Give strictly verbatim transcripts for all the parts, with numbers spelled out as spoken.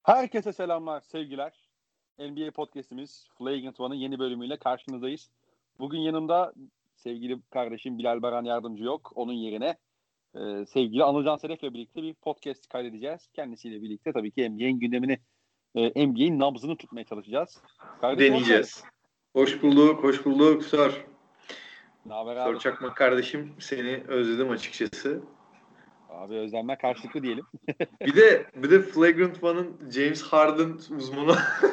Herkese selamlar, sevgiler. N B A Podcast'imiz Flagrant One'ın yeni bölümüyle karşınızdayız. Bugün yanımda sevgili kardeşim Bilal Baran Yardımcı yok. Onun yerine e, sevgili Anılcan Sedef'le birlikte bir podcast kaydedeceğiz. Kendisiyle birlikte tabii ki N B A'nin gündemini, e, N B A'nin nabzını tutmaya çalışacağız. Kardeşim, deneyeceğiz. Hoş, hoş bulduk, hoş bulduk Sör. Ne haber abi? Sör Çakmak kardeşim, seni özledim açıkçası. Abi özlenme karşılıklı diyelim. bir de bir de Flagrant One'ın James Harden uzmanı.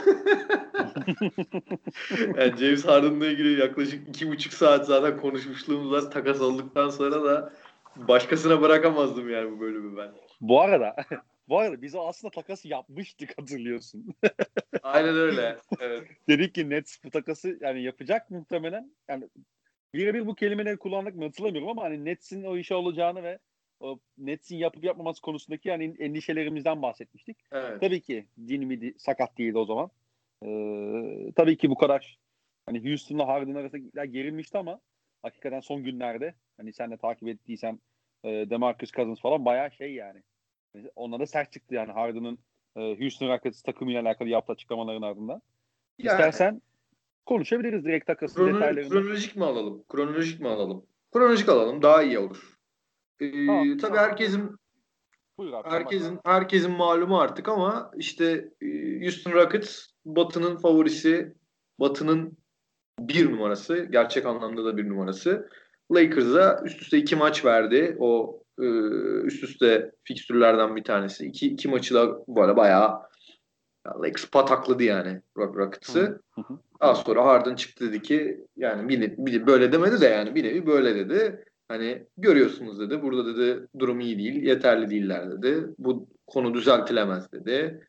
yani James Harden'la ilgili yaklaşık iki buçuk saat zaten konuşmuşluğumuz var. Takas olduktan sonra da başkasına bırakamazdım yani bu bölümü ben. Bu arada bu arada biz o aslında takası yapmıştık, hatırlıyorsun. Aynen öyle. Evet. Dedik ki Nets bu takası yani yapacak muhtemelen. Yani birebir bu kelimeleri kullandık mı hatırlamıyorum ama hani Nets'in o işe olacağını ve o Nets'in yapıp yapmaması konusundaki yani endişelerimizden bahsetmiştik. Evet. Tabii ki Dinwiddie sakat değildi o zaman. Ee, tabii ki bu kadar hani Houston'la Harden arasında gerilmişti ama hakikaten son günlerde hani sen de takip ettiysen e, DeMarcus Cousins falan bayağı şey yani. Onlara da sert çıktı yani Harden'ın e, Houston Rockets takımıyla alakalı yaptığı açıklamaların ardından. Yani, İstersen konuşabiliriz direkt takasın krono, detaylarını. Kronolojik mi alalım? Kronolojik mi alalım? Kronolojik alalım. Daha iyi olur. Ee, tamam, tabii tamam. herkesin Buyur abi, herkesin bak. herkesin malumu artık ama işte Houston Rockets Batı'nın favorisi, Batı'nın bir numarası, gerçek anlamda da bir numarası. Lakers'a üst üste iki maç verdi. O üst üste fikstürlerden bir tanesi. İki, iki maçı da böyle bayağı Lakers patakladı yani Rockets'ı. Daha sonra Harden çıktı dedi ki yani bir, bir böyle demedi de yani bir nevi böyle dedi. Hani görüyorsunuz dedi. Burada dedi durum iyi değil. Yeterli değiller dedi. Bu konu düzeltilemez dedi.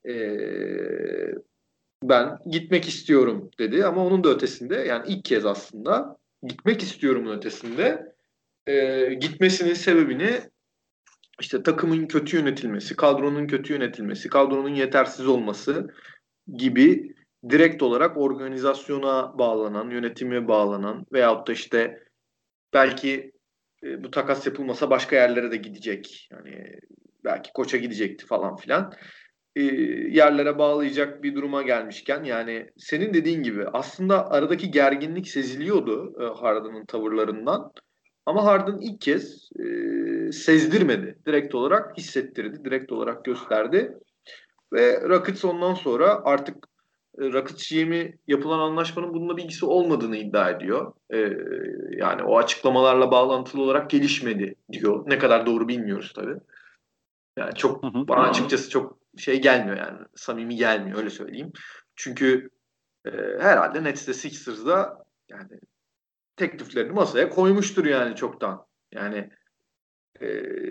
Ee, ben gitmek istiyorum dedi. Ama onun da ötesinde yani ilk kez aslında gitmek istiyorumun ötesinde e, gitmesinin sebebini işte takımın kötü yönetilmesi, kadronun kötü yönetilmesi, kadronun yetersiz olması gibi direkt olarak organizasyona bağlanan, yönetime bağlanan veyahut da işte belki e, bu takas yapılmasa başka yerlere de gidecek. Yani belki koça gidecekti falan filan. E, yerlere bağlayacak bir duruma gelmişken yani senin dediğin gibi aslında aradaki gerginlik seziliyordu e, Harden'ın tavırlarından. Ama Harden ilk kez e, sezdirmedi. Direkt olarak hissettirdi. Direkt olarak gösterdi. Ve Rockets ondan sonra artık e, Rockets G M'i yapılan anlaşmanın bununla bir ilgisi olmadığını iddia ediyor. E, yani o açıklamalarla bağlantılı olarak gelişmedi diyor. Ne kadar doğru bilmiyoruz tabii. Yani çok hı hı. Bana açıkçası çok şey gelmiyor yani. Samimi gelmiyor öyle söyleyeyim. Çünkü e, herhalde Nets'te Sixers'da yani tekliflerini masaya koymuştur yani çoktan. Yani e,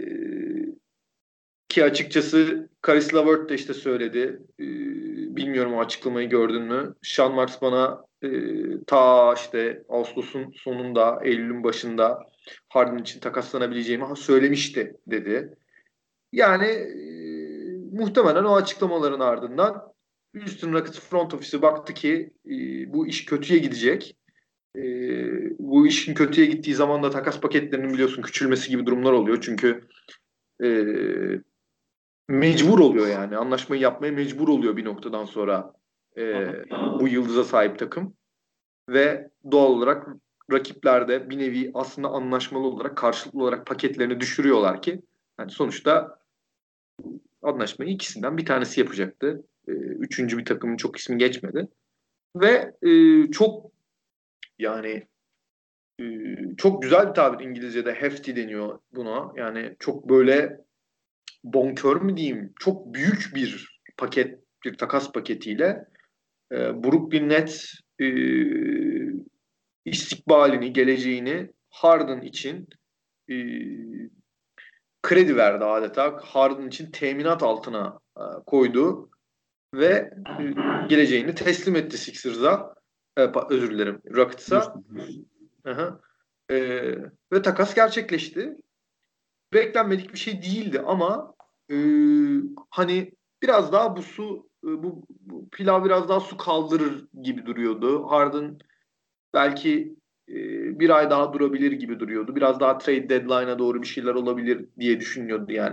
ki açıkçası Caris LeVert de işte söyledi. E, bilmiyorum o açıklamayı gördün mü? Sean Marks bana e, ta işte Ağustos'un sonunda, Eylül'ün başında Harden için takaslanabileceğimi söylemişti dedi. Yani e, muhtemelen o açıklamaların ardından Houston Rockets front ofisi baktı ki e, bu iş kötüye gidecek. E, bu işin kötüye gittiği zaman da takas paketlerinin biliyorsun küçülmesi gibi durumlar oluyor. Çünkü e, mecbur oluyor yani. Anlaşmayı yapmaya mecbur oluyor bir noktadan sonra e, bu yıldıza sahip takım. Ve doğal olarak rakipler de bir nevi aslında anlaşmalı olarak karşılıklı olarak paketlerini düşürüyorlar ki yani sonuçta anlaşmayı ikisinden bir tanesi yapacaktı. E, üçüncü bir takımın çok ismi geçmedi. Ve e, çok yani e, çok güzel bir tabir İngilizce'de hefty deniyor buna. Yani çok böyle bonkör mü diyeyim? Çok büyük bir paket, bir takas paketiyle e, Brooklyn Nets e, istikbalini, geleceğini Harden için e, kredi verdi adeta. Harden için teminat altına e, koydu ve e, geleceğini teslim etti Sixers'a. E, özür dilerim, Rockets'a. E, ve takas gerçekleşti. Beklenmedik bir şey değildi ama e, hani biraz daha bu su e, bu, bu pilav biraz daha su kaldırır gibi duruyordu. Harden belki e, bir ay daha durabilir gibi duruyordu. Biraz daha trade deadline'a doğru bir şeyler olabilir diye düşünüyordu yani.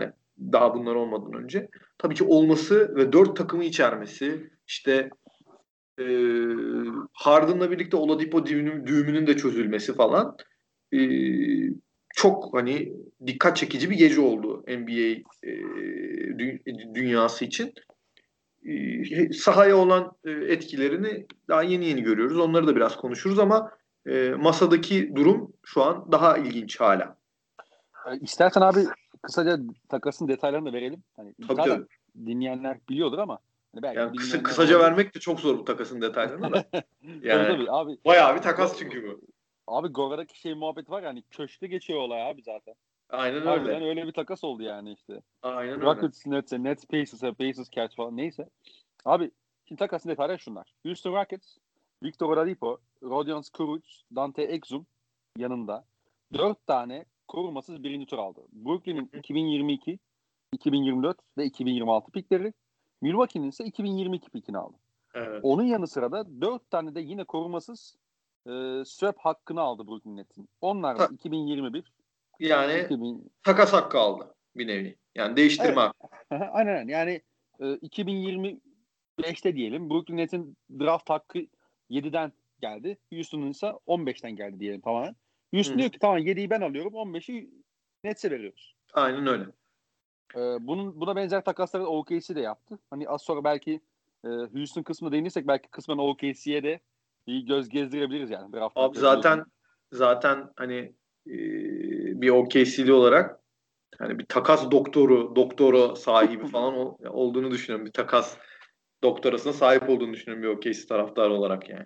daha bunlar olmadan önce. Tabii ki olması ve dört takımı içermesi, işte e, Harden'la birlikte Oladipo düğümünün, düğümünün de çözülmesi falan e, çok hani dikkat çekici bir gece oldu N B A e, dü- dünyası için. E, sahaya olan e, etkilerini daha yeni yeni görüyoruz. Onları da biraz konuşuruz ama e, masadaki durum şu an daha ilginç hala. E, İstersen abi kısaca takasın detaylarını da verelim. Hani Tabii zaten tabii. dinleyenler biliyordur ama hani belki Yani kısa, bilmeyenler kısaca olabilir. vermek de çok zor bu takasın detaylarını da. Tabii Yani tabii abi. bayağı bir takas Go- çünkü bu. Abi Gora'daki şey muhabbet var ya, hani köşkte geçiyor olay abi zaten. Aynen Harbiden öyle. öyle bir takas oldu yani işte. Aynen öyle. Rockets, Nets'e, Nets, Pacers'e, Pacers, Cavs falan neyse. Abi şimdi takasın detayları şunlar. Houston Rockets, Victor Oladipo, Rodion Kuruc, Dante Exum yanında dört tane korumasız birinci tur aldı. Brooklyn'in iki bin yirmi iki, iki bin yirmi dört ve iki bin yirmi altı pikleri, Milwaukee'nin ise iki bin yirmi iki pikini aldı. Evet. Onun yanı sıra da dört tane de yine korumasız e, swap hakkını aldı Brooklyn Nets'in. Onlar da Ta- iki bin yirmi bir, yani iki bin takas hakkı aldı bir nevi. Yani değiştirme evet. hakkı. Aynen aynen. Yani e, iki bin yirmi beşte diyelim Brooklyn Nets'in draft hakkı yediden geldi. Houston'ın ise on beşten geldi diyelim tamamen. Hı Houston hı. diyor ki tamam yediyi ben alıyorum, on beşi Nets'e veriyoruz. Aynen öyle. E, bunun buna benzer takasları O K C de yaptı. Hani az sonra belki e, Houston kısmına değinirsek belki kısmen O K C'ye de bir göz gezdirebiliriz yani draft Abi hakları biliyorsun. zaten zaten hani e, bir O K C'li olarak hani bir takas doktoru, doktora sahibi falan ol- olduğunu düşünüyorum. Bir takas doktorasına sahip olduğunu düşünüyorum bir O K C taraftarı olarak yani.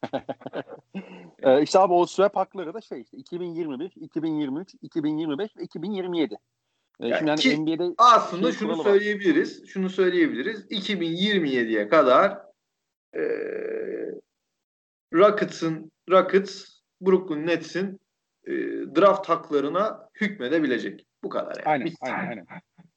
e, işte abi o swap hakları da şey işte iki bin yirmi bir, iki bin yirmi üç, iki bin yirmi beş ve iki bin yirmi yedi. E, Yani şimdi hani ki N B A'de aslında şey şunu kuralı var. söyleyebiliriz. Şunu söyleyebiliriz. iki bin yirmi yediye kadar e, Rockets'ın Rockets Brooklyn Nets'in e, draft haklarına hükmedebilecek. Bu kadar yani. Aynen, Bitti. aynen, aynen.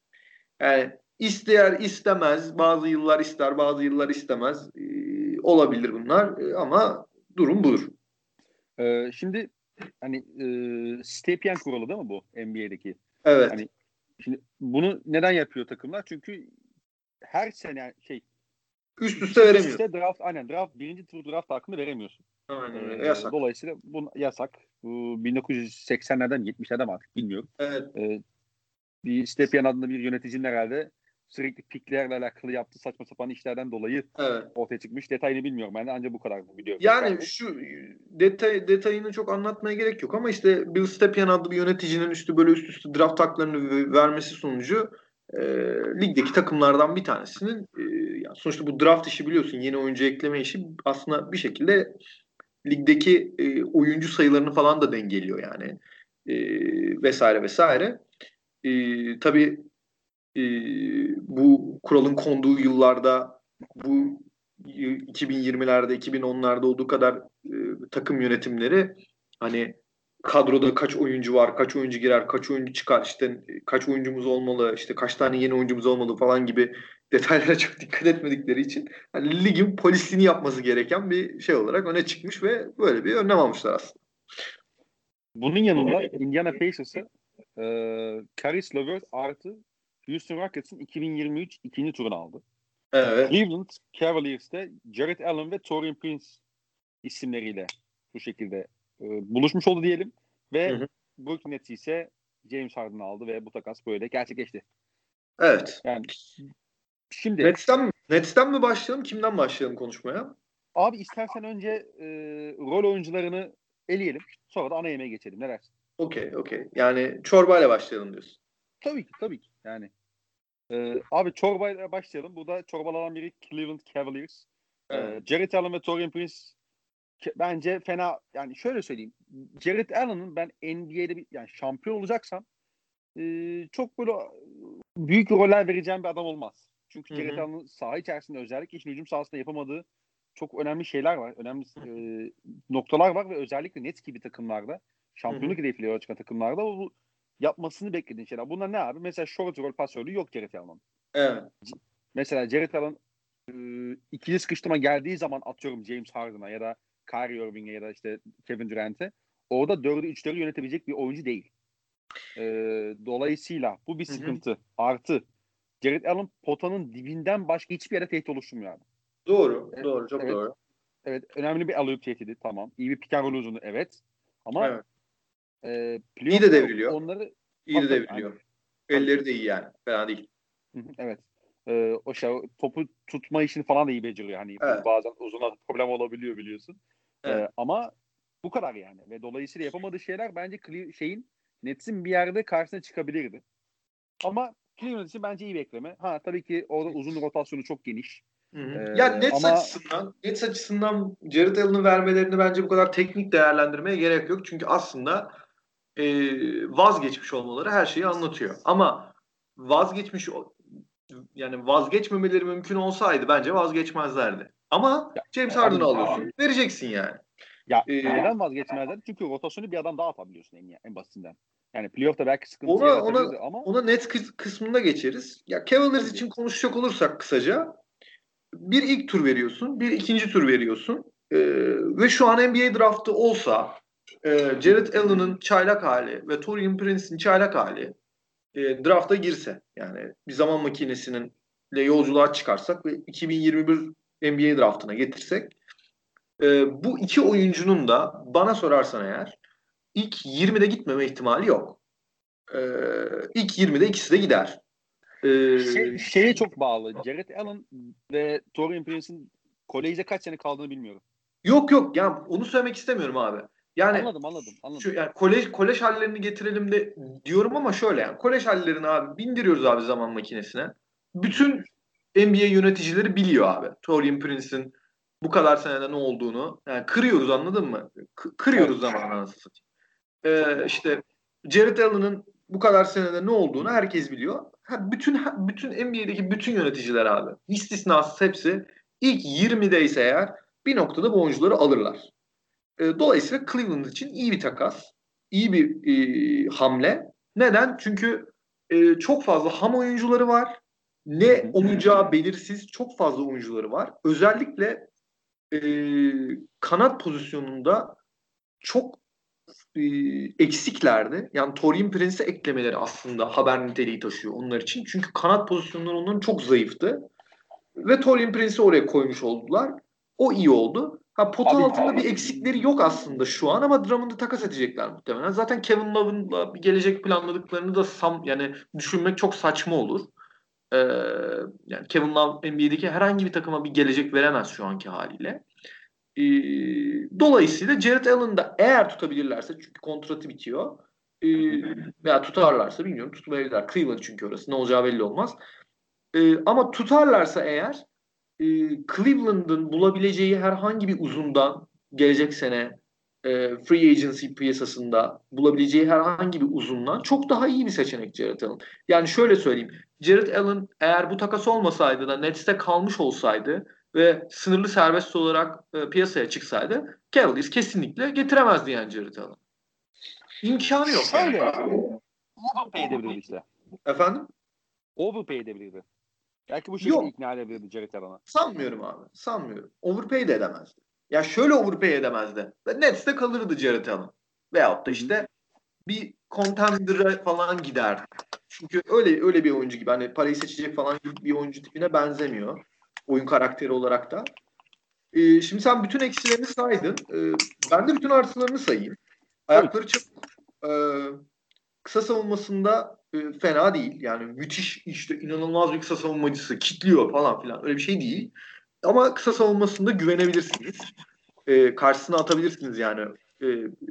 Yani isteyer istemez, bazı yıllar ister, bazı yıllar istemez. E, olabilir bunlar E, ama durum budur. Ee, şimdi hani e, Stepien kuralı değil mi bu N B A'deki? Evet. Hani şimdi bunu neden yapıyor takımlar? Çünkü her sene şey Üst üste ikisi üst veremiyor. üste draft aynen draft birinci tur draft hakkını veremiyorsun. Ee, Aynen öyle. Yasak. dolayısıyla bu yasak. Bu bin dokuz yüz seksenlerden mi yetmişlerden mi artık bilmiyorum. Evet. Ee, bir Stepien adında bir yöneticinin herhalde sürekli piklerle alakalı yaptığı saçma sapan işlerden dolayı Evet. ortaya çıkmış. Detayını bilmiyorum. Ben de ancak bu kadar biliyorum Yani ezberden. şu detay detayını çok anlatmaya gerek yok ama işte Bill Stepien adlı bir yöneticinin üstü böyle üst üste draft haklarını vermesi sonucu e, ligdeki takımlardan bir tanesinin e, yani sonuçta bu draft işi biliyorsun yeni oyuncu ekleme işi aslında bir şekilde ligdeki e, oyuncu sayılarını falan da dengeliyor yani e, vesaire vesaire. E, tabii e, bu kuralın konduğu yıllarda bu iki bin yirmilerde, iki bin onlarda olduğu kadar e, takım yönetimleri hani kadroda kaç oyuncu var, kaç oyuncu girer, kaç oyuncu çıkar, işte kaç oyuncumuz olmalı, işte kaç tane yeni oyuncumuz olmalı falan gibi detaylara çok dikkat etmedikleri için hani ligin polisliğini yapması gereken bir şey olarak öne çıkmış ve böyle bir önlem almışlar aslında. Bunun yanında Indiana Pacers'ı e, Caris LeVert artı Houston Rockets'ın iki bin yirmi üç ikinci turunu aldı. Evet. Cleveland Cavaliers'te Jarrett Allen ve Taurean Prince isimleriyle bu şekilde e, buluşmuş oldu diyelim. Hı Ve hı. Brooklyn Nets ise James Harden'ı aldı ve bu takas böyle gerçekleşti. Evet. Yani şimdi Nets'ten mi, Nets'ten mi başlayalım, kimden başlayalım konuşmaya? abi istersen önce e, rol oyuncularını eleyelim. Sonra da ana yemeğe geçelim. Ne dersin? Okey, okey. Yani çorbayla başlayalım diyorsun. Tabii ki, tabii ki. Yani Ee, abi çorbayla başlayalım. Bu da çorbalardan biri Cleveland Cavaliers. Evet. Ee, Jarrett Allen ve Taurean Prince ke- bence fena, yani şöyle söyleyeyim. Jarrett Allen'ın ben N B A'de bir, yani şampiyon olacaksam e, çok böyle büyük roller vereceğim bir adam olmaz. Çünkü Hı Jarrett hı. Allen'ın saha içerisinde özellikle işin hücum sahasında yapamadığı çok önemli şeyler var. Önemli e, noktalar var ve özellikle Nets gibi takımlarda Hı hı. şampiyonluk hedefiyle yola çıkan takımlarda bu yapmasını beklediğin şeyler. Bunlar ne abi? Mesela short roll pasörlüğü yok Jarrett Allen'ın. Evet. Mesela Jarrett Allen e, ikili sıkıştırma geldiği zaman atıyorum James Harden'a ya da Kyrie Irving'e ya da işte Kevin Durant'e orada dördü üçleri yönetebilecek bir oyuncu değil. E, dolayısıyla bu bir sıkıntı. Hı hı. Artı Jared Allen potanın dibinden başka hiçbir yere tehdit oluşturmuyor abi. Doğru. Evet, Doğru. Çok evet, doğru. evet. Önemli bir alley-oop tehdidi. Tamam. İyi bir pick and roll uzunu. Evet. Ama Evet. e, İyi de playoff'ta devriliyor. onları İyi tabii de tabii aynen. devriliyor. Tabii. Elleri de iyi yani. Fena değil. Hı hı, evet. E, o şey topu tutma işini falan da iyi beceriyor. Hani Evet. bazen uzun problem olabiliyor biliyorsun. Evet. E, ama bu kadar yani. Ve dolayısıyla yapamadığı şeyler bence Cle- şeyin Nets'in bir yerde karşısına çıkabilirdi. Ama Cleveland için bence iyi bir ekleme. Ha tabii ki orada uzun rotasyonu çok geniş. Hı hı. Ya Ee, Nets ama açısından, Nets açısından Jared Allen'ı vermelerini bence bu kadar teknik değerlendirmeye gerek yok. Çünkü aslında e, vazgeçmiş olmaları her şeyi anlatıyor. Ama vazgeçmiş yani vazgeçmemeleri mümkün olsaydı bence vazgeçmezlerdi. Ama ya, James Harden'ı abi alıyorsun, vereceksin yani. ya E, neden vazgeçmezler? Çünkü rotasyonu bir adam daha atabiliyorsun en, en basitinden. Yani playoff'ta belki sıkıntı ona ona yaratabilirdi ama ona net kıs- kısmında geçeriz. Ya Cavaliers tabii. için konuşacak olursak kısaca bir ilk tur veriyorsun, bir ikinci tur veriyorsun. Ee, ve şu an N B A draftı olsa e, Jared Allen'ın çaylak hali ve Taurean Prince'in çaylak hali e, drafta girse, yani bir zaman makinesinin ile yolculuğa çıkarsak ve iki bin yirmi bir N B A draftına getirsek, e, bu iki oyuncunun da bana sorarsan eğer ilk yirmide gitmeme ihtimali yok. E, ilk yirmide ikisi de gider. E, Şey, şeye çok bağlı. Jared Allen ve Taurean Prince'in kolejde kaç sene kaldığını bilmiyorum. Yok yok, yani onu söylemek istemiyorum abi. Yani Anladım anladım şu anladım. yani kolej kolej hallerini getirelim de diyorum ama şöyle, yani kolej hallerini abi bindiriyoruz abi zaman makinesine. Hı hı. Bütün N B A yöneticileri biliyor abi. Taurean Prince'in bu kadar senede ne olduğunu. Yani kırıyoruz, anladın mı? K- Evet. kırıyoruz zamanı, anasını satayım. Çok Ee, net. işte Jared Allen'ın bu kadar senede ne olduğunu herkes biliyor. Ha, bütün ha, bütün N B A'deki bütün yöneticiler abi, istisnasız hepsi ilk yirmideyse eğer bir noktada bu oyuncuları alırlar. E, dolayısıyla Cleveland için iyi bir takas, iyi bir e, hamle. Neden? Çünkü e, çok fazla ham oyuncuları var. Hı Ne hı. olacağı belirsiz çok fazla oyuncuları var. Özellikle e, kanat pozisyonunda çok e, eksiklerdi. Yani Taurean Prince'i eklemeleri aslında haber niteliği taşıyor onlar için. Çünkü kanat pozisyonları onların çok zayıftı. Ve Taurean Prince'i oraya koymuş oldular. O iyi oldu. Ha, pota Abi altında bir eksikleri yok aslında şu an ama Drummond'u takas edecekler muhtemelen. Zaten Kevin Love'ınla bir gelecek planladıklarını da sam, yani düşünmek çok saçma olur. Ee, yani Kevin Love N B A'deki herhangi bir takıma bir gelecek veremez şu anki haliyle. Ee, dolayısıyla Jared Allen'ı da eğer tutabilirlerse, çünkü kontratı bitiyor, ee, veya tutarlarsa bilmiyorum, tutmayabilirler. Cleveland çünkü orası, ne olacağı belli olmaz. Ee, ama tutarlarsa eğer e, Cleveland'ın bulabileceği herhangi bir uzundan gelecek sene e, free agency piyasasında bulabileceği herhangi bir uzundan çok daha iyi bir seçenek Jared Allen. Yani şöyle söyleyeyim. Jared Allen eğer bu takas olmasaydı da Nets'te kalmış olsaydı ve sınırlı serbest olarak e, piyasaya çıksaydı, Cavaliers kesinlikle getiremezdi yani Jared Allen. İmkanı yok yani. şöyle overpay edebilirdi işte. Efendim? Overpay edebilirdi. Belki bu şekilde Yok. ikna edebilirdi Jared Allen'a. Sanmıyorum abi. Sanmıyorum. Overpay de edemezdi. Ya şöyle overpay edemezdi. Nets'te kalırdı Jared Allen. Veyahut da Hı hı. işte bir contender'a falan giderdi. Çünkü öyle öyle bir oyuncu gibi. Hani parayı seçecek falan gibi bir oyuncu tipine benzemiyor. Oyun karakteri olarak da. Ee, şimdi sen bütün eksilerini saydın. Ee, ben de bütün artılarını sayayım. Tabii ki. Ayakları çok e, kısa savunmasında e, fena değil. Yani müthiş, işte inanılmaz bir kısa savunmacısı, kitliyor falan filan. Öyle bir şey değil. Ama kısa savunmasında güvenebilirsiniz. E, karşısına atabilirsiniz yani. E,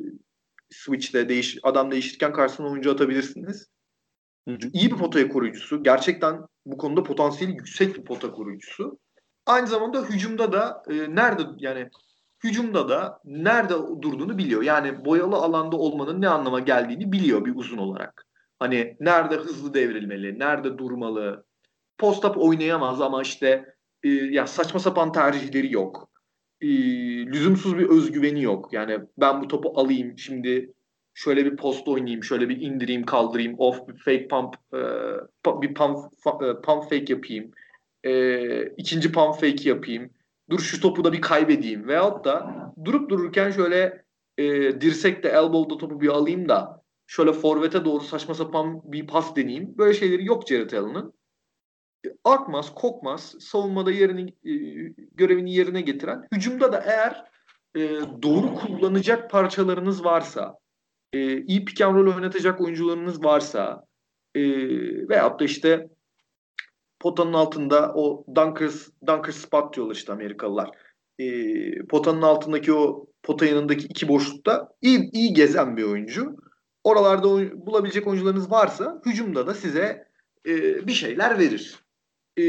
switch'te değiş, adam değiştirirken karşısına oyuncu atabilirsiniz. Hı hı. İyi bir potaya koruyucusu. Gerçekten bu konuda potansiyeli yüksek bir pota koruyucusu. Aynı zamanda hücumda da e, nerede yani hücumda da nerede durduğunu biliyor. Yani boyalı alanda olmanın ne anlama geldiğini biliyor bir uzun olarak. Hani nerede hızlı devrilmeli, nerede durmalı. Post-up oynayamaz ama işte e, ya saçma sapan tercihleri yok. E, lüzumsuz bir özgüveni yok. Yani ben bu topu alayım şimdi, şöyle bir post oynayayım, şöyle bir indireyim, kaldırayım, off bir fake pump, e, bir pump, fa- e, pump fake yapayım, e, ikinci pump fake yapayım, dur şu topu da bir kaybedeyim, veyahut da durup dururken şöyle e, dirsekte elbow'da topu bir alayım da şöyle forvete doğru saçma sapan bir pas deneyeyim. Böyle şeyleri yok Jared Allen'ın. Akmaz, kokmaz, savunmada yerini, e, görevini yerine getiren, hücumda da eğer e, doğru kullanacak parçalarınız varsa, e, iyi pick and roll oynatacak oyuncularınız varsa e, veyahut da işte potanın altında o dunkers, dunkers spot diyorlar işte Amerikalılar. E, potanın altındaki o pota yanındaki iki boşlukta iyi, iyi gezen bir oyuncu. Oralarda oy- bulabilecek oyuncularınız varsa hücumda da size e, bir şeyler verir. E,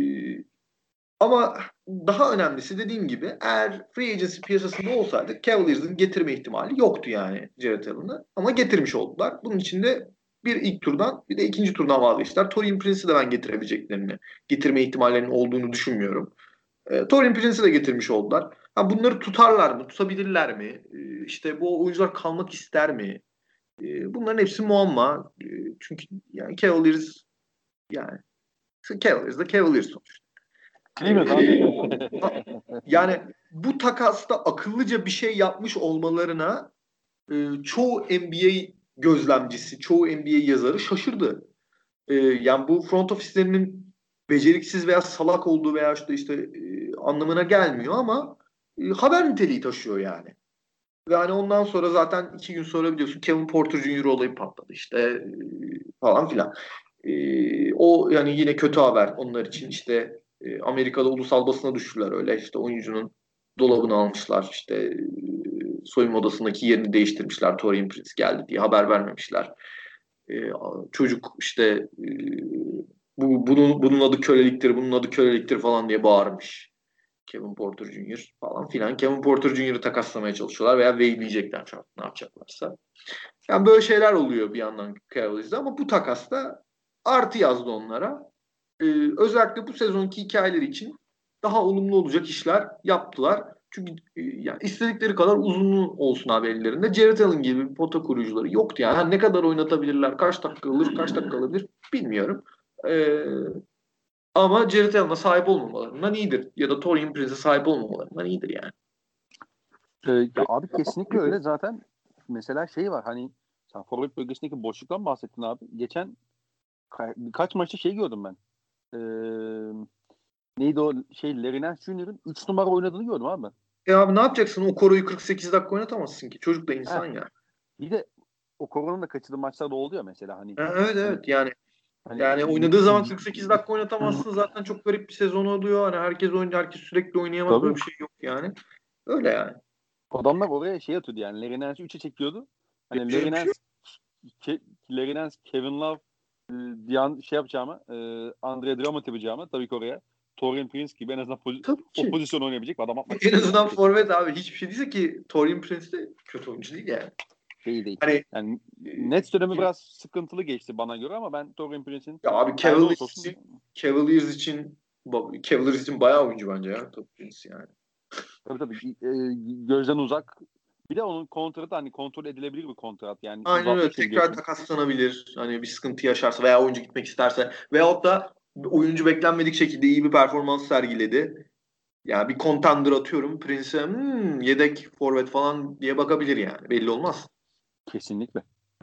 ama daha önemlisi dediğim gibi eğer free agency piyasasında olsaydı Cavaliers'ın getirme ihtimali yoktu yani Jared Allen'ı. Ama getirmiş oldular. Bunun için de bir ilk turdan bir de ikinci turdan vazgeçtiler. Torian Prince'i de ben getirebileceklerini, getirme ihtimallerinin olduğunu düşünmüyorum. E, Torian Prince'i de getirmiş oldular. Ha, bunları tutarlar mı? Tutabilirler mi? E, işte bu oyuncular kalmak ister mi? E, bunların hepsi muamma. E, çünkü yani Cavaliers yani Cavaliers da Cavaliers sonuçta. Değil mi? Ee, yani bu takasta akıllıca bir şey yapmış olmalarına e, çoğu N B A gözlemcisi, çoğu N B A yazarı şaşırdı. E, yani bu front ofislerinin beceriksiz veya salak olduğu veya işte işte e, anlamına gelmiyor ama e, haber niteliği taşıyor yani. Ve hani ondan sonra zaten iki gün sonra biliyorsun Kevin Porter Junior olayı patladı işte e, falan filan. E, o yani yine kötü haber onlar için işte e, Amerika'da ulusal basına düştüler öyle işte oyuncunun dolabını almışlar işte e, soyunma odasındaki yerini değiştirmişler Torian Prince geldi diye haber vermemişler. E, çocuk işte e, bu, bunun, bunun adı köleliktir bunun adı köleliktir falan diye bağırmış. Kevin Porter Junior falan filan. Kevin Porter Junior'ı takaslamaya çalışıyorlar veya waivleyecekler ne yapacaklarsa. Yani böyle şeyler oluyor bir yandan Cavaliers'da ama bu takasta artı yazdı onlara. Ee, özellikle bu sezonki hikayeleri için daha olumlu olacak işler yaptılar. Çünkü e, yani istedikleri kadar uzun olsun abi ellerinde. Jared Allen gibi bir pota kurucuları yoktu yani. yani. Ne kadar oynatabilirler, kaç dakika alır, kaç dakika alabilir bilmiyorum. Ee, ama Jared Allen'a sahip olmamalarından iyidir. Ya da Torian Prince'e sahip olmamalarından iyidir yani. Ee, ya abi kesinlikle öyle. Zaten mesela şey var hani sen forvet bölgesindeki boşluktan bahsettin abi. Geçen ka- birkaç maçta şey gördüm ben. Ee, neydi o şey Larry Nance Junior'ın üç numara oynadığını gördüm abi. E abi ne yapacaksın? O Koro'yu kırk sekiz dakika oynatamazsın ki. Çocuk da Heh. insan ya. Bir de o koronanın da kaçırdığı maçlarda oldu ya mesela hani. Ha, evet Hani, evet yani. hani Yani oynadığı zaman kırk sekiz dakika oynatamazsın zaten çok garip bir sezon oluyor. Hani herkes oynuyor, herkes sürekli oynayamaz tabii böyle bir şey yok yani. Öyle yani. adamlar oraya şey atıyordu yani Larry Nance'i üçe çekiyordu. Hani Larry Yapacak bir şey Nance, yok. Ke, Larry Nance, Kevin Love e, bir an şey yapacağıma e, Andre Drummond yapacağıma tabii ki oraya Torian Prince gibi en azından pozi- Tabii o ki. pozisyon oynayabilecek bir adam atmak En istiyor yani azından kesinlikle. forvet abi. Hiçbir şey değilse ki Torian Prince de kötü oyuncu değil yani. Değil değil. Hani Yani e, Nets dönemi biraz sıkıntılı geçti bana göre ama ben Torian Prince'in ya abi her ne olursa Cavaliers olsun için Cavaliers için Cavaliers için bayağı oyuncu bence ya Torian Prince yani. tabii tabii e, gözden uzak. Bir de onun kontratı hani kontrol edilebilir bir kontrat. Yani Aynen öyle. uzatmıştı Tekrar biliyorsun. takaslanabilir. Hani bir sıkıntı yaşarsa veya oyuncu gitmek isterse. Veyahut da oyuncu beklenmedik şekilde iyi bir performans sergiledi. Yani bir contender atıyorum. Prince'e hmm, yedek forvet falan diye bakabilir yani. Belli olmaz. Kesinlikle.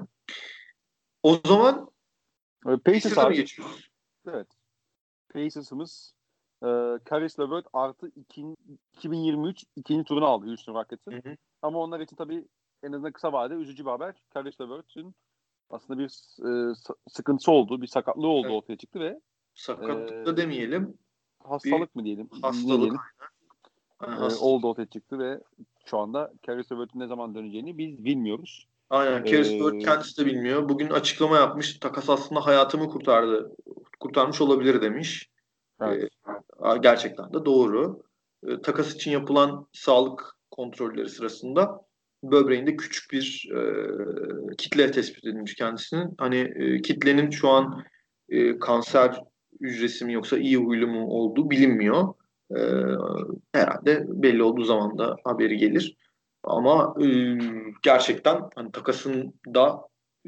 O zaman E, Pacers Pacers'a mı abi. geçiyoruz? Evet. Pacers'ımız e, Caris LeVert artı iki, iki bin yirmi üç ikinci turunu aldı Houston Hı Rockets'ın. hı. Ama onlar için tabii en azından kısa vadede üzücü bir haber. Caris LeVert'ün aslında bir e, sıkıntısı oldu, bir sakatlığı oldu Evet. ortaya çıktı ve e, Sakatlık da demeyelim. Bir hastalık mı diyelim, ne hastalık. diyelim Yani e, hastalık. oldu ortaya çıktı ve şu anda Caris LeVert'ün ne zaman döneceğini biz bilmiyoruz. Aynen. E, Caris LeVert kendisi de bilmiyor. Bugün açıklama yapmış. Takas aslında hayatımı kurtardı. Kurtarmış olabilir demiş. evet, Ee, gerçekten de doğru. Ee, takas için yapılan sağlık kontrolleri sırasında böbreğinde küçük bir e, kitle tespit edilmiş kendisinin. Hani e, kitlenin şu an e, kanser hücresi mi yoksa iyi huylu mu olduğu bilinmiyor. E, herhalde belli olduğu zaman da haberi gelir. Ama e, gerçekten hani takasın da e,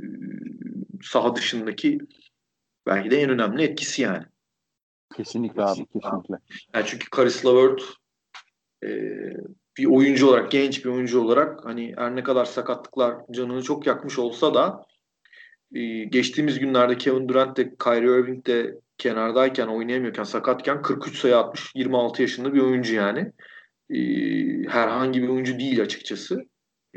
saha dışındaki belki de en önemli etkisi yani. kesinlikle abi, kesinlikle. Yani çünkü Caris LeVert e, bir oyuncu olarak, genç bir oyuncu olarak hani her ne kadar sakatlıklar canını çok yakmış olsa da e, geçtiğimiz günlerde Kevin Durant de Kyrie Irving de kenardayken, oynayamıyorken, sakatken kırk üç sayı atmış, yirmi altı yaşında bir oyuncu yani. E, herhangi bir oyuncu değil açıkçası. E,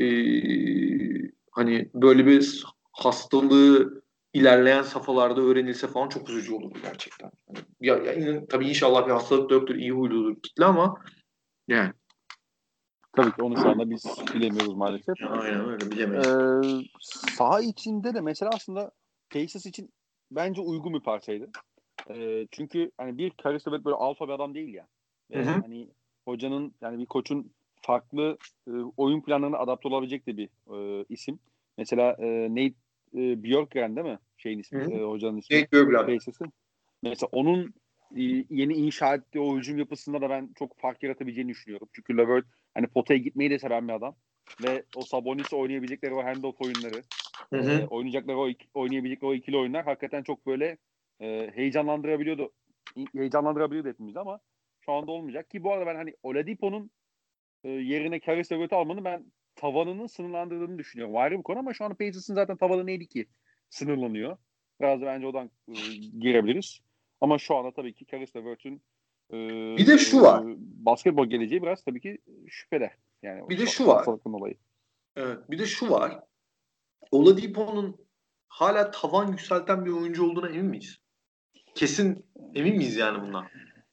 hani böyle bir hastalığı ilerleyen safhalarda öğrenilse falan çok üzücü olurdu gerçekten. Yani, ya, ya, yine, tabii inşallah bir hastalık yoktur, iyi huyludur kitle ama yani. Tabii ki onu şu anda biz bilemiyoruz maalesef. Aynen öyle, bilemeyiz. Ee, saha içinde de mesela aslında Pacers için bence uygun bir parçaydı. Ee, çünkü hani bir Caris LeVert böyle alfa bir adam değil ya. Hı Ve hı. hani hocanın yani bir koçun farklı e, oyun planlarına adapte olabilecek de bir e, isim. Mesela e, Nate e, Bjorkgren değil mi? Şeyin ismi, Hı hı. e, hocanın ismi. Nate Bjorkgren. Pacers'ın. Mesela onun e, yeni inşa ettiği o hücum yapısında da ben çok fark yaratabileceğini düşünüyorum. Çünkü LeVert hani potaya gitmeyi de seven bir adam. Ve o Sabonis'le oynayabilecekleri o handoff oyunları, Hı e, hı. oynayacakları o oynayabilecekleri o ikili oyunlar hakikaten çok böyle e, heyecanlandırabiliyordu. Heyecanlandırabiliyordu hepimizi ama şu anda olmayacak. Ki bu arada ben hani Oladipo'nun e, yerine Caris LeVert'i almanın ben tavanının sınırlandırdığını düşünüyorum. O ayrı bir konu ama şu an Pacers'ın zaten tavanı neydi ki? Sınırlanıyor. Biraz da bence odan e, girebiliriz. Ama şu anda tabii ki Caris LeVert'ün e, Bir de şu var. basketbol geleceği biraz tabii ki şüphede. Yani Bir de o şu var. hastalıktan dolayı. Evet, bir de şu var. Oladipo'nun hala tavan yükselten bir oyuncu olduğuna emin miyiz? Kesin emin miyiz yani bundan?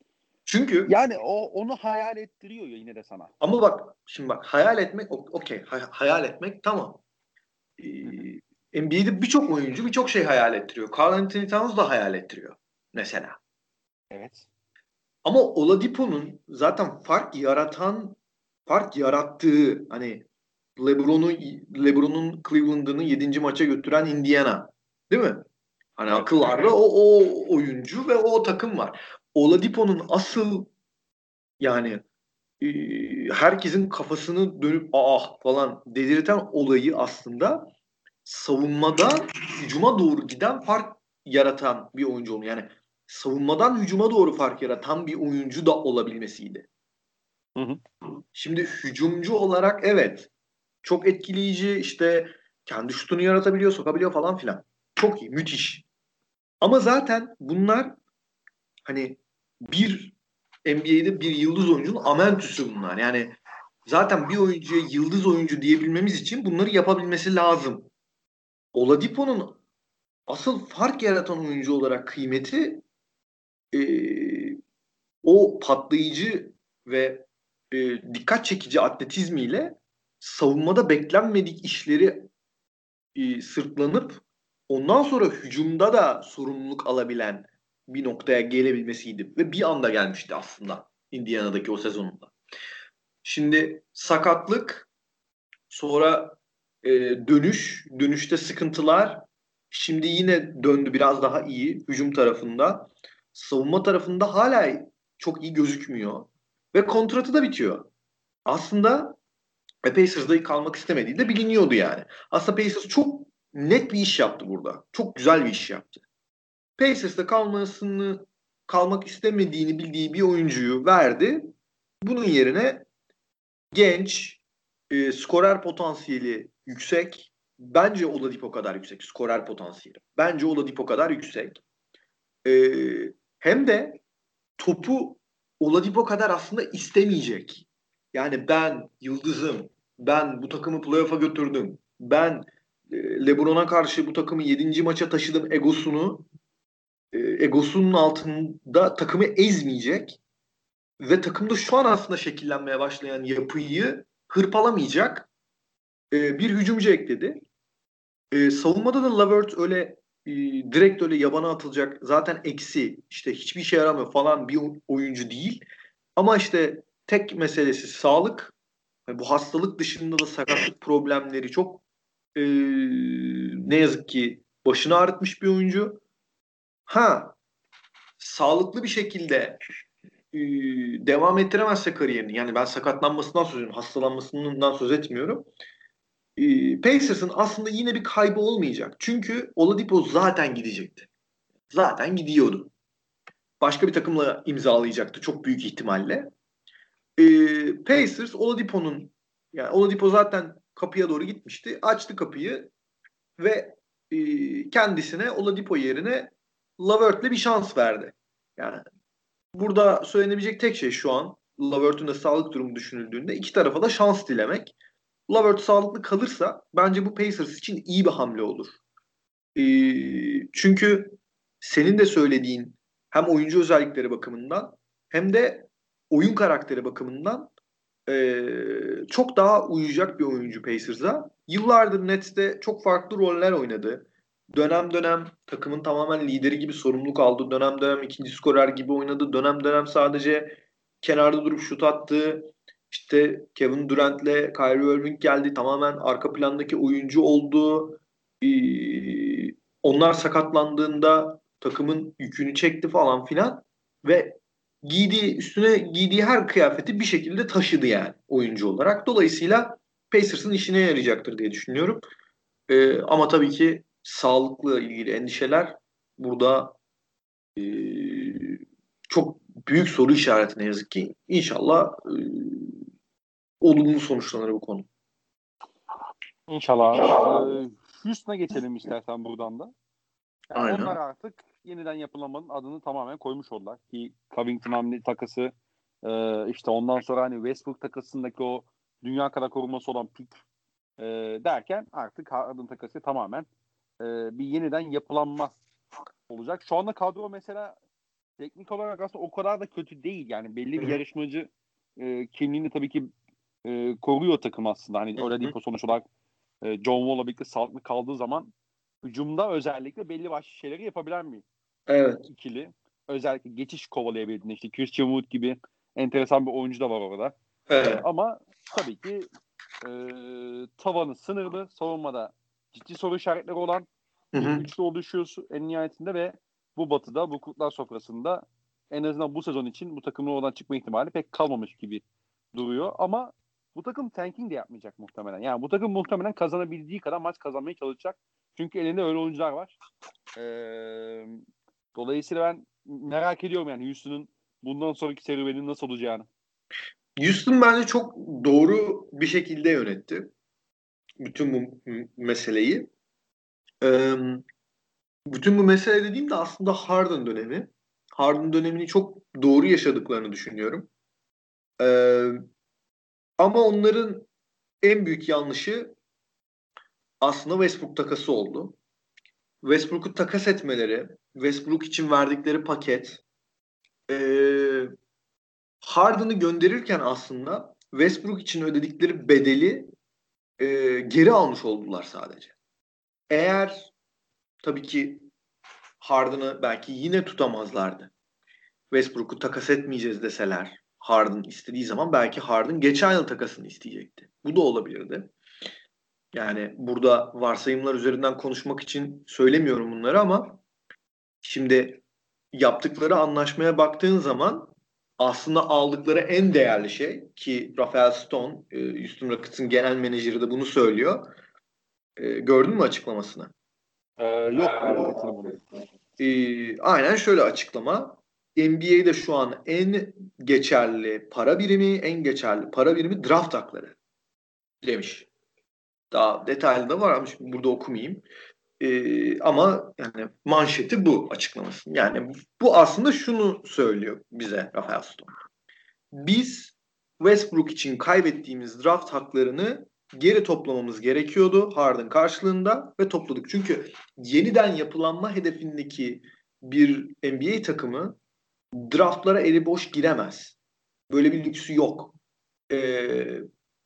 Çünkü Yani o onu hayal ettiriyor ya yine de sana. ama bak şimdi bak, hayal etmek okey, hay- hayal etmek tamam. Ee, Hı hı. N B A'de birçok oyuncu birçok şey hayal ettiriyor. Karl Anthony Towns da hayal ettiriyor mesela. Evet. Ama Oladipo'nun zaten fark yaratan, fark yarattığı hani LeBron'u LeBron'un Cleveland'ını yedinci maça götüren Indiana. Değil mi? Hani Evet. akıllarda o, o oyuncu ve o takım var. Oladipo'nun asıl yani e, herkesin kafasını dönüp ah falan dedirten olayı aslında savunmadan hücuma doğru giden fark yaratan bir oyuncu oldu. Yani savunmadan hücuma doğru fark yaratan bir oyuncu da olabilmesiydi. Hı hı. Şimdi hücumcu olarak evet çok etkileyici, işte kendi şutunu yaratabiliyor, sokabiliyor falan filan. Çok iyi, müthiş. Ama zaten bunlar hani bir N B A'de bir yıldız oyuncunun amentüsü bunlar. Yani zaten bir oyuncuya yıldız oyuncu diyebilmemiz için bunları yapabilmesi lazım. Oladipo'nun asıl fark yaratan oyuncu olarak kıymeti e, o patlayıcı ve e, dikkat çekici atletizmiyle savunmada beklenmedik işleri e, sırtlanıp ondan sonra hücumda da sorumluluk alabilen bir noktaya gelebilmesiydi. Ve bir anda gelmişti aslında Indiana'daki o sezonunda. Şimdi sakatlık, sonra e, dönüş, dönüşte sıkıntılar. Şimdi yine döndü biraz daha iyi hücum tarafında. Savunma tarafında hala çok iyi gözükmüyor. Ve kontratı da bitiyor. Aslında Pacers'da kalmak istemediği de biliniyordu yani. Aslında Pacers çok net bir iş yaptı burada. Çok güzel bir iş yaptı. Pacers'ta kalmasını kalmak istemediğini bildiği bir oyuncuyu verdi. Bunun yerine genç, e, skorer potansiyeli yüksek. Bence Oladipo kadar yüksek skorer potansiyeli. Bence Oladipo kadar yüksek. E, hem de topu Oladipo kadar aslında istemeyecek. Yani ben yıldızım, ben bu takımı playoff'a götürdüm, ben e, LeBron'a karşı bu takımı yedinci maça taşıdım egosunu, e, egosunun altında takımı ezmeyecek ve takımda şu an aslında şekillenmeye başlayan yapıyı hırpalamayacak e, bir hücumcu ekledi. E, savunmada da Levert öyle e, direkt öyle yabana atılacak, zaten eksi, işte hiçbir işe yaramıyor falan bir oyuncu değil. Ama işte tek meselesi sağlık. Yani bu hastalık dışında da sakatlık problemleri çok e, ne yazık ki başını ağrıtmış bir oyuncu. Ha, sağlıklı bir şekilde e, devam ettiremezse kariyerini, yani ben sakatlanmasından söz ediyorum, hastalanmasından söz etmiyorum. E, Pacers'ın aslında yine bir kaybı olmayacak. Çünkü Oladipo zaten gidecekti. Zaten gidiyordu. Başka bir takımla imzalayacaktı çok büyük ihtimalle. e, Pacers Oladipo'nun, yani Oladipo zaten kapıya doğru gitmişti. Açtı kapıyı ve e, kendisine Oladipo yerine LeVert'le bir şans verdi. Yani burada söylenebilecek tek şey şu an LeVert'ün de sağlık durumu düşünüldüğünde iki tarafa da şans dilemek. LeVert sağlıklı kalırsa bence bu Pacers için iyi bir hamle olur. E, çünkü senin de söylediğin hem oyuncu özellikleri bakımından hem de oyun karakteri bakımından e, çok daha uyacak bir oyuncu Pacers'a. Yıllardır Nets'te çok farklı roller oynadı. Dönem dönem takımın tamamen lideri gibi sorumluluk aldı. Dönem dönem ikinci skorer gibi oynadı. Dönem dönem sadece kenarda durup şut attı. İşte Kevin Durant'le Kyrie Irving geldi. Tamamen arka plandaki oyuncu oldu. Ee, onlar sakatlandığında takımın yükünü çekti falan filan. Ve giydiği üstüne giydiği her kıyafeti bir şekilde taşıdı yani oyuncu olarak. Dolayısıyla Pacers'ın işine yarayacaktır diye düşünüyorum. Ee, ama tabii ki sağlıkla ilgili endişeler burada e, çok büyük soru işareti ne yazık ki. İnşallah e, olumlu sonuçlanır bu konu. İnşallah. Ee, Houston'a geçelim istersen buradan da. Yani Aynen. onlar artık yeniden yapılanmanın adını tamamen koymuş oldular. Ki Covington hamle takası, e, işte ondan sonra hani Westbrook takasındaki o dünya kadar koruması olan pick e, derken artık Harden takası tamamen e, bir yeniden yapılanma olacak. Şu anda kadro mesela teknik olarak aslında o kadar da kötü değil. Yani belli bir yarışmacı e, kimliğini tabii ki e, koruyor takım aslında. Hani Oladipo sonuç olarak e, John Wall'la birlikte sağlıklı kaldığı zaman hücumda özellikle belli başlı şeyleri yapabilen bir Evet. ikili. Özellikle geçiş kovalayabildiğinde işte Christian Wood gibi enteresan bir oyuncu da var orada. Evet. Ama tabii ki e, tavanı sınırlı. Savunmada ciddi soru işaretleri olan Hı bir hı. üçlü oluşuyor en nihayetinde ve bu batıda, bu kurtlar sofrasında en azından bu sezon için bu takımın oradan çıkma ihtimali pek kalmamış gibi duruyor. Ama bu takım tanking de yapmayacak muhtemelen. Yani bu takım muhtemelen kazanabildiği kadar maç kazanmaya çalışacak. Çünkü elinde öyle oyuncular var. Ee, dolayısıyla ben merak ediyorum yani Houston'ın bundan sonraki serüvenin nasıl olacağını. Houston bence çok doğru bir şekilde yönetti bütün bu meseleyi. Ee, bütün bu mesele dediğimde aslında Harden dönemi. Harden dönemini çok doğru yaşadıklarını düşünüyorum. Ee, ama onların en büyük yanlışı aslında Westbrook takası oldu. Westbrook'u takas etmeleri, Westbrook için verdikleri paket, ee, Harden'ı gönderirken aslında Westbrook için ödedikleri bedeli e, geri almış oldular sadece. Eğer tabii ki Harden'ı belki yine tutamazlardı. Westbrook'u takas etmeyeceğiz deseler Harden istediği zaman belki Harden geçen yıl takasını isteyecekti. Bu da olabilirdi. Yani burada varsayımlar üzerinden konuşmak için söylemiyorum bunları ama şimdi yaptıkları anlaşmaya baktığın zaman aslında aldıkları en değerli şey ki Rafael Stone, Houston Rockets'ın genel menajeri de bunu söylüyor. Gördün mü açıklamasını? Ee, yok merak ettim bunu. Ee, aynen şöyle açıklama. N B A'de şu an en geçerli para birimi, en geçerli para birimi draft hakları demiş. Daha detaylı da var ama şimdi burada okumayayım. Ee, ama yani manşeti bu açıklaması. Yani bu aslında şunu söylüyor bize Rafael Stone. Biz Westbrook için kaybettiğimiz draft haklarını geri toplamamız gerekiyordu Harden karşılığında ve topladık. Çünkü yeniden yapılanma hedefindeki bir N B A takımı draftlara eli boş giremez. Böyle bir lüksü yok. Ee,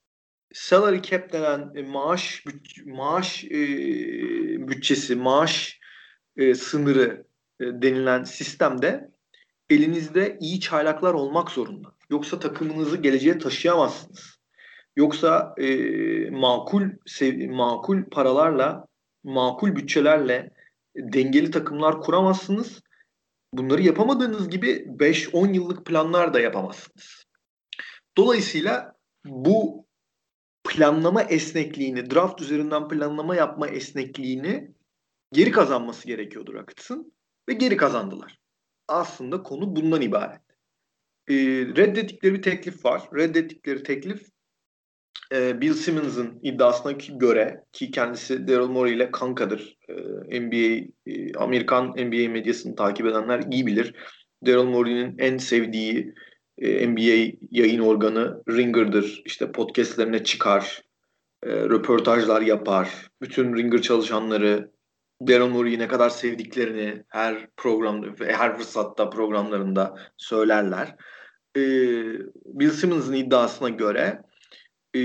salary cap denen e, maaş maaş e, bütçesi, maaş e, sınırı e, denilen sistemde elinizde iyi çaylaklar olmak zorunda. Yoksa takımınızı geleceğe taşıyamazsınız. Yoksa e, makul sev- makul paralarla, makul bütçelerle dengeli takımlar kuramazsınız. Bunları yapamadığınız gibi beş on yıllık planlar da yapamazsınız. Dolayısıyla bu planlama esnekliğini, draft üzerinden planlama yapma esnekliğini geri kazanması gerekiyordu Rockets'ın ve geri kazandılar. Aslında konu bundan ibaret. e, reddettikleri bir teklif var. Reddettikleri teklif e, Bill Simmons'ın iddiasına göre, ki kendisi Daryl Morey ile kankadır. E, N B A, e, Amerikan N B A medyasını takip edenler iyi bilir. Daryl Morey'nin en sevdiği e, N B A yayın organı Ringer'dır. İşte podcastlerine çıkar, e, röportajlar yapar. Bütün Ringer çalışanları Daryl Morey'i ne kadar sevdiklerini her programda ve her fırsatta programlarında söylerler. E, Bill Simmons'ın iddiasına göre e,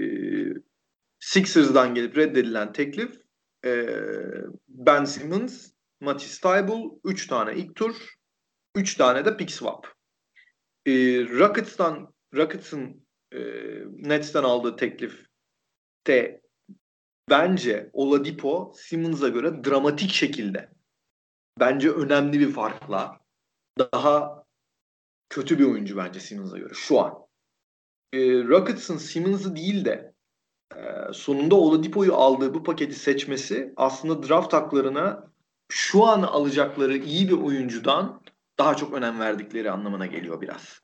Sixers'dan gelip reddedilen teklif e, Ben Simmons, Matisse Thybulle, üç tane ilk tur, üç tane de pick swap. E, Rockets'tan Rockets'ın e, Nets'ten aldığı teklifte bence Oladipo Simmons'a göre dramatik şekilde, bence önemli bir farkla daha kötü bir oyuncu bence Simmons'a göre şu an. E, Rockets'ın Simmons'ı değil de e, sonunda Oladipo'yu aldığı bu paketi seçmesi aslında draft haklarına şu an alacakları iyi bir oyuncudan daha çok önem verdikleri anlamına geliyor biraz.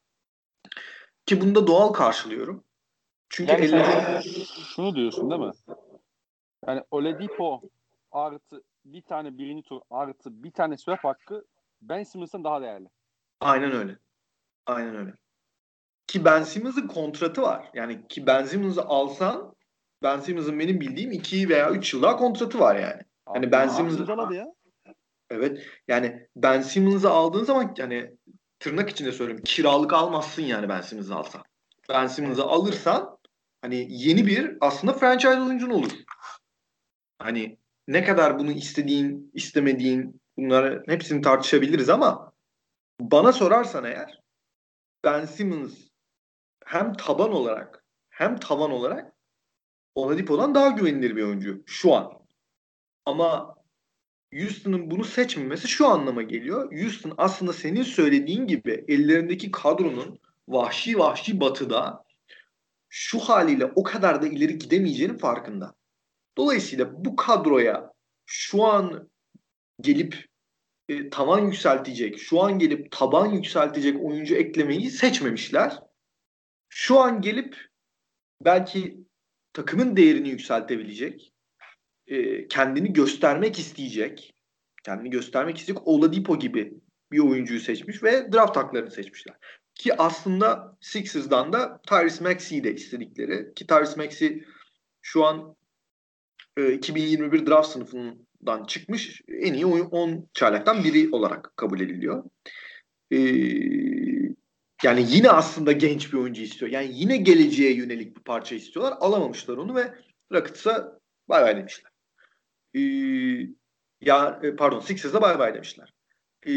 Ki bunu da doğal karşılıyorum. Çünkü yani ellerinde... şunu diyorsun değil mi? Yani Oladipo artı bir tane birinci tur artı bir tane swap hakkı Ben Simmons'tan daha değerli. Aynen öyle. Aynen öyle. Ki Ben Simmons'ın kontratı var. Yani ki Ben Simmons'ı alsan, Ben Simmons'ın benim bildiğim iki veya üç yıl daha kontratı var yani. Abi Yani Ben Simmons'ı Simmons'ı... ya. Evet. Yani Ben Simmons'ı aldığın zaman, yani tırnak içinde söyleyeyim, kiralık almazsın yani Ben Simmons'ı alsan. Ben Simmons'ı alırsan hani yeni bir aslında franchise oyuncun olur. Hani ne kadar bunu istediğin, istemediğin, bunları hepsini tartışabiliriz ama bana sorarsan eğer Ben Simmons hem taban olarak hem tavan olarak Oladipo'dan daha güvenilir bir oyuncu şu an. Ama Houston'ın bunu seçmemesi şu anlama geliyor. Houston aslında senin söylediğin gibi ellerindeki kadronun vahşi vahşi batıda şu haliyle o kadar da ileri gidemeyeceğinin farkında. Dolayısıyla bu kadroya şu an gelip e, tavan yükseltecek, şu an gelip taban yükseltecek oyuncu eklemeyi seçmemişler. Şu an gelip belki takımın değerini yükseltebilecek, e, kendini göstermek isteyecek, kendini göstermek isteyecek Oladipo gibi bir oyuncuyu seçmiş ve draft haklarını seçmişler. Ki aslında Sixers'dan da Tyrese Maxey'i de istedikleri, ki Tyrese Maxey şu an e, iki bin yirmi bir draft sınıfından çıkmış en iyi on çaylaktan biri olarak kabul ediliyor. E, yani yine aslında genç bir oyuncu istiyor. Yani yine geleceğe yönelik bir parça istiyorlar. Alamamışlar onu ve Rockets'a bay bay demişler. Ee, ya pardon Sixers'a bay bay demişler. Ee,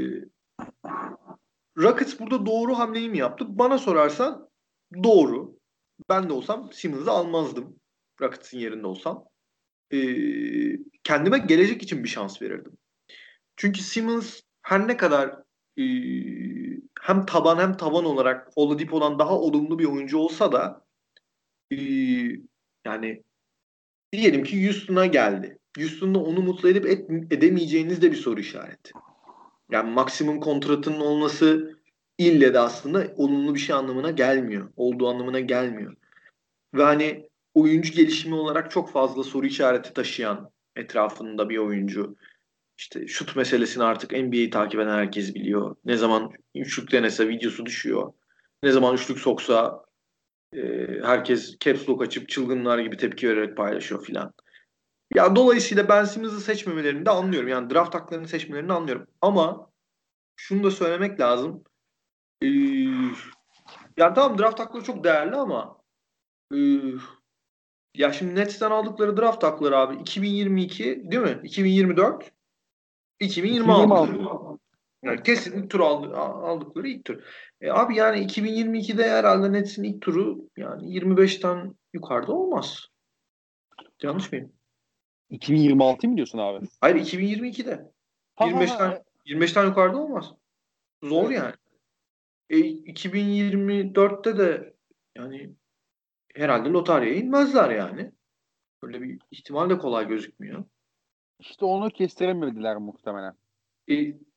Rockets burada doğru hamleyi mi yaptı? Bana sorarsan doğru. Ben de olsam Simmons'ı almazdım. Rockets'in yerinde olsam. Ee, kendime gelecek için bir şans verirdim. Çünkü Simmons her ne kadar e, hem taban hem tavan olarak Oladipo'dan daha olumlu bir oyuncu olsa da e, yani diyelim ki Houston'a geldi. Houston'da onu mutlu edip et, edemeyeceğiniz de bir soru işareti. Yani maksimum kontratının olması ille de aslında olumlu bir şey anlamına gelmiyor. Olduğu anlamına gelmiyor. Ve hani oyuncu gelişimi olarak çok fazla soru işareti taşıyan etrafında bir oyuncu. İşte şut meselesini artık N B A'yi takip eden herkes biliyor. Ne zaman üçlük denese videosu düşüyor. Ne zaman üçlük soksa e, herkes caps lock açıp çılgınlar gibi tepki vererek paylaşıyor filan. Ya dolayısıyla Ben Simmons'ı seçmemelerini de anlıyorum. Yani draft haklarını seçmelerini anlıyorum. Ama şunu da söylemek lazım. Ee, yani tamam draft hakları çok değerli ama e, ya şimdi Nets'ten aldıkları draft hakları abi iki bin yirmi iki değil mi? iki bin yirmi dört iki bin yirmi altı. Yani kesin ilk tur aldı, aldıkları ilk tur. E abi yani iki bin yirmi ikide herhalde Nets'in ilk turu yani yirmi beşten yukarıda olmaz. Yanlış mıyım? iki bin yirmi altı mı diyorsun abi? Hayır iki bin yirmi ikide. Ha, yirmi beşten ha, ha. yirmi beşten yukarıda olmaz. Zor Evet. yani. E, iki bin yirmi dörtte de yani herhalde lotaryaya inmezler yani. Öyle bir ihtimal de kolay gözükmüyor. İşte onu kestiremediler muhtemelen. E,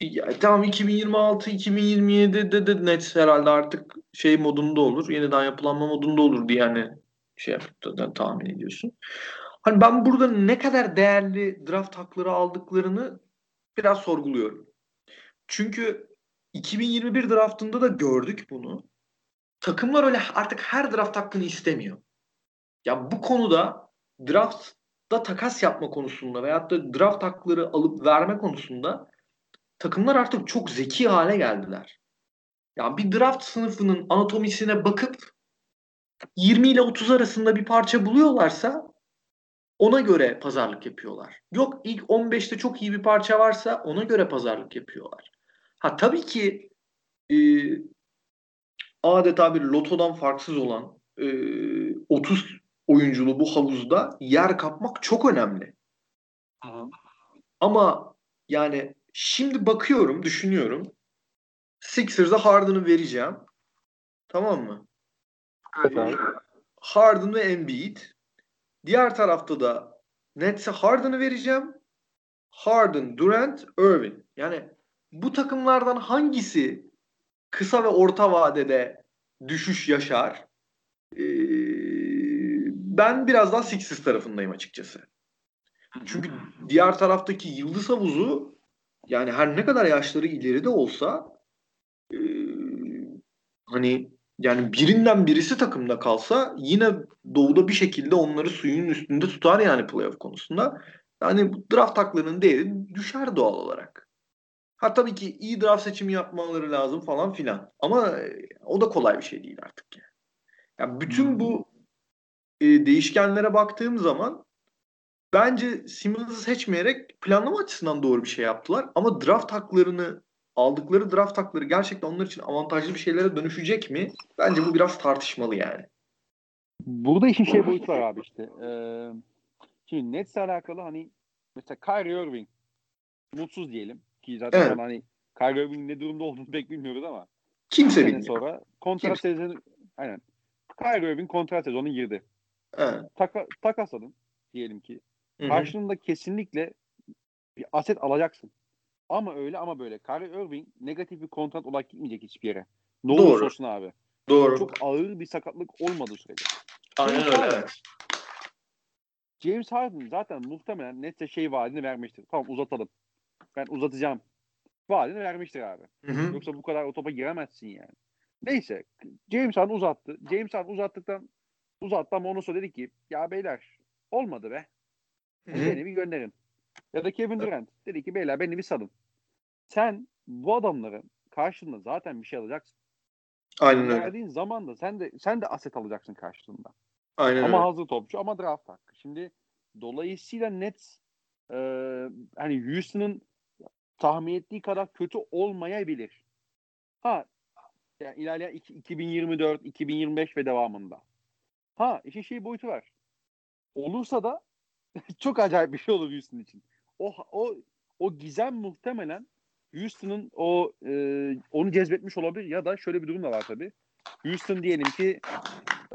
Ya, tamam iki bin yirmi altı iki bin yirmi yedide de Nets herhalde artık şey modunda olur. Yeniden yapılanma modunda olur diye yani şey yaptığından tahmin ediyorsun. Hani ben burada ne kadar değerli draft hakları aldıklarını biraz sorguluyorum. Çünkü iki bin yirmi bir draftında da gördük bunu. Takımlar öyle artık her draft hakkını istemiyor. Ya bu konuda draftta takas yapma konusunda veyahut da draft hakları alıp verme konusunda takımlar artık çok zeki hale geldiler. Ya bir draft sınıfının anatomisine bakıp yirmi ile otuz arasında bir parça buluyorlarsa ona göre pazarlık yapıyorlar. Yok ilk on beşte çok iyi bir parça varsa ona göre pazarlık yapıyorlar. Ha tabii ki e, adeta bir lotodan farksız olan e, otuz oyunculu bu havuzda yer kapmak çok önemli. Aha. Ama yani şimdi bakıyorum, düşünüyorum. Sixers'a Harden'ı vereceğim. Tamam mı? Evet abi. Harden ve Embiid. Diğer tarafta da Nets'e Harden'ı vereceğim. Harden, Durant, Irving. Yani bu takımlardan hangisi kısa ve orta vadede düşüş yaşar? Ee, ben biraz daha Sixers tarafındayım açıkçası. Çünkü diğer taraftaki yıldız havuzu yani her ne kadar yaşları ileride olsa e, hani yani birinden birisi takımda kalsa yine doğuda bir şekilde onları suyun üstünde tutar yani playoff konusunda. Yani bu draft haklarının değeri düşer doğal olarak. Ha tabii ki iyi draft seçimi yapmaları lazım falan filan. Ama e, o da kolay bir şey değil artık yani. Yani bütün bu e, değişkenlere baktığım zaman bence Simmons'ı seçmeyerek planlama açısından doğru bir şey yaptılar. Ama draft haklarını aldıkları draft hakları gerçekten onlar için avantajlı bir şeylere dönüşecek mi? Bence bu biraz tartışmalı yani. Burada işin şey boyutu var abi işte. Ee, şimdi Nets'le alakalı hani mesela Kyrie Irving mutsuz diyelim ki zaten şu Evet. an hani Kyrie Irving'in ne durumda olduğunu pek bilmiyoruz ama bir Kimse sene bilmiyor. sonra kontrat Kimse. sezonu aynen. Kyrie Irving kontrat sezonu girdi. Evet. Taka, takasladın diyelim ki. Hı hı. Karşılığında kesinlikle bir aset alacaksın. Ama öyle ama böyle. Kyrie Irving negatif bir kontrat olarak gitmeyecek hiçbir yere. Ne olursa Doğru. olsun abi. Doğru. Çok ağır bir sakatlık olmadığı sürece. Aynen James öyle, Harden. evet. James Harden zaten muhtemelen Nets'e şey vaadini vermiştir. Tamam uzatalım. Ben uzatacağım. Vaadini vermiştir abi. Hı hı. Yoksa bu kadar o topa giremezsin yani. Neyse. James Harden uzattı. James Harden uzattıktan uzattı ama ondan sonra dedi ki ya beyler olmadı be. Hı Hani hı. beni bir gönderin. Ya da Kevin Durant dedi ki beyler beni bir salın. Sen bu adamların karşılığında zaten bir şey alacaksın. Aynen öyle. Gönderdiğin zaman da sen de sen de aset alacaksın karşılığında. Aynen Ama öyle. hazır topçu ama draft hakkı. Şimdi dolayısıyla Nets e, hani Houston'ın tahmin ettiği kadar kötü olmayabilir. Ha yani ilerleyen iki bin yirmi dört, iki bin yirmi beş ve devamında. Ha işin şey boyutu var. Olursa da çok acayip bir şey olur Houston için. O o o gizem muhtemelen Houston'ın o e, onu cezbetmiş olabilir ya da şöyle bir durum da var tabii. Houston diyelim ki e,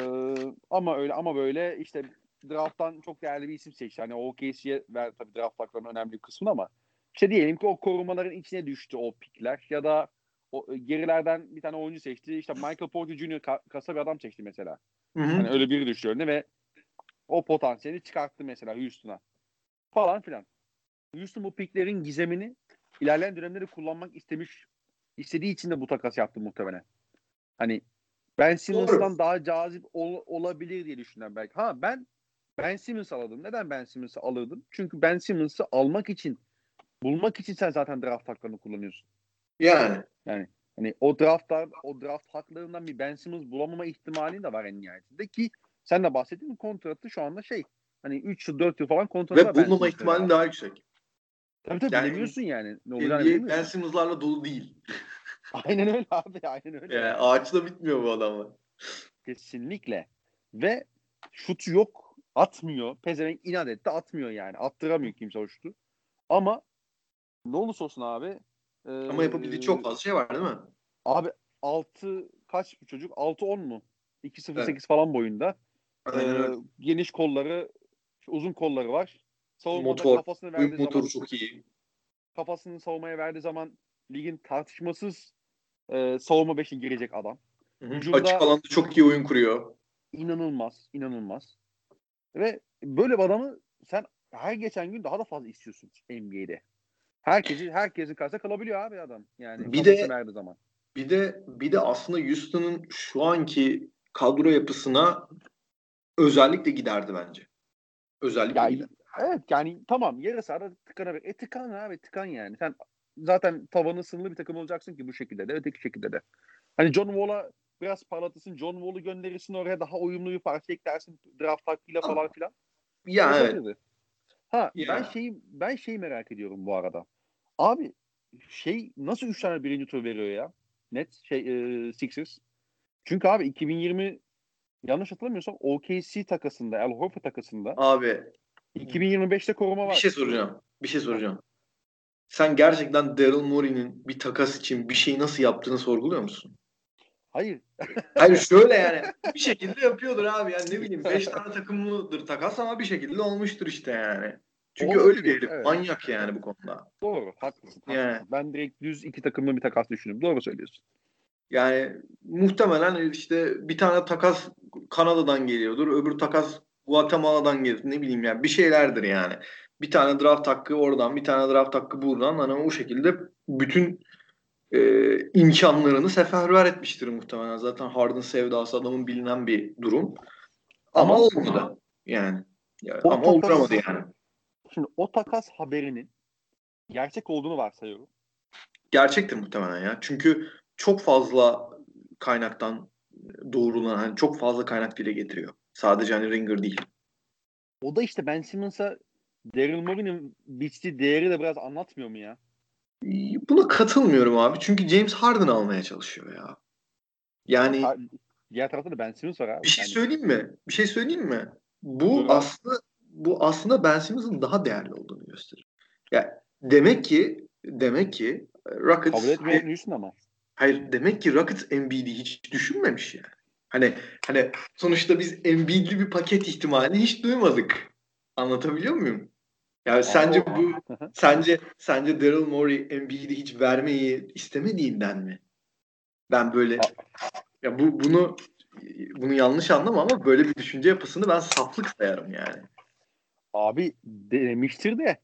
ama öyle ama böyle işte draft'tan çok değerli bir isim seçti. Hani O K C'ye ver tabii draft haklarının önemli bir kısmını ama işte diyelim ki o korumaların içine düştü o pikler ya da o gerilerden bir tane oyuncu seçti. İşte Michael Porter Junior ka- kasa bir adam seçti mesela. Hı hı. Hani öyle biri düştü önüne ve o potansiyeli çıkarttı mesela Houston'a falan filan. Houston bu piklerin gizemini ilerleyen dönemleri kullanmak istemiş, istediği için de bu takas yaptı muhtemelen. Hani Ben Doğru. Simmons'tan daha cazip ol, olabilir diye düşünüyorum belki. Ha ben Ben Simmons alırdım. Neden Ben Simmons'ı alırdım? Çünkü Ben Simmons'ı almak için, bulmak için sen zaten draft haklarını kullanıyorsun. Yani. Yani hani o draftlar, o draft haklarından bir Ben Simmons bulamama ihtimalin de var en nihayetinde ki sen de bahsettiğin kontratı şu anda şey hani üç yıl dört yıl falan kontratı Ve var Ben bulmama Simmons'ın ihtimali mesela. daha yüksek. Tabii tabii Yani bilemiyorsun yani. Ne olacağını N B A Ben bilemiyorsun. Simmons'larla dolu değil. Aynen öyle abi. Aynen öyle Yani yani. ağaçta bitmiyor bu adamlar. Kesinlikle. Ve şut yok. Atmıyor. Pezevenk inat etti. Atmıyor yani. Attıramıyor kimse o şutu. Ama ne olursa olsun abi Ama yapabildiği çok ee, fazla şey var değil mi? abi altı kaç bu çocuk? altı on mu? iki sıfır Evet. sekiz falan boyunda. Aynen Ee, öyle. geniş kolları, uzun kolları var. Savunmada Motor. kafasını Oyun verdiği motoru zaman çok iyi. kafasını savunmaya verdiği zaman ligin tartışmasız e, savunma beşine girecek adam. Hı hı. Açık alanda çok iyi oyun kuruyor. İnanılmaz, inanılmaz. Ve böyle bir adamı sen her geçen gün daha da fazla istiyorsun N B A'de. Herkesi herkesin karşısında kalabiliyor abi adam. Yani bir kafası de verdiği zaman. Bir de bir de aslında Houston'ın şu anki kadro yapısına özellikle giderdi bence. Özellikle Ya, giderdi. evet yani tamam yarı sahada tıkanabilir. E tıkan abi tıkan yani. Sen zaten tavanı sınırlı bir takım olacaksın ki bu şekilde de öteki şekilde de. Hani John Wall'a biraz parlatırsın. John Wall'u gönderirsin oraya daha uyumlu bir parça eklersin draft hakkıyla falan filan. Ya evet. Ha ya. ben şeyi ben şeyi merak ediyorum bu arada. Abi şey nasıl üç tane birinci tur veriyor ya? Net şey e, Sixers. Çünkü abi iki bin yirmi yanlış hatırlamıyorsam O K C takasında, Al Horford takasında Abi iki bin yirmi beşte koruma var. Bir şey soracağım. Bir şey soracağım. Sen gerçekten Daryl Morey'nin bir takas için bir şeyi nasıl yaptığını sorguluyor musun? Hayır. Hayır şöyle yani bir şekilde yapıyordur abi yani ne bileyim beş tane takımlıdır takas ama bir şekilde olmuştur işte yani. Çünkü Olabilir, öyle bir herif. evet. Manyak yani bu konuda. Doğru. Haklısın. Yani. haklısın. Ben direkt düz iki takımlı bir takas düşündüm. Doğru söylüyorsun. Yani muhtemelen işte bir tane takas Kanada'dan geliyordur. Öbür takas Guatemala'dan gelir. Ne bileyim yani bir şeylerdir yani. Bir tane draft hakkı oradan, bir tane draft hakkı buradan. Hani o şekilde bütün e, imkanlarını seferber etmiştir muhtemelen. Zaten Harden sevdası adamın bilinen bir durum. Ama, ama olmadı yani. yani ama takas, uğramadı yani. Şimdi o takas haberinin gerçek olduğunu varsayıyorum. Gerçektir muhtemelen ya. Çünkü çok fazla kaynaktan doğrulanan, hani çok fazla kaynak dile getiriyor. Sadece hani Ringer değil. O da işte Ben Simmons'a Daryl Morey'nin biçtiği değeri de biraz anlatmıyor mu ya? Buna katılmıyorum abi. Çünkü James Harden almaya çalışıyor ya. Yani diğer tarafta da Ben Simmons var abi. Bir şey yani. söyleyeyim mi? Bir şey söyleyeyim mi? Bu Dur aslında bu aslında Ben Simmons'ın daha değerli olduğunu gösteriyor. Yani demek ki demek ki Rockets kabul etmeyen Houston ama. Hayır, demek ki Rockets Embiid'i hiç düşünmemiş yani. Hani hani sonuçta biz Embiid'li bir paket ihtimalini hiç duymadık. Anlatabiliyor muyum? Yani Abi sence o... bu sence sence Daryl Morey Embiid'i hiç vermeyi istemediğinden mi? Ben böyle ya bu bunu bunu yanlış anlama ama böyle bir düşünce yapısını ben saflık sayarım yani. Abi demiştir de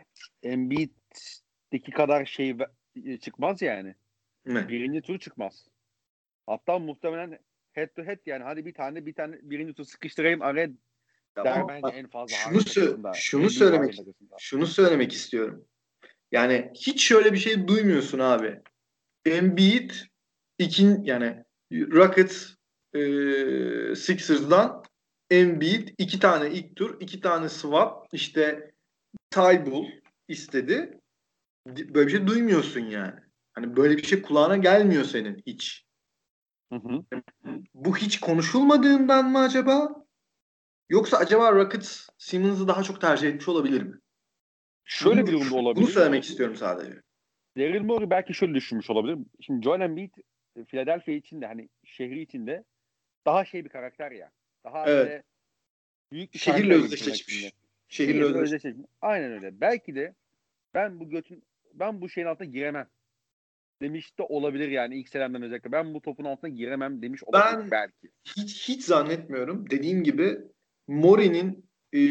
Embiid'deki kadar şey çıkmaz yani. Ne? Birinci tur çıkmaz. Hatta muhtemelen head to head yani hadi bir tane bir tane birinci tur sıkıştırayım araya Tamam. der bence en fazla Şunu sö- şunu Embiid söylemek takasında. şunu söylemek istiyorum. Yani hiç şöyle bir şey duymuyorsun abi. Embiid ikin yani Rockets e, Sixers'dan Embiid iki tane ilk tur, iki tane swap, işte Tybal istedi. Böyle bir şey duymuyorsun yani. Hani böyle bir şey kulağına gelmiyor senin hiç. Hı hı. Bu hiç konuşulmadığından mı acaba? Yoksa acaba Rockets Simmons'ı daha çok tercih etmiş olabilir mi? Şöyle Bunu, bir durumda olabilir. Bunu söylemek istiyorum sadece. Daryl Morey belki şöyle düşünmüş olabilir. Şimdi Joel Embiid Philadelphia için de hani şehri için de daha şey bir karakter ya. Daha evet. Böyle büyük bir şehirle karakter özdeşleşmiş. Şehirle, Şehirle özdeşleşmiş. Aynen öyle. Belki de ben bu götün ben bu şeyin altına giremem demiş de olabilir yani ilk senemden özellikle. Ben bu topun altına giremem demiş olabilir ben belki. Hiç hiç zannetmiyorum. Dediğim gibi Mori'nin e,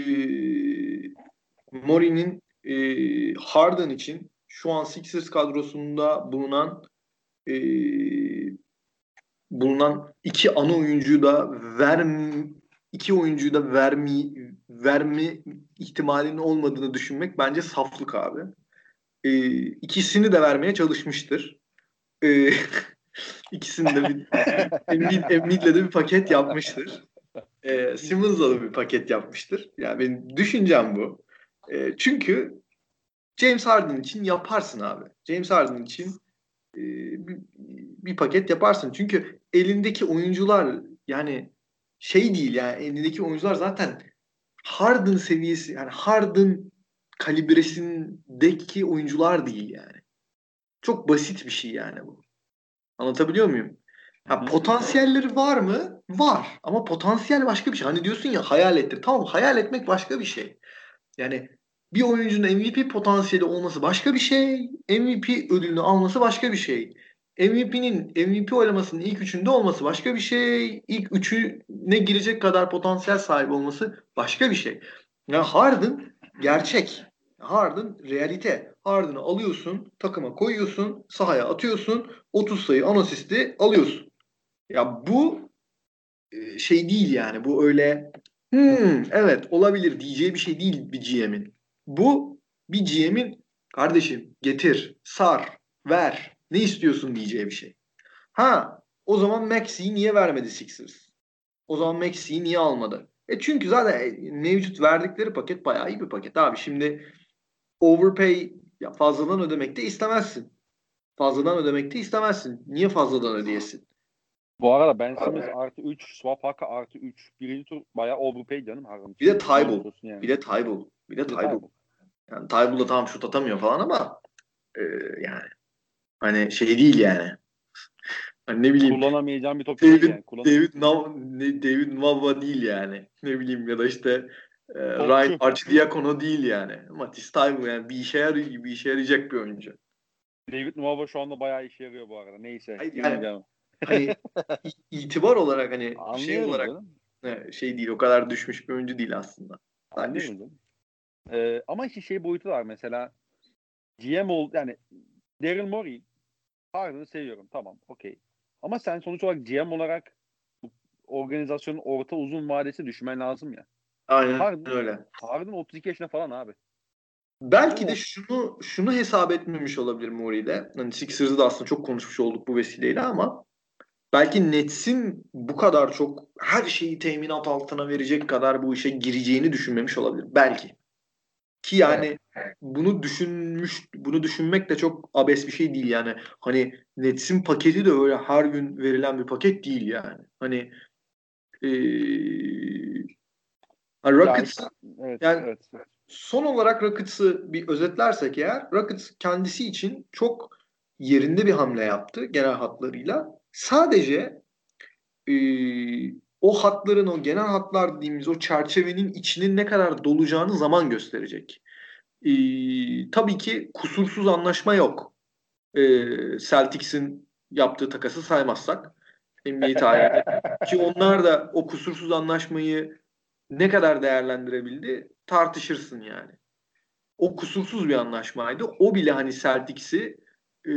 Mori'nin e, Harden için şu an Sixers kadrosunda bulunan e, bulunan iki ana oyuncuyu da ver iki oyuncuyu da vermi verme ihtimalinin olmadığını düşünmek bence saflık abi. E, ikisini de vermeye çalışmıştır. E, ikisini de bir Embiid, Embiid'le de bir paket yapmıştır. E, Simmons'la da bir paket yapmıştır. Yani benim düşüncem bu. E, çünkü James Harden için yaparsın abi. James Harden için e, bir, bir paket yaparsın. Çünkü elindeki oyuncular yani şey değil yani elindeki oyuncular zaten Harden seviyesi yani Harden kalibresindeki oyuncular değil yani. Çok basit bir şey yani bu. Anlatabiliyor muyum? Ha, potansiyelleri var mı? Var. Ama potansiyel başka bir şey. Hani diyorsun ya hayal ettir. Tamam hayal etmek başka bir şey. Yani bir oyuncunun M V P potansiyeli olması başka bir şey. M V P ödülünü alması başka bir şey. M V P'nin M V P oylamasının ilk üçünde olması başka bir şey. İlk üçüne girecek kadar potansiyel sahibi olması başka bir şey. Yani Harden gerçek. Harden realite. Harden'ı alıyorsun, takıma koyuyorsun, sahaya atıyorsun, otuz sayı, on asisti alıyorsun. Ya bu e, şey değil yani. Bu öyle hmm, evet olabilir diyeceği bir şey değil bir G M'in. Bu bir G M'in kardeşim getir, sar, ver. Ne istiyorsun diyeceği bir şey. Ha, o zaman Maxi'yi niye vermedi Sixers? O zaman Maxi'yi niye almadı? E çünkü zaten mevcut verdikleri paket bayağı iyi bir paket abi. Şimdi overpay ya fazladan ödemek de istemezsin. Fazladan ödemek de istemezsin. Niye fazladan ödeyesin? Bu arada Ben Simmons artı üç, Swap Hakkı artı üç. Birinci tur bayağı overpay canım Harden Bir için. de Tybal. Yani. Bir de Tybal. Bir de Bir de Tybal. Tybal. Yani Tybal da tam şut atamıyor falan ama e, yani hani şey değil yani. Hani ne bileyim Kullanamayacağım bir topçu David değil yani. Kullan David Nav ne, David Nava değil yani. Ne bileyim ya da işte e, Ryan Topçu. Arcidiacono değil yani. Matisse Tybal yani bir işe yarayacak, bir işe yarayacak bir oyuncu. David Nuova şu anda bayağı işe yarıyor bu arada. Neyse. Hayır yani Girmeyeceğim. hani itibar olarak hani şey Anlıyorum olarak canım. e, şey değil o kadar düşmüş bir oyuncu değil aslında. Daha düşmüş. Anlıyorum canım. Ee, ama işte şey boyutu var mesela. G M ol yani Daryl Morey Harden'ı seviyorum. Tamam. Okey. Ama sen sonuç olarak G M olarak bu organizasyonun orta uzun vadesi düşmen lazım ya. Aynen Harden, öyle. Harden otuz iki yaşında falan abi. Belki de Ama şunu şunu hesap etmemiş olabilir Murray'de. Hani Sixers'ı da aslında çok konuşmuş olduk bu vesileyle ama belki Nets'in bu kadar çok her şeyi teminat altına verecek kadar bu işe gireceğini düşünmemiş olabilir. Belki. Ki evet. yani bunu düşünmüş, bunu düşünmek de çok abes bir şey değil yani. Hani Nets'in paketi de öyle her gün verilen bir paket değil yani. Hani ee, Ya Rockets işte, evet, yani evet, evet. son olarak Rockets'ı bir özetlersek eğer Rockets kendisi için çok yerinde bir hamle yaptı genel hatlarıyla. Sadece e, o hatların o genel hatlar dediğimiz o çerçevenin içinin ne kadar dolacağını zaman gösterecek. E, tabii ki kusursuz anlaşma yok. E, Celtics'in yaptığı takası saymazsak N B A tarihinde. Ki onlar da o kusursuz anlaşmayı ne kadar değerlendirebildi tartışırsın yani. O kusursuz bir anlaşmaydı. O bile hani Celtics'i e,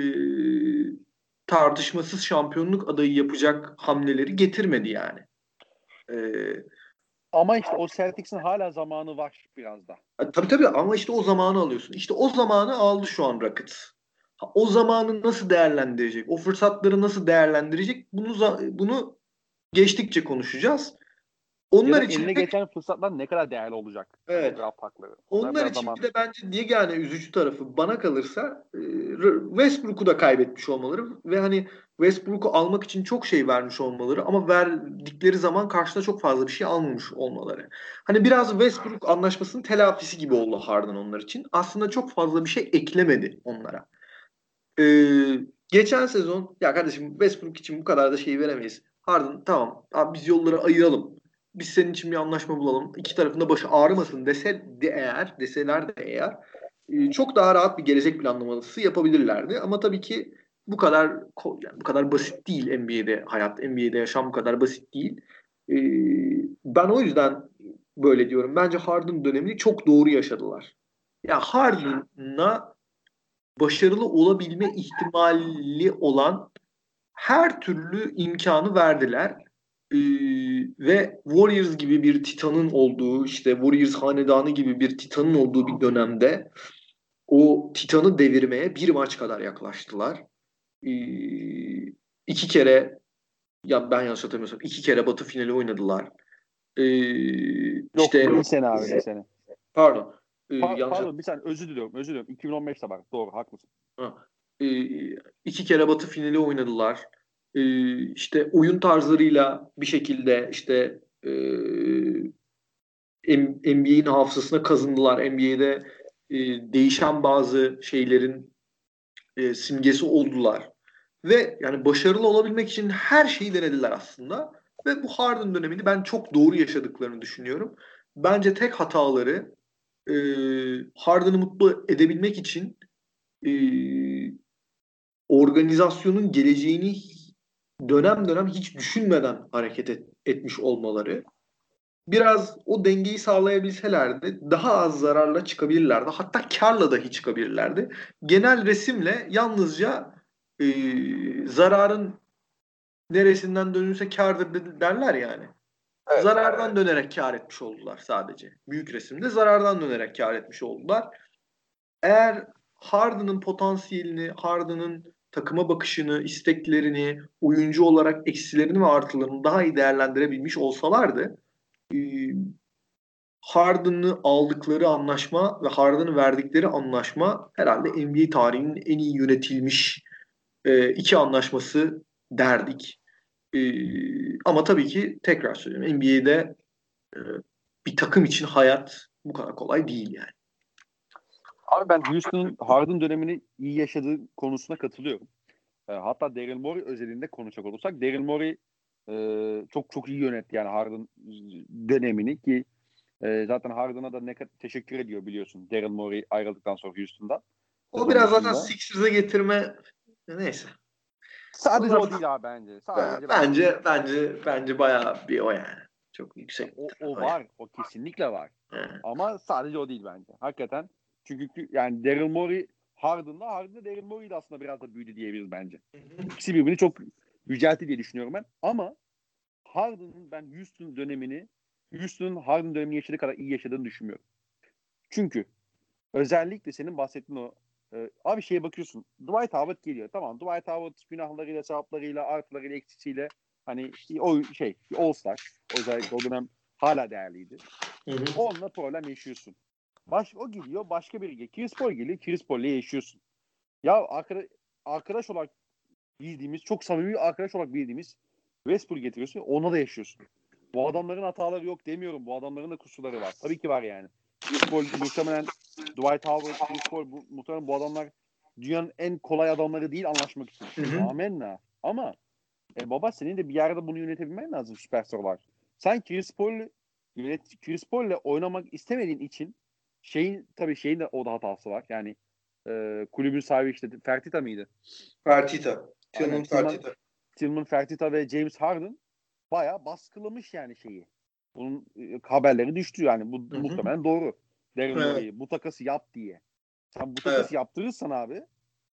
tartışmasız şampiyonluk adayı yapacak hamleleri getirmedi yani. E, Ama işte o Celtics'in hala zamanı var biraz da. tabii tabii ama işte o zamanı alıyorsun. İşte o zamanı aldı şu an Rockets. Ha, o zamanı nasıl değerlendirecek? O fırsatları nasıl değerlendirecek? Bunu bunu geçtikçe konuşacağız. Ya Onlar da için eline de geçen fırsatlar ne kadar değerli olacak? Hani o evet. draft hakları. Onlar Onlar biraz için zaman. bir de bence diye yani üzücü tarafı bana kalırsa e, Westbrook'u da kaybetmiş olmaları ve hani Westbrook'u almak için çok şey vermiş olmaları ama verdikleri zaman karşına çok fazla bir şey almamış olmaları. Hani biraz Westbrook anlaşmasının telafisi gibi oldu Harden onlar için. Aslında çok fazla bir şey eklemedi onlara. Ee, geçen sezon ya kardeşim Westbrook için bu kadar da şey veremeyiz. Harden tamam abi biz yolları ayıralım. Biz senin için bir anlaşma bulalım. İki tarafında başı ağrımasın dese de eğer, deseler de eğer e, çok daha rahat bir gelecek planlaması yapabilirlerdi. Ama tabii ki bu kadar yani bu kadar basit değil N B A'de hayat, N B A'de yaşam bu kadar basit değil. Ee, ben o yüzden böyle diyorum. Bence Harden dönemini çok doğru yaşadılar. Ya Harden'a başarılı olabilme ihtimali olan her türlü imkanı verdiler. Ee, ve Warriors gibi bir Titan'ın olduğu, işte Warriors hanedanı gibi bir Titan'ın olduğu bir dönemde o Titan'ı devirmeye bir maç kadar yaklaştılar. Ee, iki kere ya ben yanlış hatırlamıyorsam iki kere Batı finali oynadılar. Ee, Yok işte bir sene abi bir sene. pardon ee, Pa- yanlış pardon bir saniye özür diliyorum özür diliyorum. iki bin on beşte bak doğru haklısın. Ha. Ee, iki kere Batı finali oynadılar. Ee, işte oyun tarzlarıyla bir şekilde işte e, N B A'in hafızasına kazındılar. N B A'de e, değişen bazı şeylerin e, simgesi oldular. Ve yani başarılı olabilmek için her şeyi denediler aslında. Ve bu Harden dönemini ben çok doğru yaşadıklarını düşünüyorum. Bence tek hataları e, Harden'ı mutlu edebilmek için e, organizasyonun geleceğini dönem dönem hiç düşünmeden hareket et, etmiş olmaları, biraz o dengeyi sağlayabilselerdi daha az zararla çıkabilirlerdi. Hatta karla dahi çıkabilirlerdi. Genel resimle yalnızca e, zararın neresinden dönülse kârdır derler yani. Evet. Zarardan dönerek kâr etmiş oldular sadece. Büyük resimde zarardan dönerek kâr etmiş oldular. Eğer Harden'ın potansiyelini, Harden'ın takıma bakışını, isteklerini, oyuncu olarak eksilerini ve artılarını daha iyi değerlendirebilmiş olsalardı, e, Harden'ı aldıkları anlaşma ve Harden'ı verdikleri anlaşma herhalde N B A tarihinin en iyi yönetilmiş e, iki anlaşması derdik. E, ama tabii ki tekrar söylüyorum, N B A'de e, bir takım için hayat bu kadar kolay değil yani. Abi ben Houston'un Harden dönemini iyi yaşadığı konusuna katılıyorum. E, hatta Daryl Morey özelinde konuşacak olursak Daryl Morey e, çok çok iyi yönetti yani Harden dönemini ki e, zaten Harden'a da ne kadar teşekkür ediyor biliyorsun Daryl Morey ayrıldıktan sonra Houston'da. O Sezon biraz zaten başında. Sixers'e getirme, neyse. O Sadece o zaten değil abi bence. Sadece bence değil. bence bence bence bayağı bir o yani. Çok yüksek bir O, taraf o o yani. var. O kesinlikle var. Yani. Ama sadece o değil bence. Hakikaten. Çünkü yani Daryl Morey Harden'la Harden'da Daryl Morey de aslında biraz da büyüdü diyebiliriz bence. İkisi birbirini çok yüceltti diye düşünüyorum ben. Ama Harden'ın ben Houston dönemini Houston'un Harden dönemini yaşadığı kadar iyi yaşadığını düşünmüyorum. Çünkü özellikle senin bahsettiğin o e, abi şeye bakıyorsun. Dwight Howard geliyor. Tamam Dwight Howard günahlarıyla, sevaplarıyla, artılarıyla, eksisiyle hani o şey All-Star özellikle o dönem hala değerliydi. Hı hı. Onunla problem yaşıyorsun. Baş, o geliyor başka biri geliyor. Chris Paul geliyor. Chris Paul'le yaşıyorsun. Ya arkadaş, arkadaş olarak bildiğimiz, çok samimi bir arkadaş olarak bildiğimiz Westbrook getiriyorsun. Ona da yaşıyorsun. Bu adamların hataları yok demiyorum. Bu adamların da kusurları var. Tabii ki var yani. Chris Paul muhtemelen Dwight Howard, Chris Paul bu, muhtemelen bu adamlar dünyanın en kolay adamları değil anlaşmak için. Hı hı. Amenna. Ama e, baba senin de bir yerde bunu yönetebilmen lazım süperstar olarak. Sen Chris Paul'le yönet Chris Paul'le oynamak istemediğin için şeyin tabii şeyin de o da hatası var. Yani e, kulübün sahibi işte Fertitta mıydı? Fertitta. Aynen Tillman Tillman, Fertitta. Tillman Fertitta ve James Harden bayağı baskılamış yani şeyi. Bunun e, haberleri düştü yani. Bu Hı hı. muhtemelen doğru. Daryl Evet. Morey'i bu takası yap diye. Sen bu takası Evet. yaptırırsan abi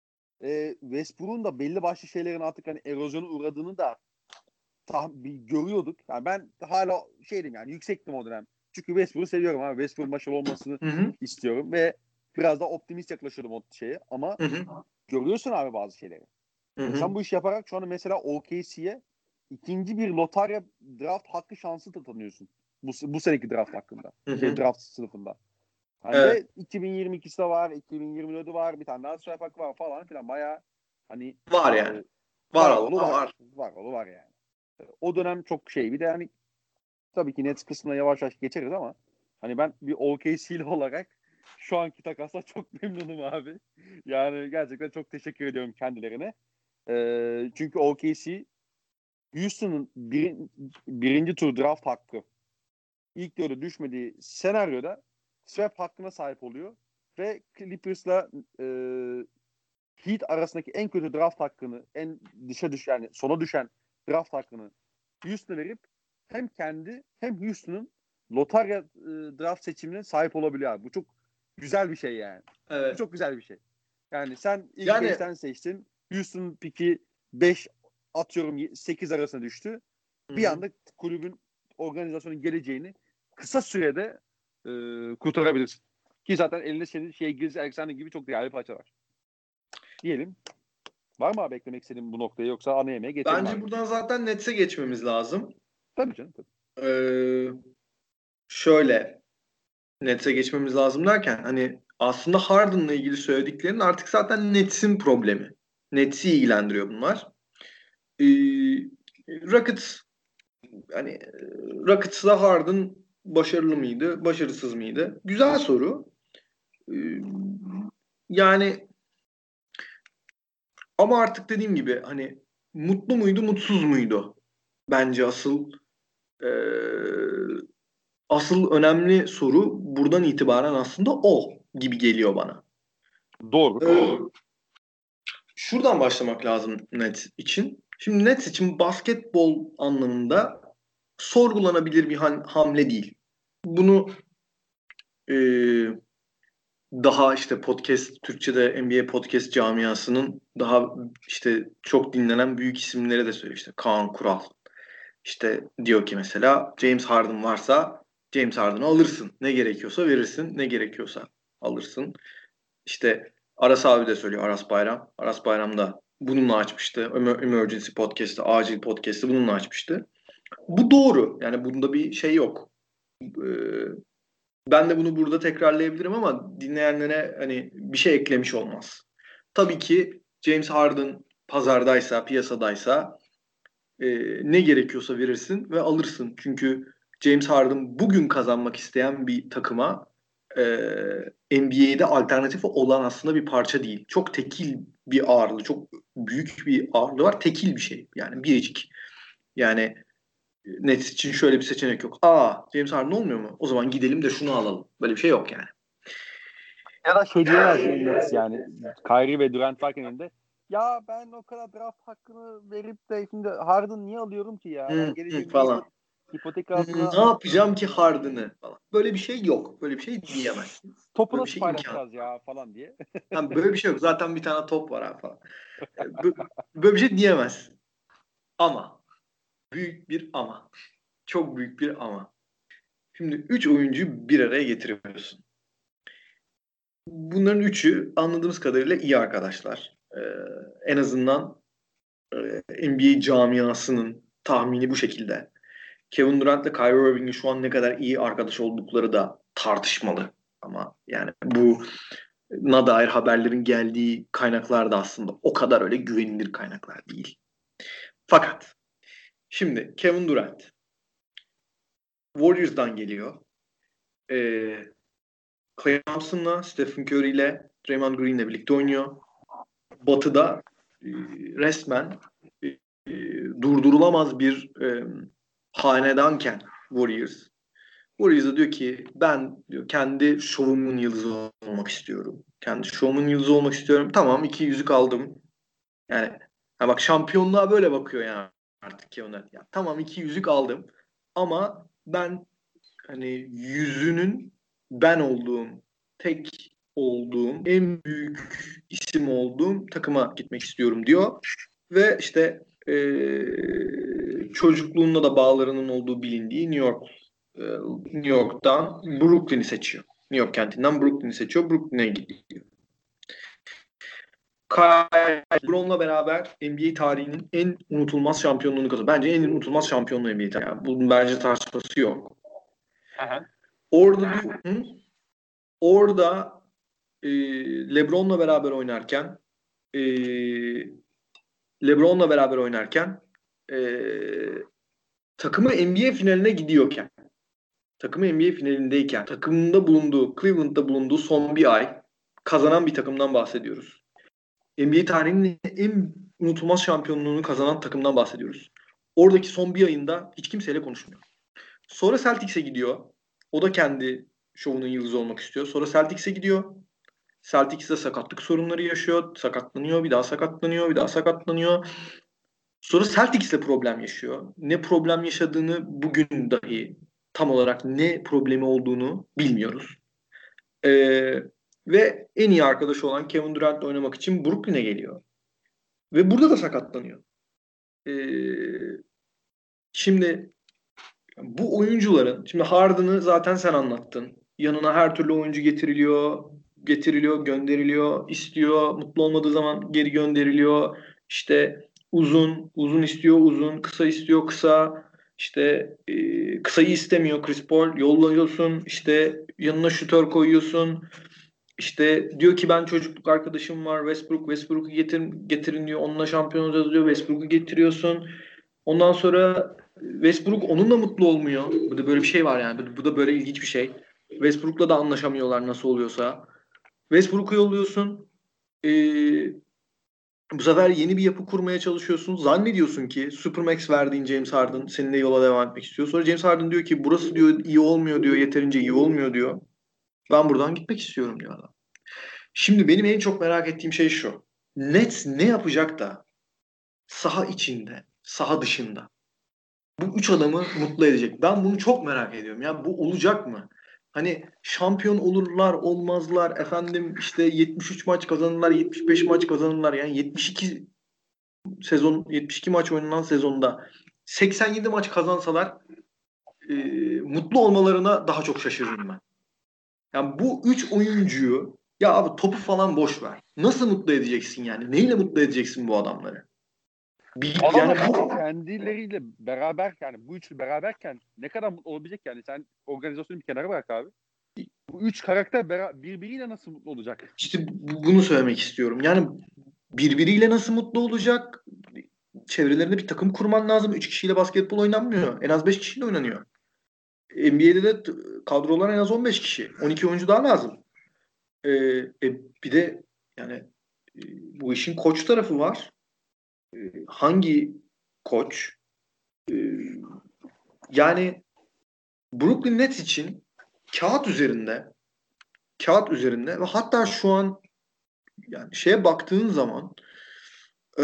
e, Westbrook'un da belli başlı şeylerin artık hani erozyona uğradığını da tah- bir görüyorduk. Yani ben hala şeydim yani yüksektim o dönem. Çünkü Westbrook'u seviyorum abi. Westbrook'un başarılı olmasını Hı hı. istiyorum ve biraz da optimist yaklaşıyordum o şeye. Ama Hı hı. görüyorsun abi bazı şeyleri. Hı E hı. sen bu işi yaparak şu anda mesela O K C'ye ikinci bir lotarya draft hakkı şansı da tanıyorsun. Bu, bu seneki draft hakkında. Hı Şey hı. draft sınıfında. Hani Evet. ve iki bin yirmi ikisi de var, iki bin yirmi dördü var, bir tane daha swap hakkı var falan filan. Bayağı hani Var yani. e, Var var oğlu Allah var. var. Var oğlu var yani. O dönem çok şey. Bir de hani tabii ki Nets kısmına yavaş yavaş geçeriz ama hani ben bir O K C'li olarak şu anki takasla çok memnunum abi. Yani gerçekten çok teşekkür ediyorum kendilerine. Ee, çünkü O K C Houston'ın bir, birinci tur draft hakkı ilk dörde düşmediği senaryoda swap hakkına sahip oluyor ve Clippers'la e, Heat arasındaki en kötü draft hakkını, en dışa düş yani sona düşen draft hakkını Houston'a verip hem kendi hem Houston'ın lotarya e, draft seçimine sahip olabiliyor abi. Bu çok güzel bir şey yani. Bu Evet. çok güzel bir şey. Yani sen ilk Yani beşten seçtin. Houston piki beş atıyorum sekiz arasına düştü. hı Bir hı. anda kulübün organizasyonun geleceğini kısa sürede e, kurtarabilirsin. Ki zaten elinde senin şey Gilles Alexander gibi çok değerli parça var. Diyelim. Var mı abi eklemek istediğin bu noktaya yoksa ana yemeğe geçelim Bence abi. buradan zaten Nets'e geçmemiz lazım. Tabii canım tabii. Ee, şöyle Nets'e geçmemiz lazım derken hani aslında Harden'la ilgili söylediklerin artık zaten Nets'in problemi. Nets'i ilgilendiriyor bunlar. Ee, Rockets hani Rockets'la Harden başarılı mıydı, başarısız mıydı? Güzel soru. Ee, yani ama artık dediğim gibi hani mutlu muydu, mutsuz muydu? Bence asıl ee, asıl önemli soru buradan itibaren aslında o gibi geliyor bana. Doğru. Ee, şuradan başlamak lazım Nets için. Şimdi Nets için basketbol anlamında sorgulanabilir bir hamle değil. Bunu e, daha işte podcast, Türkçe'de N B A podcast camiasının daha işte çok dinlenen büyük isimlere de söylüyor. İşte Kaan Kural. İşte diyor ki mesela James Harden varsa James Harden'ı alırsın. Ne gerekiyorsa verirsin. Ne gerekiyorsa alırsın. İşte Aras abi de söylüyor. Aras Bayram. Aras Bayram da bununla açmıştı. Emergency Podcast'ı, acil podcast'ı bununla açmıştı. Bu doğru. Yani bunda bir şey yok. Ee, ben de bunu burada tekrarlayabilirim ama dinleyenlere hani bir şey eklemiş olmaz. Tabii ki James Harden pazardaysa, piyasadaysa e, ne gerekiyorsa verirsin ve alırsın. Çünkü James Harden bugün kazanmak isteyen bir takıma e, N B A'de alternatifi olan aslında bir parça değil. Çok tekil bir ağırlığı, çok büyük bir ağırlığı var. Tekil bir şey. Yani biricik. Yani Nets için şöyle bir seçenek yok. Aa, James Harden olmuyor mu? O zaman gidelim de şunu alalım. Böyle bir şey yok yani. Ya da şey diyemez Nets yani. Kyrie ve Durant varken elinde. Ya ben o kadar draft hakkını verip de şimdi Harden niye alıyorum ki ya? Ben Hı, hı, gelecek bir falan. hipot- hipotek Hı, altına ne yapacağım ki Harden'ı falan. Böyle bir şey yok. Böyle bir şey diyemez. topu Böyle bir nasıl şey imkan. paylaşacağız ya falan diye. Yani böyle bir şey yok. Zaten bir tane top var abi falan. Böyle bir şey diyemez. Ama büyük bir ama. Çok büyük bir ama. Şimdi üç oyuncuyu bir araya getiriyorsun. Bunların üçü anladığımız kadarıyla iyi arkadaşlar. Ee, en azından e, N B A camiasının tahmini bu şekilde. Kevin Durant ile Kyrie Irving'in şu an ne kadar iyi arkadaş oldukları da tartışmalı. Ama yani bu na dair haberlerin geldiği kaynaklar da aslında o kadar öyle güvenilir kaynaklar değil. Fakat şimdi Kevin Durant Warriors'dan geliyor. Ee, Klay Thompson'la, Stephen Curry ile, Draymond Green'le birlikte oynuyor. Batı'da e, resmen e, durdurulamaz bir e, hanedanken Warriors. Warriors da diyor ki ben diyor kendi şovumun yıldızı olmak istiyorum. Kendi şovumun yıldızı olmak istiyorum. Tamam iki yüzük aldım. Yani ha bak şampiyonluğa böyle bakıyor yani artık Kevin Durant. Ya, tamam iki yüzük aldım ama ben hani yüzünün ben olduğum, tek olduğum, en büyük isim olduğum takıma gitmek istiyorum diyor. Ve işte e, çocukluğunda da bağlarının olduğu bilindiği New York e, New York'tan Brooklyn'i seçiyor. New York kentinden Brooklyn'i seçiyor. Brooklyn'e gidiyor. Kyle LeBron'la beraber N B A tarihinin en unutulmaz şampiyonluğunu kazandı. Bence en unutulmaz şampiyonluğu N B A tarihinin. Yani bunun bence tartışması yok. Aha. Orada hı? Orada e, LeBron'la beraber oynarken e, LeBron'la beraber oynarken e, takımı N B A finaline gidiyorken takımı N B A finalindeyken takımında bulunduğu Cleveland'da bulunduğu son bir ay kazanan bir takımdan bahsediyoruz. N B A tarihinin en unutulmaz şampiyonluğunu kazanan takımdan bahsediyoruz. Oradaki son bir ayında hiç kimseyle konuşmuyor. Sonra Celtics'e gidiyor. O da kendi şovunun yıldızı olmak istiyor. Sonra Celtics'e gidiyor. Celtics'te sakatlık sorunları yaşıyor. Sakatlanıyor, bir daha sakatlanıyor, bir daha sakatlanıyor. Sonra Celtics'le problem yaşıyor. Ne problem yaşadığını bugün dahi tam olarak ne problemi olduğunu bilmiyoruz. Ee, ve en iyi arkadaşı olan Kevin Durant'la oynamak için Brooklyn'e geliyor. Ve burada da sakatlanıyor. Ee, şimdi bu oyuncuların, şimdi Harden'ı zaten sen anlattın. Yanına her türlü oyuncu getiriliyor, getiriliyor, gönderiliyor, istiyor. Mutlu olmadığı zaman geri gönderiliyor. İşte uzun, uzun istiyor, uzun, kısa istiyor, kısa. İşte e, kısayı istemiyor Chris Paul. Yolluyorsun, işte yanına şutör koyuyorsun. İşte diyor ki ben çocukluk arkadaşım var Westbrook. Westbrook'u getirin, getirin diyor. Onunla şampiyon olacağız diyor. Westbrook'u getiriyorsun. Ondan sonra Westbrook onunla mutlu olmuyor. Bu da böyle bir şey var yani. Bu da böyle ilginç bir şey. Westbrook'la da anlaşamıyorlar nasıl oluyorsa. Westbrook'u yolluyorsun. Ee, Bu sefer yeni bir yapı kurmaya çalışıyorsun. Zannediyorsun ki Supermax verdiğin James Harden seninle yola devam etmek istiyor. Sonra James Harden diyor ki burası diyor iyi olmuyor diyor. Yeterince iyi olmuyor diyor. Ben buradan gitmek istiyorum diyor adam. Şimdi benim en çok merak ettiğim şey şu. Nets ne yapacak da saha içinde, saha dışında bu üç adamı mutlu edecek? Ben bunu çok merak ediyorum. Ya bu olacak mı? Hani şampiyon olurlar, olmazlar. Efendim işte yetmiş üç maç kazanırlar, yetmiş beş maç kazanırlar. Yani yetmiş iki sezon, yetmiş iki maç oynanan sezonda seksen yedi maç kazansalar e, mutlu olmalarına daha çok şaşırırım ben. Yani bu üç oyuncuyu ya abi topu falan boş ver. Nasıl mutlu edeceksin yani? Neyle mutlu edeceksin bu adamları? Bir, yani Adamlar bu kendileriyle beraber yani bu üçlü beraberken ne kadar mutlu olabilecek yani sen organizasyonu bir kenara bırak abi. Bu üç karakter bera- birbiriyle nasıl mutlu olacak? işte bu- bunu söylemek istiyorum. Yani birbiriyle nasıl mutlu olacak? Çevrelerinde bir takım kurman lazım. Üç kişiyle basketbol oynanmıyor. En az beş kişiyle oynanıyor. N B A'de de t- kadrolar en az on beş kişi. on iki oyuncu daha lazım. Ee, e, bir de yani e, bu işin koç tarafı var. E, hangi koç? E, yani Brooklyn Nets için kağıt üzerinde kağıt üzerinde ve hatta şu an yani şeye baktığın zaman e,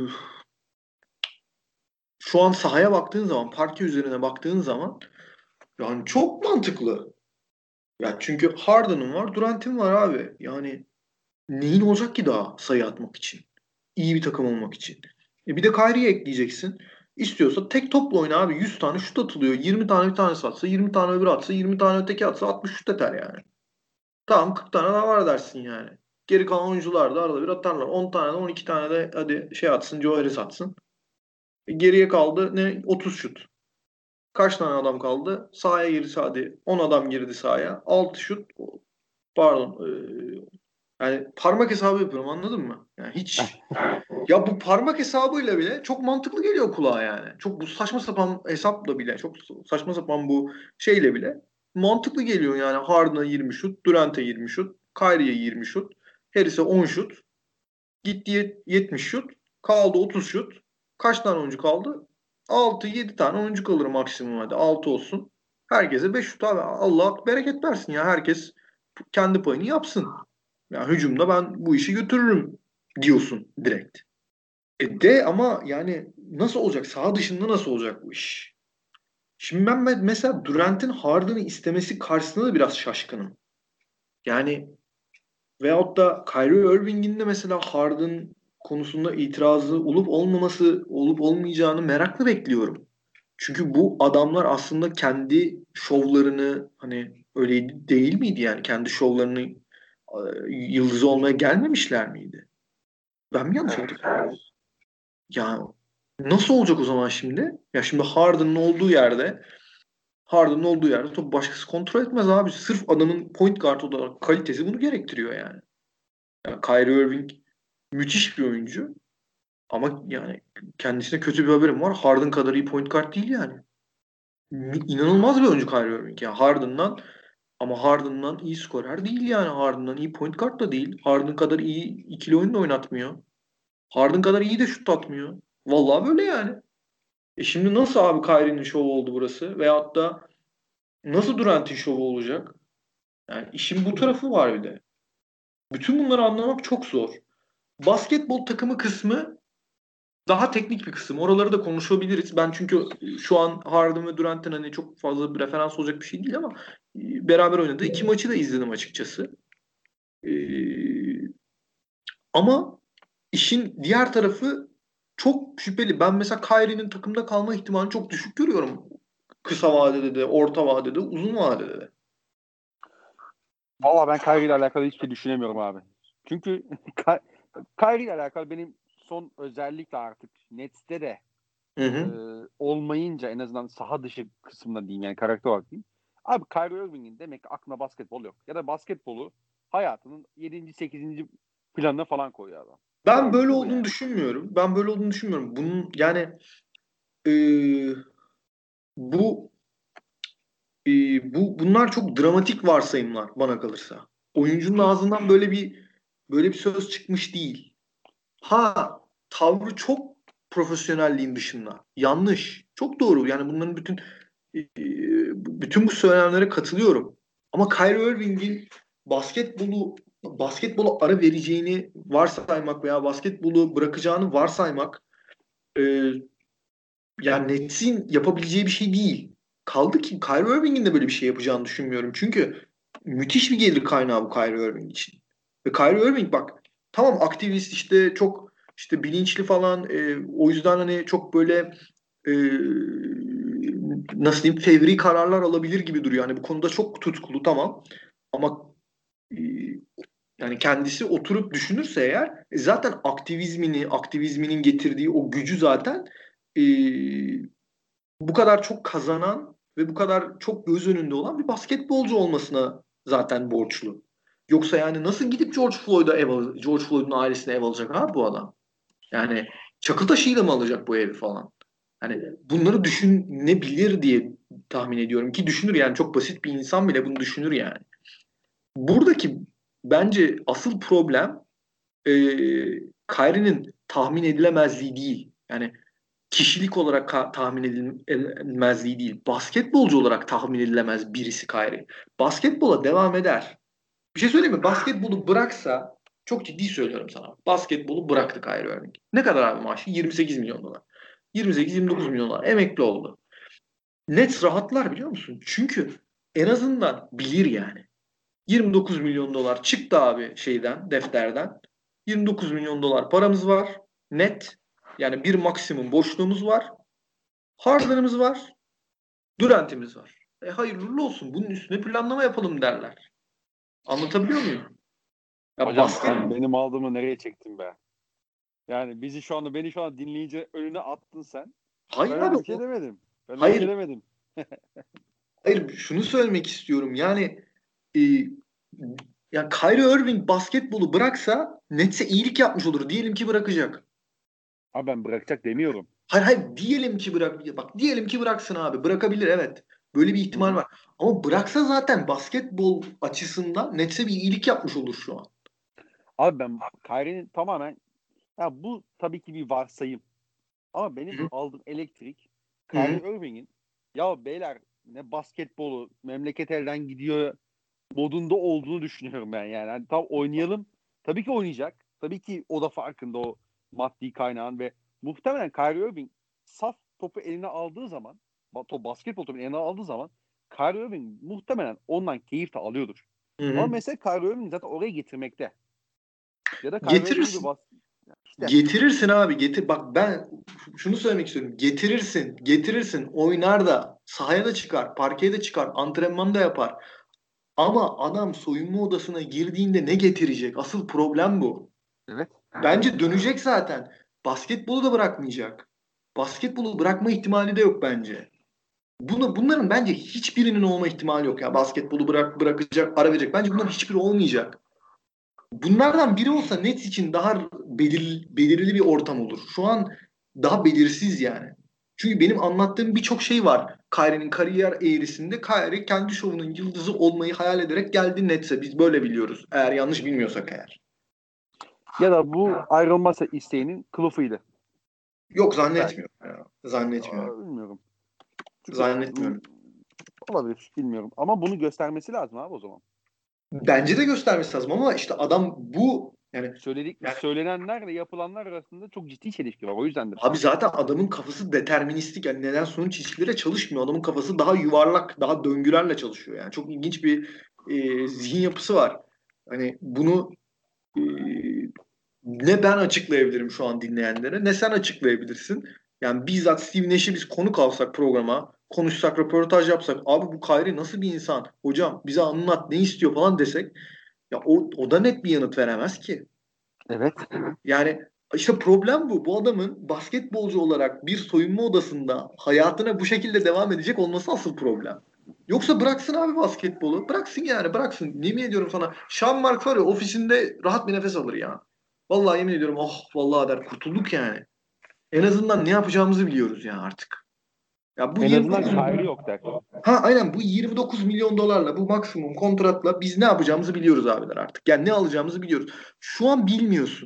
şu an sahaya baktığın zaman parke üzerine baktığın zaman yani çok mantıklı. Ya çünkü Harden'ın var, Durant'in var abi. Yani neyin olacak ki daha sayı atmak için? İyi bir takım olmak için. E bir de Kyrie'yi ekleyeceksin. İstiyorsa tek topla oyna abi. yüz tane şut atılıyor. yirmi tane bir tanesi atsa, yirmi tane öbürü atsa, yirmi tane öteki atsa altmış şut atar yani. Tamam kırk tane daha var dersin yani. Geri kalan oyuncular da arada bir atarlar. on tane de on iki tane de hadi şey atsın, Joe Harris atsın. E geriye kaldı ne? otuz şut. Kaç tane adam kaldı? Sahaya girdi hadi. on adam girdi sahaya. altı şut. Pardon. e, Yani parmak hesabı yapıyorum anladın mı? Yani hiç ya bu parmak hesabıyla bile çok mantıklı geliyor kulağa yani. Çok bu saçma sapan hesapla bile çok saçma sapan bu şeyle bile mantıklı geliyor yani. Harden'a yirmi şut, Durant'e yirmi şut, Kyrie'ye yirmi şut, Harris'e on şut, gitti yetmiş şut, kaldı otuz şut. Kaç tane oyuncu kaldı? altı yedi tane oyuncu kalır maksimum hadi. altı olsun. Herkese beş şut abi. Allah bereket versin ya. Herkes kendi payını yapsın. Ya hücumda ben bu işi götürürüm diyorsun direkt. E de ama yani nasıl olacak? Saha dışında nasıl olacak bu iş? Şimdi ben me- mesela Durant'in Harden'ı istemesi karşısında da biraz şaşkınım. Yani veyahut da Kyrie Irving'in de mesela Harden konusunda itirazı olup olmaması, olup olmayacağını merakla bekliyorum. Çünkü bu adamlar aslında kendi şovlarını hani öyle değil miydi yani kendi şovlarını e, yıldızı olmaya gelmemişler miydi? Ben mi yanlış hatırlıyorum? Ya nasıl olacak o zaman şimdi? Ya şimdi Harden'ın olduğu yerde Harden'ın olduğu yerde top başkası kontrol etmez abi. Sırf adamın point guard olarak kalitesi bunu gerektiriyor yani. Yani Kyrie Irving müthiş bir oyuncu ama yani kendisine kötü bir haberim var. Harden kadar iyi point guard değil yani. İnanılmaz bir oyuncu Kyrie Irving. Yani Harden'dan ama Harden'dan iyi skorer değil yani. Harden'dan iyi point guard da değil. Harden kadar iyi ikili oyun da oynatmıyor. Harden kadar iyi de şut atmıyor. Vallahi böyle yani. E şimdi nasıl abi Kyrie'nin şovu oldu burası? Veyahut da nasıl Durant'in şovu olacak? Yani işin bu tarafı var bir de. Bütün bunları anlamak çok zor. Basketbol takımı kısmı daha teknik bir kısım. Oraları da konuşabiliriz. Ben çünkü şu an Harden ve Durant'in hani çok fazla bir referans olacak bir şey değil ama e, beraber oynadığı iki maçı da izledim açıkçası. Ee, ama işin diğer tarafı çok şüpheli. Ben mesela Kyrie'nin takımda kalma ihtimalini çok düşük görüyorum. Kısa vadede de, orta vadede, uzun vadede de. Valla ben Kyrie ile alakalı hiçbir şey düşünemiyorum abi. Çünkü Kyrie ile alakalı benim son özellikle artık Nets'te de Hı e, hı. olmayınca en azından saha dışı kısmında diyeyim yani karakter olarak diyeyim. Abi Kyrie Irving'in demek ki aklına basketbol yok. Ya da basketbolu hayatının yedinci sekizinci planına falan koyuyor adam. Ben böyle Doğrusu bu olduğunu yani. düşünmüyorum. Ben böyle olduğunu düşünmüyorum. Bunun yani e, bu e, bu bunlar çok dramatik varsayımlar bana kalırsa. Oyuncunun ağzından böyle bir böyle bir söz çıkmış değil. Ha, tavrı çok profesyonelliğin dışında. Yanlış. Çok doğru. Yani bunların bütün e, bütün bu söylemlere katılıyorum. Ama Kyrie Irving'in basketbolu basketbolu ara vereceğini varsaymak veya basketbolu bırakacağını varsaymak e, yani Nets'in yapabileceği bir şey değil. Kaldı ki Kyrie Irving'in de böyle bir şey yapacağını düşünmüyorum. Çünkü müthiş bir gelir kaynağı bu Kyrie Irving için. Ve Kyrie Irving bak tamam aktivist işte çok işte bilinçli falan e, o yüzden hani çok böyle e, nasıl diyeyim fevri kararlar alabilir gibi duruyor. Yani bu konuda çok tutkulu tamam. Ama e, yani kendisi oturup düşünürse eğer e, zaten aktivizmini, aktivizminin getirdiği o gücü zaten e, bu kadar çok kazanan ve bu kadar çok göz önünde olan bir basketbolcu olmasına zaten borçlu. Yoksa yani nasıl gidip George Floyd'a ev al- George Floyd'un ailesine ev alacak abi bu adam? Yani çakıl taşıyla mı alacak bu evi falan? Hani bunları düşünebilir diye tahmin ediyorum ki düşünür yani çok basit bir insan bile bunu düşünür yani. Buradaki bence asıl problem e, Kyrie'nin tahmin edilemezliği değil. Yani kişilik olarak ka- tahmin edilmezliği değil. Basketbolcu olarak tahmin edilemez birisi Kyrie. Basketbola devam eder. Bir şey söyleyeyim mi? Basketbolu bıraksa çok ciddi söylüyorum sana. Basketbolu bıraktı Kyrie Irving. Ne kadar abi maaşı? yirmi sekiz milyon dolar. yirmi sekiz yirmi dokuz milyon dolar. Emekli oldu. Nets rahatlar biliyor musun? Çünkü en azından bilir yani. yirmi dokuz milyon dolar çıktı abi şeyden, defterden. yirmi dokuz milyon dolar paramız var. Net. Yani bir maksimum boşluğumuz var. Harden'ımız var. Durant'imiz var. E hayırlı uğurlu olsun. Bunun üstüne planlama yapalım derler. Anlatabiliyor muyum? Ya Hocam basket sen benim aldığımı nereye çektin be? Yani bizi şu anda beni şu an dinleyici önüne attın sen. hayır Ben abi öyle bir şey o, demedim. Ben öyle bir şey hayır demedim. hayır şunu söylemek istiyorum. Yani e, ya Kyrie Irving basketbolu bıraksa Nets'e iyilik yapmış olur. Diyelim ki bırakacak. Abi ben bırakacak demiyorum. Hayır hayır diyelim ki bırak bak diyelim ki bıraksın abi. Bırakabilir evet. Böyle bir Hı ihtimal hı. var. Ama bıraksa zaten basketbol açısından Nets'e bir iyilik yapmış olur şu an. Abi ben Kyrie'nin tamamen ya bu tabii ki bir varsayım. Ama benim Hı aldığım elektrik hı. Kyrie Irving'in ya beyler ne basketbolu memleket elden gidiyor modunda olduğunu düşünüyorum ben yani. Hani tam oynayalım. Tabii ki oynayacak. Tabii ki o da farkında o maddi kaynağın ve muhtemelen Kyrie Irving saf topu eline aldığı zaman top basketbol topu eline aldığı zaman Kyrie Irving muhtemelen ondan keyif de alıyordur. Hı Ama hı. mesela Kyrie Irving zaten oraya getirmekte. Ya da Kyrie Irving'i bir Getirirsin. bas işte Getirirsin abi getir. Bak ben şunu söylemek istiyorum. Getirirsin. Getirirsin. Oynar da sahaya da çıkar. Parkeye de çıkar. Antrenman da yapar. Ama adam soyunma odasına girdiğinde ne getirecek? Asıl problem bu. evet. Bence dönecek zaten. Basketbolu da bırakmayacak. Basketbolu bırakma ihtimali de yok bence. Bunu, bunların bence hiçbirinin olma ihtimali yok ya. Basketbolu bırak bırakacak, ara verecek. Bence bunların hiçbiri olmayacak. Bunlardan biri olsa Nets için daha belir, belirli bir ortam olur. Şu an daha belirsiz yani. Çünkü benim anlattığım birçok şey var. Kyrie'nin kariyer eğrisinde Kyrie kendi şovunun yıldızı olmayı hayal ederek geldi Nets'e. Biz böyle biliyoruz. Eğer yanlış bilmiyorsak eğer. Ya da bu ayrılma isteğinin kılıfıydı. Yok Belki. zannetmiyorum ya. Aa, Zannetmiyorum. bilmiyorum. Çünkü ım, Zannetmiyorum. olabilir. Bilmiyorum. Ama bunu göstermesi lazım abi o zaman. Bence de göstermesi lazım ama işte adam bu yani, Söyledik, yani söylenenlerle yapılanlar arasında çok ciddi çelişki var. O yüzdendir. abi zaten adamın kafası deterministik. Yani neden sonuç ilişkilere çalışmıyor. Adamın kafası daha yuvarlak, daha döngülerle çalışıyor. Yani çok ilginç bir e, zihin yapısı var. Hani bunu e, ne ben açıklayabilirim şu an dinleyenlere ne sen açıklayabilirsin. Yani bizzat Steve Nash'i biz konuk alsak programa, konuşsak, röportaj yapsak, abi bu Kyrie nasıl bir insan? Hocam bize anlat ne istiyor falan desek ya o, o da net bir yanıt veremez ki. Evet. Yani işte problem bu. Bu adamın basketbolcu olarak bir soyunma odasında hayatına bu şekilde devam edecek olması asıl problem. Yoksa bıraksın abi basketbolu. Bıraksın yani bıraksın. Yemin ediyorum sana. Sean Marks var ya ofisinde rahat bir nefes alır ya. Vallahi yemin ediyorum oh vallahi der kurtulduk yani. En azından ne yapacağımızı biliyoruz ya artık. Ya bu En azından yirmi dokuz Kyrie yok der. Ha aynen bu yirmi dokuz milyon dolarla bu maksimum kontratla biz ne yapacağımızı biliyoruz abiler artık. Yani ne alacağımızı biliyoruz. Şu an bilmiyorsun.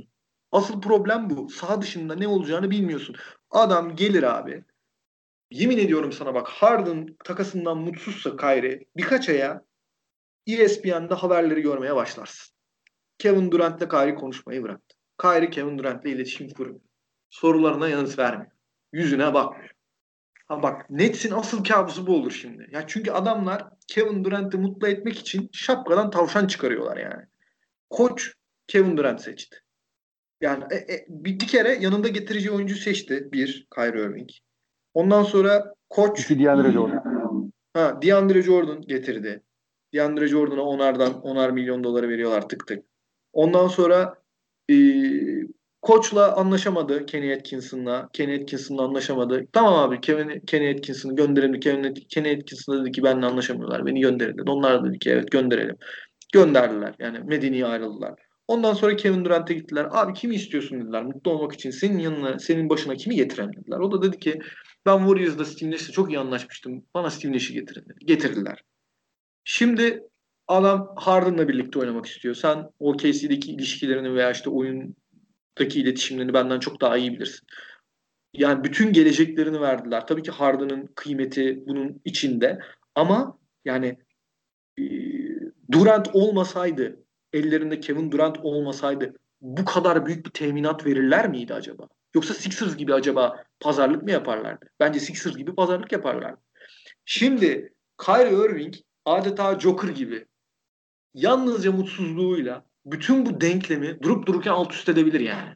Asıl problem bu. Sağ dışında ne olacağını bilmiyorsun. Adam gelir abi. Yemin ediyorum sana bak, Harden takasından mutsuzsa Kyrie birkaç aya E S P N'de haberleri görmeye başlarsın. Kevin Durant'le Kyrie konuşmayı bıraktı. Kyrie Kevin Durant'le iletişim kurmuyor. Sorularına yanıt vermiyor. Yüzüne bakmıyor. Ha bak, Nets'in asıl kabusu bu olur şimdi. Ya çünkü adamlar Kevin Durant'ı mutlu etmek için şapkadan tavşan çıkarıyorlar yani. Koç Kevin Durant seçti. Yani e, e, bir, bir kere yanında getirici oyuncu seçti. Bir, Kyrie Irving. Ondan sonra koç İki DeAndre Jordan. ha, DeAndre Jordan getirdi. DeAndre Jordan'a onardan onar milyon doları veriyorlar tık tık. Ondan sonra e, koçla anlaşamadı Kenny Atkinson'la. Kenny Atkinson'la anlaşamadı. Tamam abi, Kevin, Kenny Atkinson'ı gönderelim. Kenny, Kenny Atkinson dedi ki benimle anlaşamıyorlar. Beni gönderin dedi. Onlar da dedi ki evet gönderelim. Gönderdiler. Yani Medini'ye ayrıldılar. Ondan sonra Kevin Durant'e gittiler. Abi kimi istiyorsun dediler. Mutlu olmak için senin yanına, senin başına kimi getirelim dediler. O da dedi ki ben Warriors'da Steve Nash'le çok iyi anlaşmıştım. Bana Steve Nash'i getirin dedi. Getirdiler. Şimdi adam Harden'la birlikte oynamak istiyor. Sen O K C'deki ilişkilerini veya işte oyundaki iletişimlerini benden çok daha iyi bilirsin. Yani bütün geleceklerini verdiler. Tabii ki Harden'ın kıymeti bunun içinde. Ama yani e, Durant olmasaydı, ellerinde Kevin Durant olmasaydı bu kadar büyük bir teminat verirler miydi acaba? Yoksa Sixers gibi acaba pazarlık mı yaparlardı? Bence Sixers gibi pazarlık yaparlardı. Şimdi Kyrie Irving adeta Joker gibi yalnızca mutsuzluğuyla bütün bu denklemi durup dururken alt üst edebilir yani.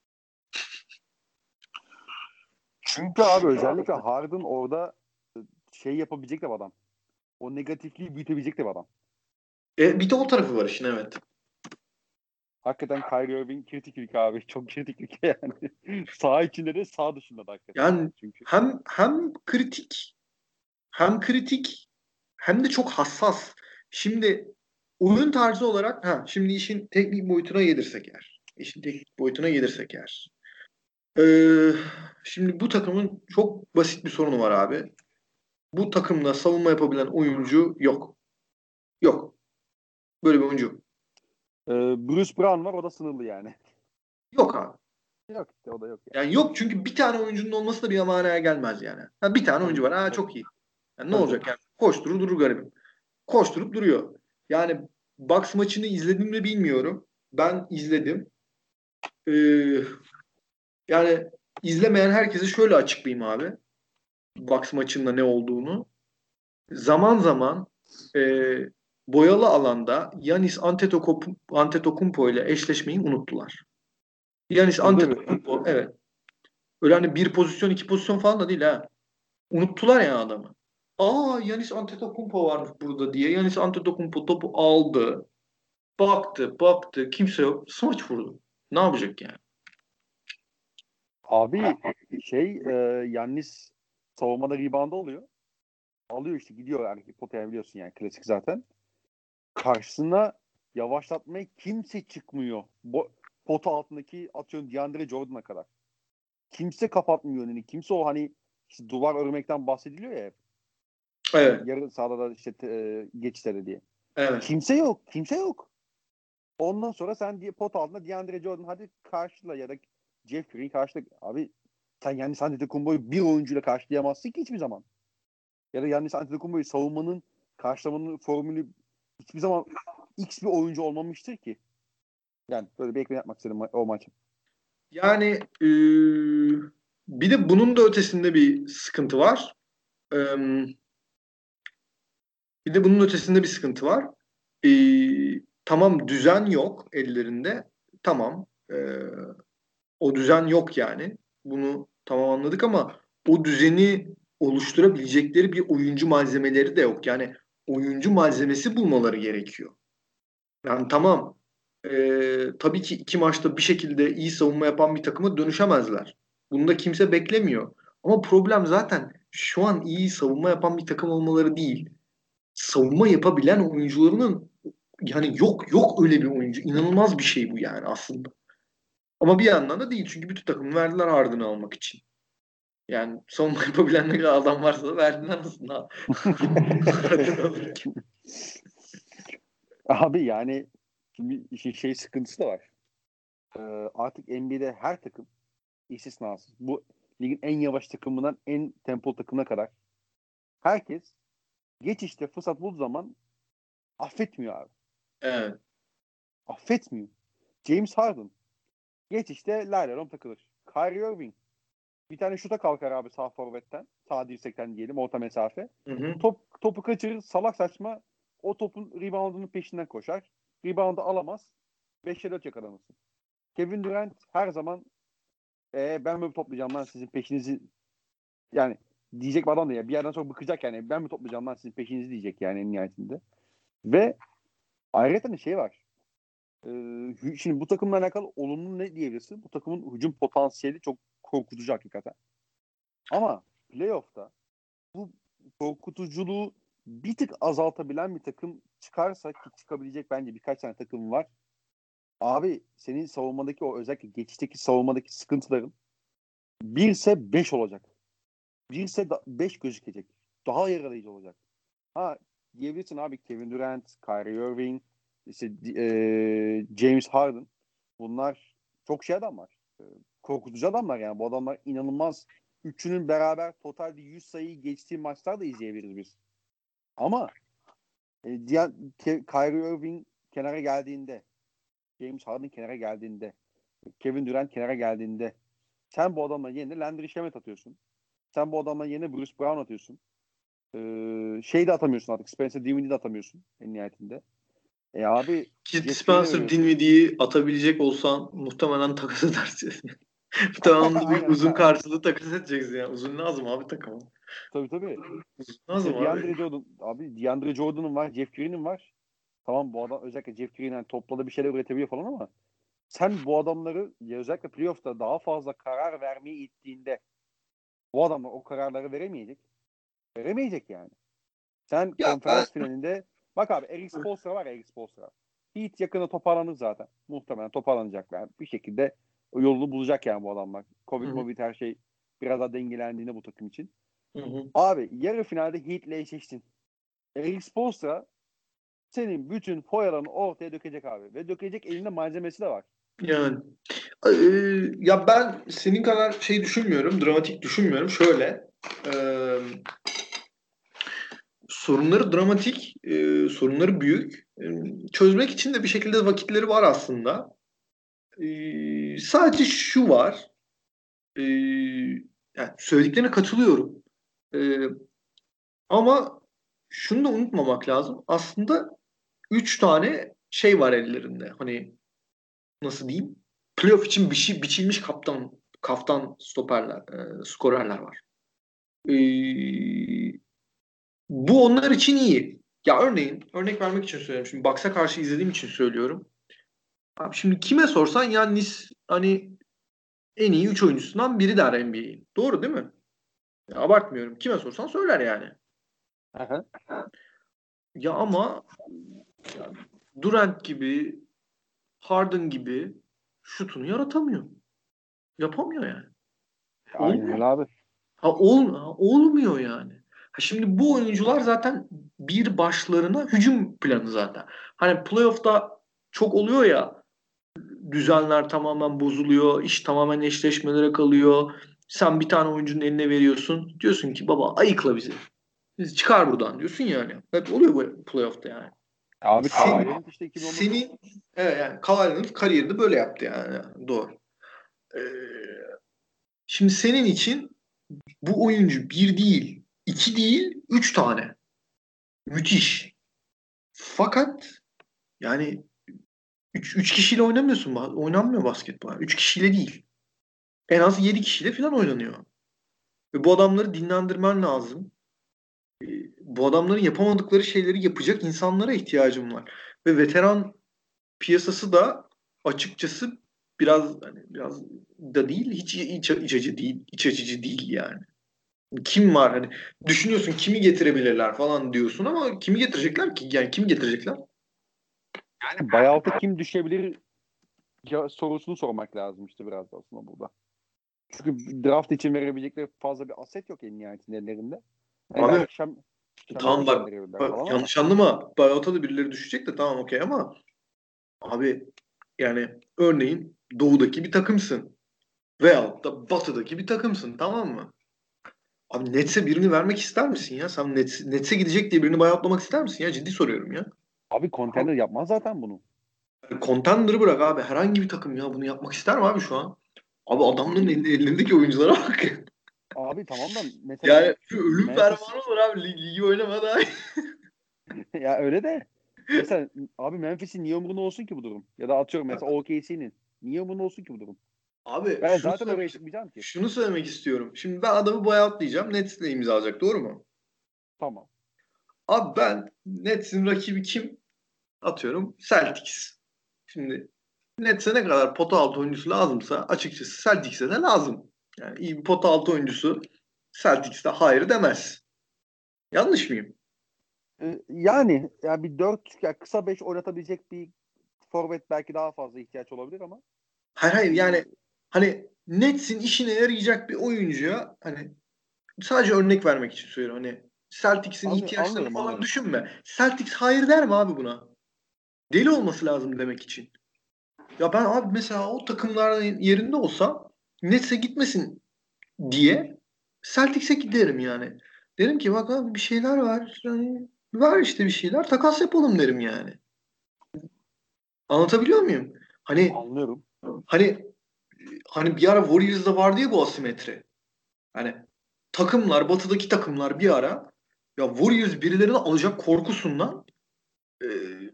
Çünkü abi özellikle Harden orada şey yapabilecek de bir adam. O negatifliği büyütebilecek de bir adam. E, bir de o tarafı var işin, evet. Hakikaten Kyrie Irving kritiklik abi. Çok kritiklik yani. Sağ içinde de sağ dışında da hakikaten. Yani Çünkü. hem hem kritik hem kritik hem de çok hassas. Şimdi oyun tarzı olarak ha şimdi işin teknik boyutuna gelirsek eğer. İşin teknik boyutuna gelirsek eğer. Ee, şimdi bu takımın çok basit bir sorunu var abi. Bu takımda savunma yapabilen oyuncu yok. Yok. Böyle bir oyuncu yok. Ee, Bruce Brown var, o da sınırlı yani. Yok abi. Yok işte, o da yok yani. Yani yok, çünkü bir tane oyuncunun olması da bir manaya gelmez yani. Ha, bir tane Tabii, oyuncu var. Ha, tabii. çok iyi. Yani ne Tabii, olacak tabii. yani? Koşturur durur garibim. Koşturup duruyor. Yani Bucks maçını izledim mi bilmiyorum. Ben izledim. Ee, yani izlemeyen herkese şöyle açıklayayım abi. Bucks maçında ne olduğunu. Zaman zaman e, boyalı alanda Giannis Antetokounmpo, Antetokounmpo ile eşleşmeyi unuttular. Giannis Antetokounmpo, evet. Öyle hani bir pozisyon iki pozisyon falan da değil ha. Unuttular ya adamı. Aa, Giannis Antetokounmpo varmış burada diye. Giannis Antetokounmpo topu aldı. Baktı baktı kimse yok. Smaç vurdu. Ne yapacak yani? Abi şey e, Yannis savunmada rebound oluyor. Alıyor işte, gidiyor yani, potaya, biliyorsun yani, klasik zaten. Karşısına yavaşlatmaya kimse çıkmıyor. Bo pota altındaki, atıyorum, DeAndre Jordan'a kadar. Kimse kapatmıyor önünü. Kimse o hani işte duvar örmekten bahsediliyor ya hep. Evet. Yani yarı sahada da işte e, geçişleri diye. Evet. Kimse yok. Kimse yok. Ondan sonra sen diye pot altında DeAndre Jordan hadi karşıla, ya da Jeff Green karşıla. Abi sen Giannis Antetokounmpo'yu bir oyuncuyla karşılayamazsın ki hiçbir zaman. Ya da Giannis Antetokounmpo'yu savunmanın, karşılamanın formülü hiçbir zaman X bir oyuncu olmamıştır ki. Yani böyle bir ekleme yapmak istedim ma- o maçı. Yani e, bir de bunun da ötesinde bir sıkıntı var. E, bir de bunun ötesinde bir sıkıntı var. E, tamam, düzen yok ellerinde. Tamam. E, o düzen yok yani. Bunu tamam anladık ama o düzeni oluşturabilecekleri bir oyuncu malzemeleri de yok. Yani oyuncu malzemesi bulmaları gerekiyor. Yani tamam. Ee, tabii ki iki maçta bir şekilde iyi savunma yapan bir takıma dönüşemezler. Bunu da kimse beklemiyor. Ama problem zaten şu an iyi savunma yapan bir takım olmaları değil. Savunma yapabilen oyuncularının yani yok yok öyle bir oyuncu. İnanılmaz bir şey bu yani aslında. Ama bir yandan da değil. Çünkü bütün takımı verdiler Harden'ı almak için. Yani savunma yapabilen ne kadar adam varsa da verdiler aslında. Harden'ı alırken. Abi yani şimdi işin şey sıkıntısı da var. e, artık N B A'de her takım istisnasız. Bu ligin en yavaş takımından en tempolu takımına kadar herkes geçişte fırsat bulduğu zaman affetmiyor abi. Evet. Affetmiyor. James Harden geçişte laylarom takılır. Kyrie Irving bir tane şuta kalkar abi sağ forvetten. Sağ dirsekten diyelim orta mesafe. Hı hı. Top, topu kaçırır salak saçma o topun reboundunun peşinden koşar. Reboundu alamaz. beşe dört yakalanırsın. Kevin Durant her zaman e, ben mi toplayacağım lan sizin peşinizi yani diyecek bir adam da ya bir yerden sonra bıkacak yani ben mi toplayacağım lan sizin peşinizi diyecek yani en nihayetinde. Ve ayrıca bir şey var. Ee, şimdi bu takımla alakalı olumlu ne diyebilirsin? Bu takımın hücum potansiyeli çok korkutucu hakikaten. Ama playoff'ta bu korkutuculuğu bir tık azaltabilen bir takım çıkarsa ki çıkabilecek bence birkaç tane takım var. Abi senin savunmadaki o özellikle geçişteki savunmadaki sıkıntıların bir ise beş olacak. bir ise beş gözükecek. Daha yaralayıcı olacak. Ha diyebilirsin abi Kevin Durant, Kyrie Irving, işte, e, James Harden. Bunlar çok şey adamlar. E, korkutucu adamlar yani. Bu adamlar inanılmaz. Üçünün beraber totalde yüz sayıyı geçtiği maçlar da izleyebiliriz biz. Ama e, diğer, Ke- Kyrie Irving kenara geldiğinde, James Harden kenara geldiğinde, Kevin Durant kenara geldiğinde sen bu adamla yerine Landry Shamet atıyorsun. Sen bu adamla yerine Bruce Brown atıyorsun. Ee, şey de atamıyorsun artık. Spencer Dinwiddie de atamıyorsun en nihayetinde. E abi Ki Jeff Green'e Spencer veriyorsun. Dinwiddie'yi atabilecek olsan muhtemelen takas edersin. Tamam bir Aynen. uzun karşılığı takas edeceksin ya. Uzun lazım abi takıma. Tabii tabii. Uzun lazım İşte abi. DeAndre Jordan. Abi DeAndre Jordan'ın var. Jeff Green'in var. Tamam bu adam özellikle Jeff Green yani topladığı bir şeyler üretebiliyor falan ama sen bu adamları ya özellikle playoff'ta daha fazla karar vermeye ittiğinde bu adamlar o kararları veremeyecek. Veremeyecek yani. Sen Ya ben konferans finalinde bak abi Eric Spoelstra var ya Eric Spoelstra. Heat yakında toparlanır zaten. Muhtemelen toparlanacaklar. Bir şekilde o yolunu bulacak yani bu adamlar. Covid, Hı-hı. Covid her şey biraz daha dengelendiğinde bu takım için. Hı-hı. Abi yarı finalde Heat'le eşleştin. Eric Spoelstra senin bütün foyalarını ortaya dökecek abi. Ve dökecek elinde malzemesi de var. Yani Ee, ya ben senin kadar şey düşünmüyorum, dramatik düşünmüyorum. Şöyle, e, sorunları dramatik, e, sorunları büyük. E, çözmek için de bir şekilde vakitleri var aslında. E, sadece şu var, e, yani söylediklerine katılıyorum. E, ama şunu da unutmamak lazım. Aslında üç tane şey var ellerinde. Hani nasıl diyeyim? Playoff için bir şey biçilmiş kaptan, kaftan stoperler, e, skorerler var. E, bu onlar için iyi. Ya örneğin, örnek vermek için söylüyorum. Şimdi Bucks'a karşı izlediğim için söylüyorum. Abi şimdi kime sorsan Yannis hani en iyi üç oyuncusundan biri der N B A'in. Doğru değil mi? Ya abartmıyorum. Kime sorsan söyler yani. Aha. Ya ama ya Durant gibi, Harden gibi şutunu yaratamıyor. Yapamıyor yani. Aynen Olmuyor. öyle abi. Ha, ol, ha, olmuyor yani. Ha, şimdi bu oyuncular zaten bir başlarına hücum planı zaten. Hani playoff'ta çok oluyor ya, düzenler tamamen bozuluyor, iş tamamen eşleşmelere kalıyor. Sen bir tane oyuncunun eline veriyorsun. Diyorsun ki baba ayıkla bizi. Bizi çıkar buradan diyorsun yani. Hep oluyor bu playoff'ta yani. Abi Kawhi Sen, Leonard işte iki bin on dokuz. seni evet yani Kawhi Leonard kariyerinde böyle yaptı yani. Doğru. Ee, şimdi senin için bu oyuncu bir değil, iki değil, üç tane. Müthiş. Fakat yani üç, üç kişiyle oynamıyorsun. Oynanmıyor basketbol. Üç kişiyle değil. En az yedi kişiyle falan oynanıyor. Ve bu adamları dinlendirmen lazım. Ee, bu adamların yapamadıkları şeyleri yapacak insanlara ihtiyacım var. Ve veteran piyasası da açıkçası biraz hani biraz da değil, hiç iç, iç açıcı değil, iç açıcı değil yani. Kim var hani düşünüyorsun kimi getirebilirler falan diyorsun ama kimi getirecekler ki? Yani kimi getirecekler? Yani buyout'a kim düşebilir ya, sorusunu sormak lazım işte biraz da aslında burada. Çünkü draft için verebilecekleri fazla bir aset yok en nihayetinde ellerinde. Yani Abi belki Şam, Şamet'e tamam bak, gönderebilirler bak falan ama. yanlış anlama. Buyout'a da birileri düşecek de tamam okey ama abi yani örneğin doğudaki bir takımsın. Veyahut da batıdaki bir takımsın, tamam mı? Abi Nets'e birini vermek ister misin ya? Sen Nets, Nets'e gidecek diye birini buyoutlamak ister misin ya? Ciddi soruyorum ya. Abi contender yapmaz zaten bunu. Yani contender'ı bırak abi. Herhangi bir takım ya bunu yapmak ister mi abi şu an? Abi adamların el- elindeki oyunculara bak. Abi tamam da mesela Yani şu ölüm Memphis fermanı var abi. Lig, ligi oynama daha iyi. ya öyle de mesela abi Memphis'in niye umurunda olsun ki bu durum? Ya da atıyorum mesela O K C'nin niye umurunda olsun ki bu durum? Abi Ben şunu zaten oraya söylemek, çıkmayacağım ki. şunu söylemek istiyorum. Şimdi ben adamı buyoutlayacağım. Nets'le imzalayacak. Doğru mu? Tamam. Abi ben Nets'in rakibi kim? Atıyorum Celtics. Şimdi Nets'e ne kadar pota altı oyuncusu lazımsa açıkçası Celtics'e de lazım. Yani iyi bir pota altı oyuncusu Celtics'te hayır demez. Yanlış mıyım? Ee, yani ya bir dört ya kısa beş oynatabilecek bir forvet belki daha fazla ihtiyaç olabilir ama Hayır hayır e, yani hani Nets'in işine yarayacak bir oyuncuya hani sadece örnek vermek için söylüyorum. Hani Celtics'in anlı- ihtiyaçlarını anlıyorum falan anlıyorum. düşünme. Celtics hayır der mi abi buna? Deli olması lazım demek için. Ya ben abi mesela o takımların yerinde olsam Nets'e gitmesin diye Celtics'e giderim yani. Derim ki bak abi bir şeyler var. Yani var işte bir şeyler. Takas yapalım derim yani. Anlatabiliyor muyum? Hani Anlıyorum. hani hani bir ara Warriors'da vardı ya bu asimetri. Hani takımlar, batıdaki takımlar bir ara ya Warriors birilerini alacak korkusundan e,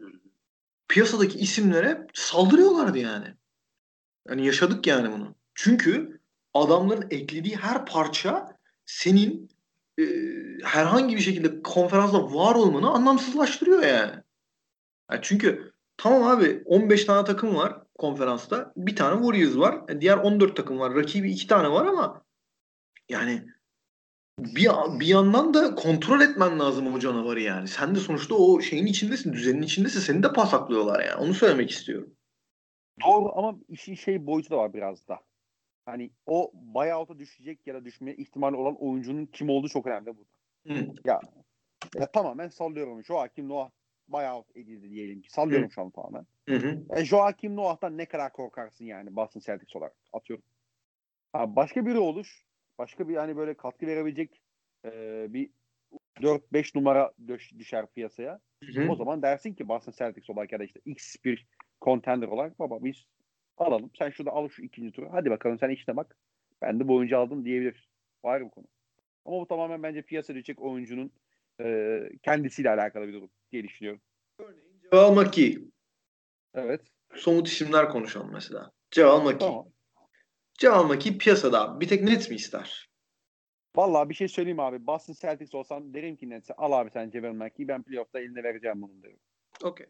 piyasadaki isimlere saldırıyorlardı yani. Yani yaşadık yani bunu. Çünkü adamların eklediği her parça senin e, herhangi bir şekilde konferansta var olmanı anlamsızlaştırıyor yani. Yani çünkü tamam abi on beş tane takım var konferansta. Bir tane Warriors var. E, diğer on dört takım var. Rakibi iki tane var ama yani bir, bir yandan da kontrol etmen lazım o canavarı yani. Sen de sonuçta o şeyin içindesin, düzenin içindesin. Seni de pasaklıyorlar yani. Onu söylemek istiyorum. Doğru ama işin şey boyutu da var biraz da. Hani o buyout'a düşecek ya da düşmeye ihtimali olan oyuncunun kim olduğu çok önemli burada. Hı. Ya, ya tamamen sallıyorum. Joakim Noah buyout edildi diyelim ki. Hı. Sallıyorum şu an tamamen. Hı hı. E, Joakim Noah'tan ne kadar korkarsın yani Boston Celtics olarak atıyorum. Ha, başka biri olur. Başka bir hani böyle katkı verebilecek e, bir dört beş numara düş, düşer piyasaya. Hı hı. O zaman dersin ki Boston Celtics olarak ya da işte X bir contender olarak baba biz alalım. Sen şurada al şu ikinci turu. Hadi bakalım sen işine bak. Ben de bu oyuncu aldım diyebilir. O ayrı bir konu. Ama bu tamamen bence piyasa düşecek oyuncunun e, kendisiyle alakalı bir durum diye düşünüyorum. Örneğin Ceval Maki. Evet. Somut isimler konuşalım mesela. Ceval Maki. Tamam. Ceval Maki piyasada bir tek net mi ister? Vallahi bir şey söyleyeyim abi. Boston Celtics olsam derim ki Nets'e al abi sen Javel McGee'yi ben playoff'ta eline vereceğim bunun derim. Okey.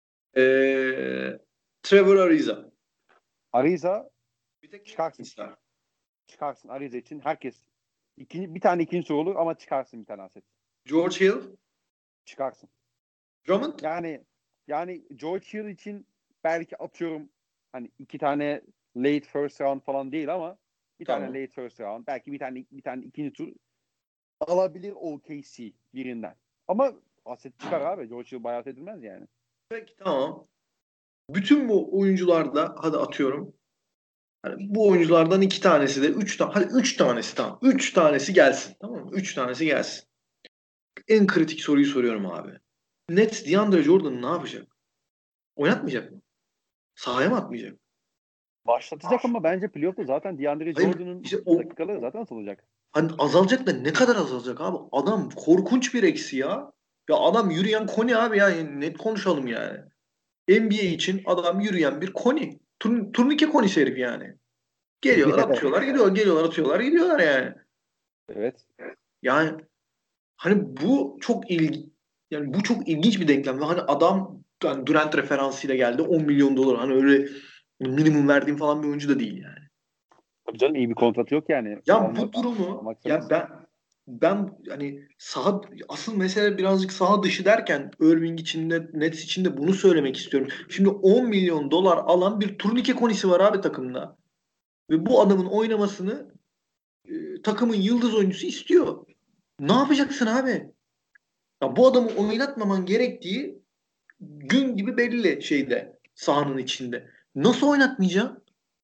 Ee, Trevor Ariza. Ariza Bir tek net mi çıkarsın. ister? Çıkarsın Ariza için. Herkes ikinci, bir tane ikinci tur olur ama çıkarsın bir tane aset. George Hill. Çıkarsın. Drummond. Yani yani George Hill için belki atıyorum hani iki tane late first round falan değil ama bir tane Tamam. late first round belki bir tane bir tane ikinci tur alabilir O K C birinden. Ama aset çıkar abi. George Hill bayağı edilmez yani. Peki tamam. Bütün bu oyuncularda hadi atıyorum. Hani bu oyunculardan iki tanesi de üç tane. Hadi üç tanesi tamam. Üç tanesi gelsin. Tamam mı? Üç tanesi gelsin. En kritik soruyu soruyorum abi. Nets DeAndre Jordan'ı ne yapacak? Oynatmayacak mı? Sahaya mı atmayacak? Başlatacak ama bence playoff'ta zaten DeAndre Hayır Jordan'ın işte o dakikaları zaten atılacak. hani azalacak da ne kadar azalacak abi? Adam korkunç bir eksi ya. Ya adam yürüyen koni abi ya. Yani net konuşalım yani. N B A için adam yürüyen bir koni. Turn turnike koni herif yani. Geliyorlar atıyorlar gidiyorlar. Geliyorlar atıyorlar gidiyorlar yani. Evet. Yani hani bu çok ilgi yani bu çok ilginç bir denklem. Ve hani adam yani Durant referansıyla geldi on milyon dolar. Hani öyle minimum verdiğim falan bir oyuncu da değil yani. Tabii canım iyi bir kontratı yok yani. Ya bu Almak, durumu almak ya istemez. ben ben hani saha asıl mesele birazcık saha dışı derken Irving içinde Nets içinde bunu söylemek istiyorum. Şimdi on milyon dolar alan bir turnike konisi var abi takımda. Ve bu adamın oynamasını e, takımın yıldız oyuncusu istiyor. Ne yapacaksın abi? Ya bu adamı oynatmaman gerektiği gün gibi belli şeyde sahanın içinde. Nasıl oynatmayacaksın?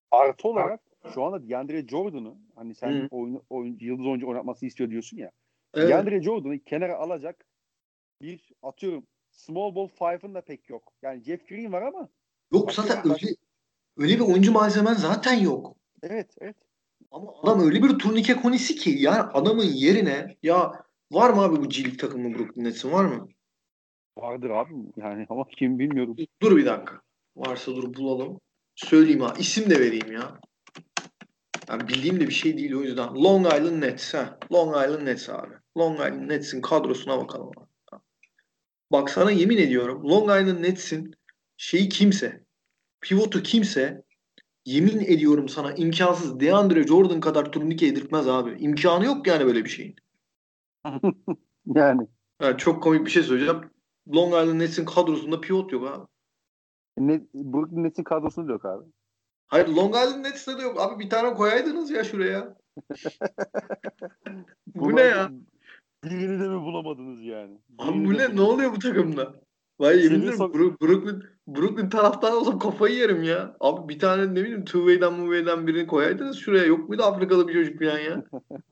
Artı olarak şu anda DeAndre Jordan'ı hani sen Hı. oyun, oyun, yıldız oyuncu oynatması istiyor diyorsun ya. Evet. DeAndre Jordan'ı kenara alacak bir atıyorum small ball five'ın da pek yok. Yani Jeff Green var ama Yok zaten öyle, başka... öyle bir oyuncu malzemen zaten yok. Evet, evet. Ama adam öyle bir turnike konisi ki yani adamın yerine ya var mı abi bu cilik takımı Brooklyn Nets'in var mı? Vardır abi yani ama kim bilmiyorum. Dur bir dakika. Varsa dur bulalım. Söyleyeyim ha. İsim de vereyim ya. Yani bildiğim de bir şey değil o yüzden. Long Island Nets. Ha. Long Island Nets abi. Long Island Nets'in kadrosuna bakalım abi. Bak sana yemin ediyorum Long Island Nets'in şeyi kimse, pivotu kimse yemin ediyorum sana imkansız. DeAndre Jordan kadar turnike yedirtmez abi. İmkanı yok yani böyle bir şeyin. Yani. Yani çok komik bir şey söyleyeceğim. Long Island Nets'in kadrosunda pivot yok abi. Net, Brooklyn Nets'in kadrosunda da yok abi. Hayır Long Island Nets'te de yok. Abi bir tane koyaydınız ya şuraya. Bu ne ya? Birini de mi bulamadınız yani? Abi Birini bu de ne? Ne bulamadınız. oluyor bu takımda? Vay yemin Seviye ederim sok Bro- Brooklyn, Brooklyn taraftarı olsam kafayı yerim ya. Abi bir tane ne bileyim two-way'den two-way'den birini koyaydınız şuraya. Yok muydu Afrikalı bir çocuk falan ya?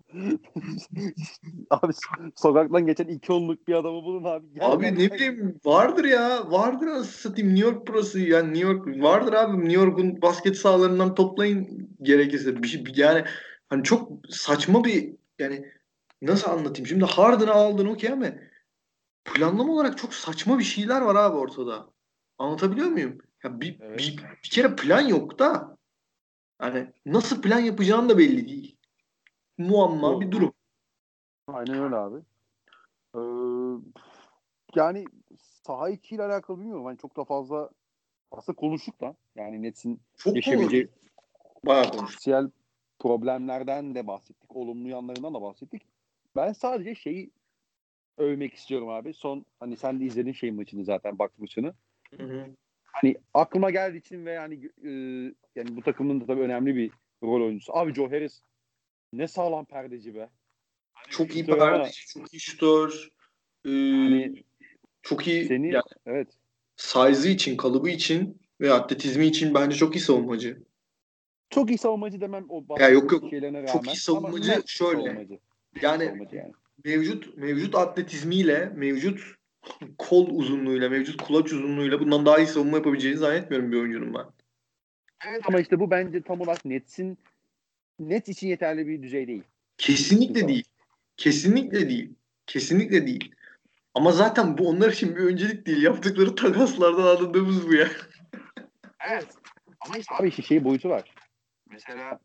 Abi sokaktan geçen iki onluk bir adamı bulun abi. Gel Abi gel ne gel. bileyim vardır ya. Vardır anasını satayım New York burası. Yani New York vardır abi. New York'un basket sahalarından toplayın gerekirse. Bir şey, yani hani çok saçma bir yani nasıl anlatayım? Şimdi Harden'ı aldın okey ama planlama olarak çok saçma bir şeyler var abi ortada. Anlatabiliyor muyum? Ya bir, Evet. bir, bir kere plan yok da hani nasıl plan yapacağın da belli değil. Muamma bir Doğru. durum. Aynen öyle abi. Ee, yani saha içiyle alakalı bilmiyorum. Hani çok da fazla aslında konuştuk da. Yani Nets'in Çok yaşayabileceği konuştuk. Bayağı konuştuk. potansiyel problemlerden de bahsettik. Olumlu yanlarından da bahsettik. Ben sadece şeyi övmek istiyorum abi. Son hani sen de izledin şey maçını zaten Bucks maçını. Hı hı. Hani aklıma geldiği için ve yani e, yani bu takımın da tabii önemli bir rol oyuncusu. Abi Joe Harris ne sağlam perdeci be. Hani Çok iyi şutör ama perdeci, çok iyi şutör. Ee, hani çok iyi seni yani evet size'ı için, kalıbı için ve atletizmi için bence çok iyi savunmacı. çok iyi savunmacı demem o Ya yok yok. bahsettiğim şeylerine Çok iyi rağmen ama savunmacı net şöyle. savunmacı. Net bir Yani savunmacı yani. mevcut mevcut atletizmiyle, mevcut kol uzunluğuyla, mevcut kulaç uzunluğuyla bundan daha iyi savunma yapabileceğini zannetmiyorum bir oyuncunun ben. Evet ama işte bu bence tam olarak Nets'in net için yeterli bir düzey değil. Kesinlikle değil. Kesinlikle değil. Kesinlikle değil. Ama zaten bu onlar için bir öncelik değil. Yaptıkları takaslardan anladığımız bu ya. Evet. Ama işte abi işte şey boyutu var. Mesela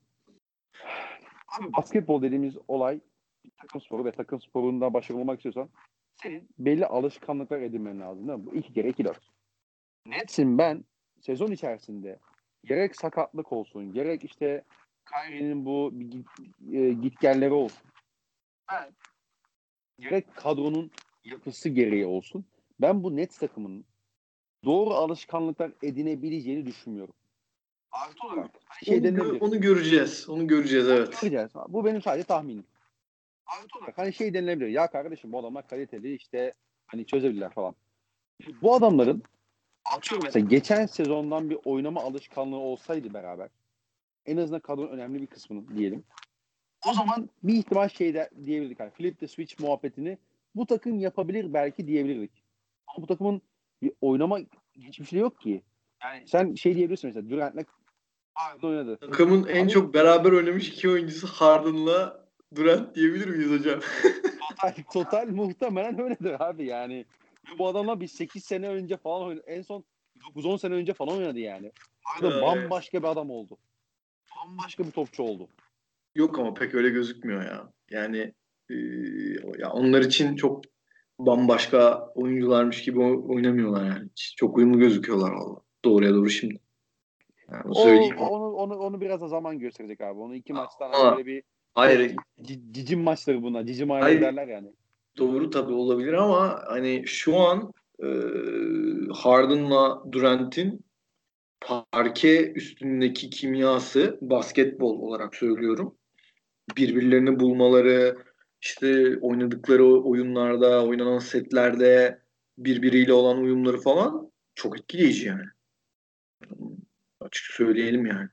abi basketbol dediğimiz olay takım sporu ve takım sporunda başarılı olmak istiyorsan senin belli alışkanlıklar edinmen lazım değil mi? Bu iki kere iki dört. Netsin ben sezon içerisinde gerek sakatlık olsun gerek işte Kyrie'nin bu bir git, e, gitgelleri olsun. Ben gerek kadronun yapısı gereği olsun. Ben bu Nets takımının doğru alışkanlıklar edinebileceğini düşünmüyorum. Artı olarak şey Onu, gö- denilebilir. onu göreceğiz. Onu göreceğiz evet. Göreceğiz. Bu benim sadece tahminim. Artı olarak hani şey denilebilir. Ya kardeşim bu adamlar kaliteli işte hani çözebilirler falan. Bu adamların atıyorum mesela geçen sezondan bir oynama alışkanlığı olsaydı beraber en azından kadronun önemli bir kısmını diyelim. O zaman bir ihtimal şey de diyebilirdik. Yani flip the switch muhabbetini bu takım yapabilir belki diyebilirdik. Ama bu takımın bir oynama hiçbir şey yok ki. Yani sen şey diyebilirsin mesela Durant'la Harden oynadı. Takımın en Abi çok beraber oynamış iki oyuncusu Harden'la Durant diyebilir miyiz hocam? total, total muhtemelen öyledir abi yani. Bu adamlar bir sekiz sene önce falan oynadı. En son dokuz on sene önce falan oynadı yani. Harden Ee, bambaşka bir adam oldu. Bambaşka bir topçu oldu. Yok ama pek öyle gözükmüyor ya. Yani e, ya onlar için çok bambaşka oyuncularmış gibi o- oynamıyorlar yani. Çok uyumlu gözüküyorlar valla. Doğruya doğru şimdi. Yani onu O söyleyeyim. onu onu onu biraz da zaman gösterecek abi. Onu iki maçtan hani Ama böyle bir hayır, c- cicim maçları bunlar. Cicim ayları hayır derler yani. doğru tabii olabilir ama hani şu an e, Harden'la Durant'in parke üstündeki kimyası basketbol olarak söylüyorum. Birbirlerini bulmaları, işte oynadıkları oyunlarda, oynanan setlerde birbiriyle olan uyumları falan çok etkileyici yani. Açık söyleyelim yani.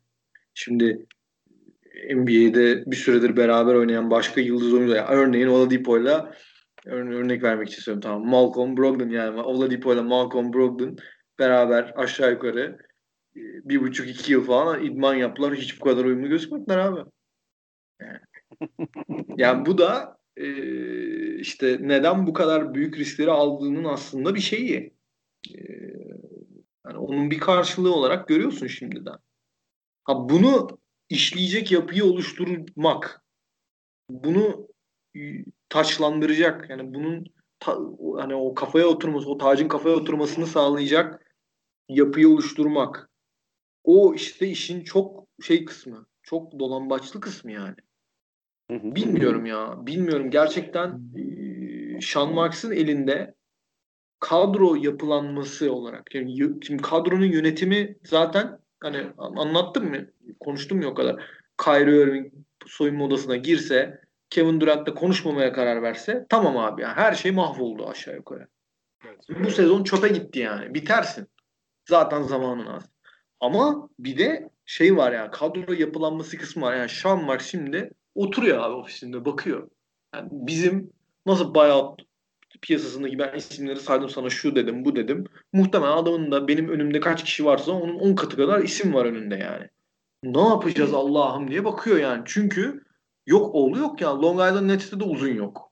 şimdi N B A'de bir süredir beraber oynayan başka yıldız oyuncular. Yani örneğin Oladipo'yla örne örnek vermek için söylüyorum. Tamam. Malcolm Brogdon yani. Oladipo'yla Malcolm Brogdon beraber aşağı yukarı bir buçuk iki yıl falan idman yaptılar. Hiç bu kadar uyumlu gözükmediler abi. Yani, yani bu da e, işte neden bu kadar büyük riskleri aldığının aslında bir şeyi. E, yani onun bir karşılığı olarak görüyorsun şimdiden. Ha bunu işleyecek yapıyı oluşturmak, bunu taçlandıracak yani bunun ta, hani o kafaya oturması, o tacın kafaya oturmasını sağlayacak yapıyı oluşturmak. O işte işin çok şey kısmı, çok dolambaçlı kısmı yani. Bilmiyorum ya, bilmiyorum gerçekten e, Sean Marks'ın elinde kadro yapılanması olarak yani şimdi kadronun yönetimi zaten hani anlattım mı? Konuştum mu o kadar? Kyrie Irving soyunma odasına girse, Kevin Durant'la konuşmamaya karar verse tamam abi yani her şey mahvoldu aşağı yukarı. Bu sezon çöpe gitti yani. Bitersin. Zaten zamanın az. Ama bir de şey var yani kadro yapılanması kısmı var. Yani Sean Marks şimdi oturuyor abi ofisinde bakıyor. Yani bizim nasıl buyout piyasasındaki ben isimleri saydım sana şu dedim bu dedim. Muhtemelen adamın da benim önümde kaç kişi varsa onun on katı kadar isim var önünde yani. Ne yapacağız Allah'ım diye bakıyor yani. Çünkü yok oğlu yok ya. Long Island Nets'te de uzun yok.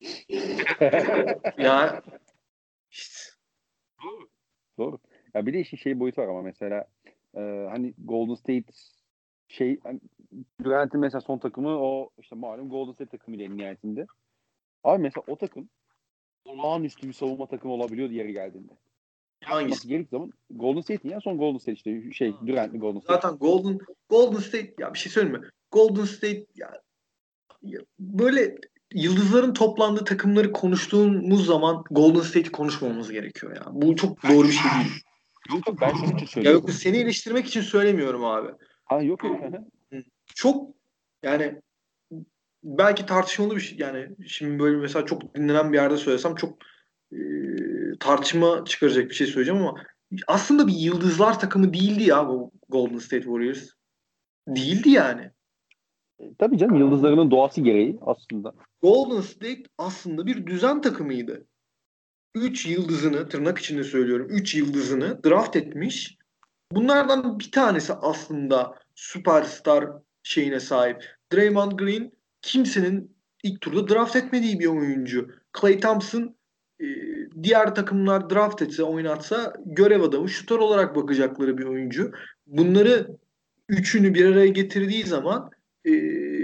Yani işte. Doğru. Doğru. Ya bir de işin şey boyutu var ama mesela e, hani Golden State şey hani, Durant'in mesela son takımı o işte malum Golden State takımıyla en nihayetinde. Abi mesela o takım olağanüstü bir savunma takımı olabiliyor yeri geldiğinde. Hangisi? Yapması gerektiği zaman Golden State'in ya son Golden State işte şey Durant'li Golden State. Zaten Golden Golden State ya bir şey söyleyeyim mi? Golden State ya, ya böyle yıldızların toplandığı takımları konuştuğumuz zaman Golden State'i konuşmamamız gerekiyor ya. Bu çok doğru bir şey değil. Yok yok ben şunun için Ya söylüyorum. yok seni eleştirmek için söylemiyorum abi. Ha yok yok. Çok yani belki tartışmalı bir şey yani şimdi böyle mesela çok dinlenen bir yerde söylesem çok e, tartışma çıkaracak bir şey söyleyeceğim ama aslında bir yıldızlar takımı değildi ya bu Golden State Warriors. Değildi yani. Tabii canım yıldızlarının doğası gereği aslında. Golden State aslında bir düzen takımıydı. Üç yıldızını tırnak içinde söylüyorum. Üç yıldızını draft etmiş. Bunlardan bir tanesi aslında süperstar şeyine sahip. Draymond Green kimsenin ilk turda draft etmediği bir oyuncu. Klay Thompson e, diğer takımlar draft etse, oynatsa görev adamı, şutör olarak bakacakları bir oyuncu. Bunları üçünü bir araya getirdiği zaman e,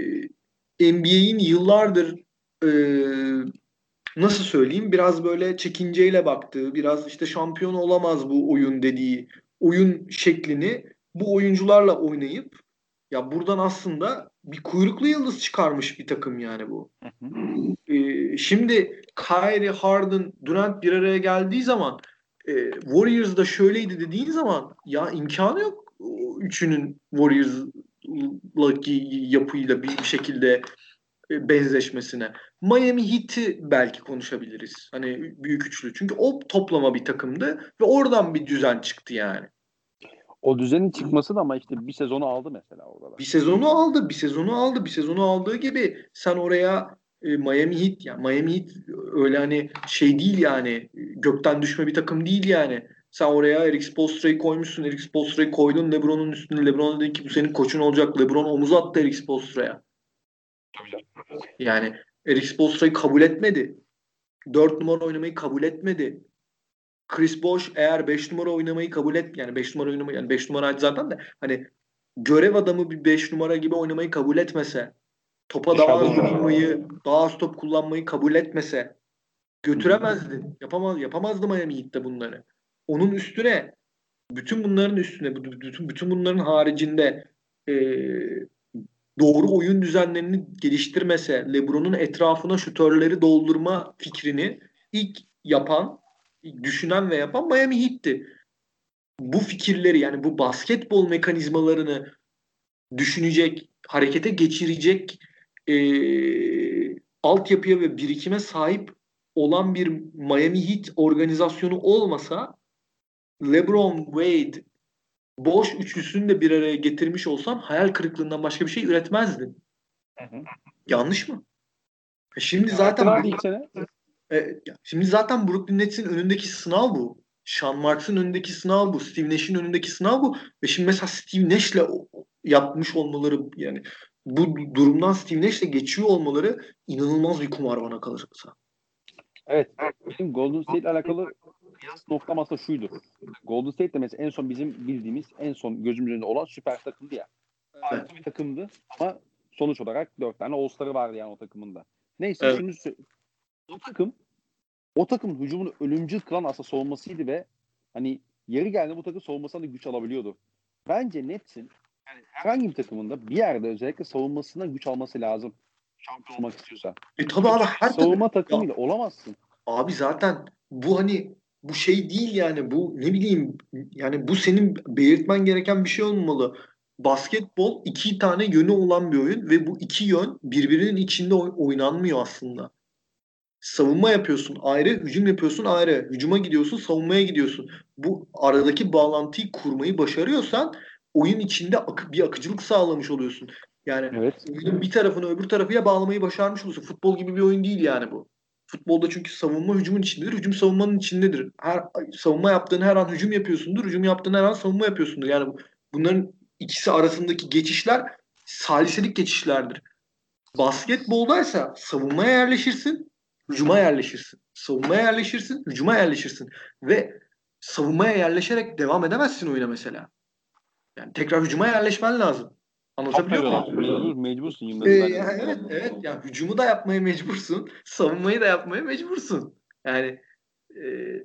N B A'in yıllardır e, nasıl söyleyeyim biraz böyle çekinceyle baktığı, biraz işte şampiyon olamaz bu oyun dediği oyun şeklini bu oyuncularla oynayıp ya buradan aslında bir kuyruklu yıldız çıkarmış bir takım yani bu. Ee, şimdi Kyrie, Harden, Durant bir araya geldiği zaman e, Warriors'da şöyleydi dediğin zaman ya imkanı yok o üçünün Warriors'la yapıyla bir, bir şekilde e, benzeşmesine. Miami Heat'i belki konuşabiliriz. Hani büyük üçlü. Çünkü o toplama bir takımdı ve oradan bir düzen çıktı yani. O düzenin çıkması da ama işte bir sezonu aldı mesela orada. Bir sezonu aldı, bir sezonu aldı, bir sezonu aldığı gibi sen oraya e, Miami Heat yani Miami Heat öyle hani şey değil yani gökten düşme bir takım değil yani. Sen oraya Eric Spoelstra'yı koymuşsun. Eric Spoelstra'yı koydun LeBron'un üstüne. LeBron dedi ki bu senin koçun olacak. LeBron omuz attı Eric Spoelstra'ya. Yani Eric Spoelstra'yı kabul etmedi. Dört numara oynamayı kabul etmedi. Chris Bosh eğer beş numara oynamayı kabul et yani beş numara oynamayı yani beş numara zaten de hani görev adamı bir beş numara gibi oynamayı kabul etmese, topa daha az vurmayı, daha az top kullanmayı kabul etmese götüremezdi. Yapamaz yapamazdı Miami Heat'te bunları. Onun üstüne bütün bunların üstüne bütün bütün bunların haricinde e, doğru oyun düzenlerini geliştirmese, LeBron'un etrafına şutörleri doldurma fikrini ilk yapan, düşünen ve yapan Miami Heat'ti. Bu fikirleri yani bu basketbol mekanizmalarını düşünecek, harekete geçirecek e, altyapıya ve birikime sahip olan bir Miami Heat organizasyonu olmasa LeBron, Wade, boş üçlüsünü de bir araya getirmiş olsan hayal kırıklığından başka bir şey üretmezdin. Hı hı. Yanlış mı? E şimdi Ya, zaten ilk sene. e, şimdi zaten Brooklyn Nets'in önündeki sınav bu. Sean Marks'ın önündeki sınav bu. Steve Nash'in önündeki sınav bu. Ve şimdi mesela Steve Nash'le yapmış olmaları, yani bu durumdan Steve Nash'le geçiyor olmaları inanılmaz bir kumar bana kalırsa. Evet. Benim Golden State ile alakalı noktam aslında şuydu. Golden State de mesela en son bizim bildiğimiz, en son gözümüzün önünde olan süper takımdı ya. Evet. Bir takımdı ama sonuç olarak dört tane All-Star'ı vardı yani o takımında. Neyse Evet. şunu sö- o takım o takımın hücumunu ölümcül kılan aslında savunmasıydı ve hani yeri geldi bu takım savunmasından da güç alabiliyordu. Bence Nets'in yani herhangi bir takımında bir yerde özellikle savunmasından güç alması lazım. Şampiyon olmak istiyorsa. E tabii abi her Savunma takım. takımıyla olamazsın. Abi zaten bu hani bu şey değil yani, bu ne bileyim, yani bu senin belirtmen gereken bir şey olmamalı. Basketbol iki tane yönü olan bir oyun ve bu iki yön birbirinin içinde oy- oynanmıyor aslında. Savunma yapıyorsun ayrı, hücum yapıyorsun ayrı. Hücuma gidiyorsun, savunmaya gidiyorsun. Bu aradaki bağlantıyı kurmayı başarıyorsan oyun içinde akı- bir akıcılık sağlamış oluyorsun. Yani Evet. oyunun bir tarafını öbür tarafıyla bağlamayı başarmış oluyorsun. Futbol gibi bir oyun değil yani bu. Futbolda çünkü savunma hücumun içindedir, hücum savunmanın içindedir. Her savunma yaptığın her an hücum yapıyorsundur, hücum yaptığın her an savunma yapıyorsundur. Yani bunların ikisi arasındaki geçişler saliselik geçişlerdir. Basketboldaysa savunmaya yerleşirsin, hücuma yerleşirsin. Savunmaya yerleşirsin, hücuma yerleşirsin. Ve savunmaya yerleşerek devam edemezsin oyuna mesela. Yani tekrar hücuma yerleşmen lazım. Anlatabiliyor muyum? Mecbur, mecbursun Ee, yirmi yani dakika evet, sonra. evet. Yani hücumu da yapmaya mecbursun. Savunmayı da yapmaya mecbursun. Yani e,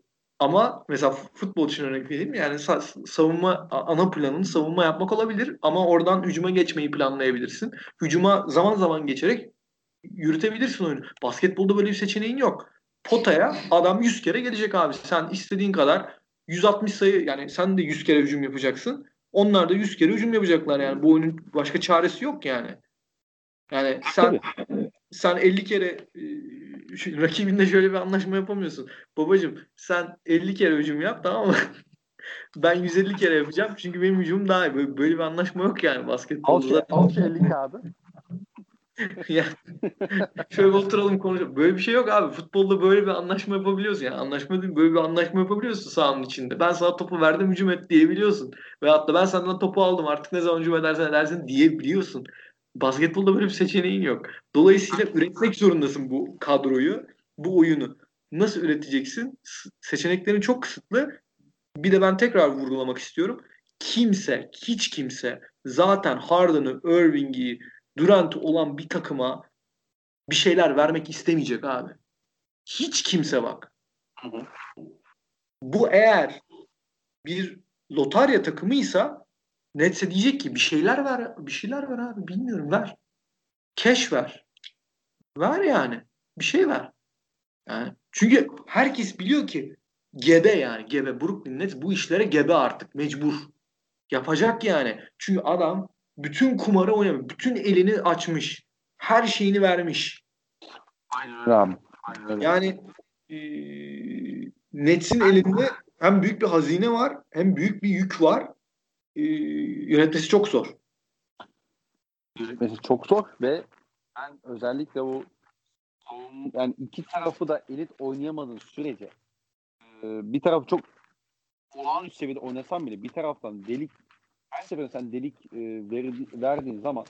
ama mesela futbol için örnek vereyim. Yani sa- savunma ana planın savunma yapmak olabilir ama oradan hücuma geçmeyi planlayabilirsin. Hücuma zaman zaman geçerek yürütebilirsin oyunu. Basketbolda böyle bir seçeneğin yok. Potaya adam yüz kere gelecek abi. Sen istediğin kadar yüz altmış sayı, yani sen de yüz kere hücum yapacaksın. Onlar da yüz kere hücum yapacaklar yani. Bu oyunun başka çaresi yok yani. Yani sen Tabii. sen elli kere e, şu- rakibinle şöyle bir anlaşma yapamıyorsun. Babacım sen elli kere hücum yap, tamam mı? Ben yüz elli kere yapacağım çünkü benim hücumum daha iyi. Böyle, böyle bir anlaşma yok yani Al basketbolda şu, zaten. al şu elli kağıdı. Ya şöyle oturalım konuşalım. Böyle bir şey yok abi. Futbolda böyle bir anlaşma yapabiliyorsun. Yani anlaşma değil, böyle bir anlaşma yapabiliyorsun sahanın içinde. Ben sana topu verdim, hücum et diyebiliyorsun. Veyahut da ben senden topu aldım, artık ne zaman hücum edersen edersin diyebiliyorsun. Basketbolda böyle bir seçeneğin yok. Dolayısıyla üretmek zorundasın bu kadroyu, bu oyunu. Nasıl üreteceksin? S- Seçeneklerin çok kısıtlı. Bir de ben tekrar vurgulamak istiyorum. Kimse, hiç kimse zaten Harden'ı, Irving'i, Durant'ı olan bir takıma bir şeyler vermek istemeyecek abi. Hiç kimse bak. Hı hı. Bu eğer bir lotarya takımıysa Nets'e diyecek ki bir şeyler ver, bir şeyler ver abi, bilmiyorum, ver. Cash ver. Ver yani. Bir şey ver. Yani çünkü herkes biliyor ki gebe, yani gebe. Brooklyn Nets bu işlere gebe artık, mecbur. Yapacak yani. Çünkü adam bütün kumarı oynamış. Bütün elini açmış. Her şeyini vermiş. Aynen öyle abi. Aynen öyle. Yani e, Nets'in elinde hem büyük bir hazine var hem büyük bir yük var. E, yönetmesi çok zor. Yönetmesi çok zor ve ben özellikle bu yani iki tarafı da elit oynayamadığın sürece e, bir taraf çok olağanüstü seviyede oynasan bile bir taraftan delik her seferinde sen delik e, verdi, verdiğin zaman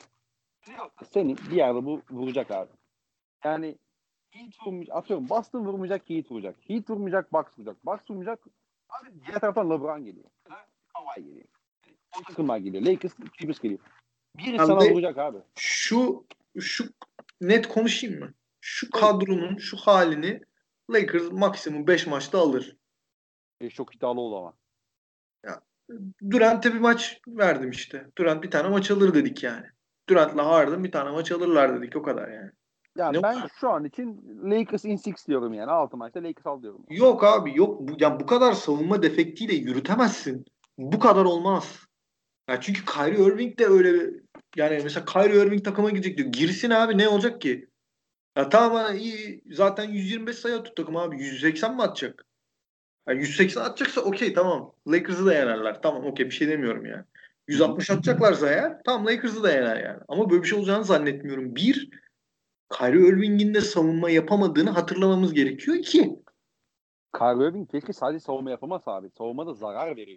seni bir yerde bu vuracak abi. Yani Heat vurmayacak, atıyorum Boston vurmayacak, Heat vuracak. Heat vurmayacak, Bucks vuracak. Bucks vurmayacak, abi diğer taraftan LeBron geliyor. Kawhi geliyor. O takımlar geliyor. Lakers, Clippers geliyor. Biri Abi sana de vuracak abi. şu şu net konuşayım mı? Şu Tabii. kadronun şu halini Lakers maksimum beş maçta alır. E, çok iddialı oldu ama. Ya, Durant'e bir maç verdim işte. Durant bir tane maç alır dedik yani. Durant'la Harden bir tane maç alırlar dedik, o kadar yani. Ne Ya o ben kadar? şu an için Lakers in six diyorum yani. Altı maçta Lakers al diyorum. Yok abi, yok. Bu, ya bu kadar savunma defektiyle yürütemezsin. Bu kadar olmaz. Ya çünkü Kyrie Irving de öyle bir- yani mesela Kyrie Irving takıma gidecek diyor. Girsin abi, ne olacak ki? Ya tamam, iyi, zaten yüz yirmi beş sayı atıyor takım abi. yüz seksen mi atacak? Yani yüz seksen atacaksa okey tamam. Lakers'ı da yenerler. Tamam okey bir şey demiyorum yani. yüz altmış atacaklarsa eğer tamam Lakers'ı da yener yani. Ama böyle bir şey olacağını zannetmiyorum. Bir, Kyrie Irving'in de savunma yapamadığını hatırlamamız gerekiyor. İki, Kyrie Irving keşke sadece savunma yapamaz abi. Savunmada zarar veriyor.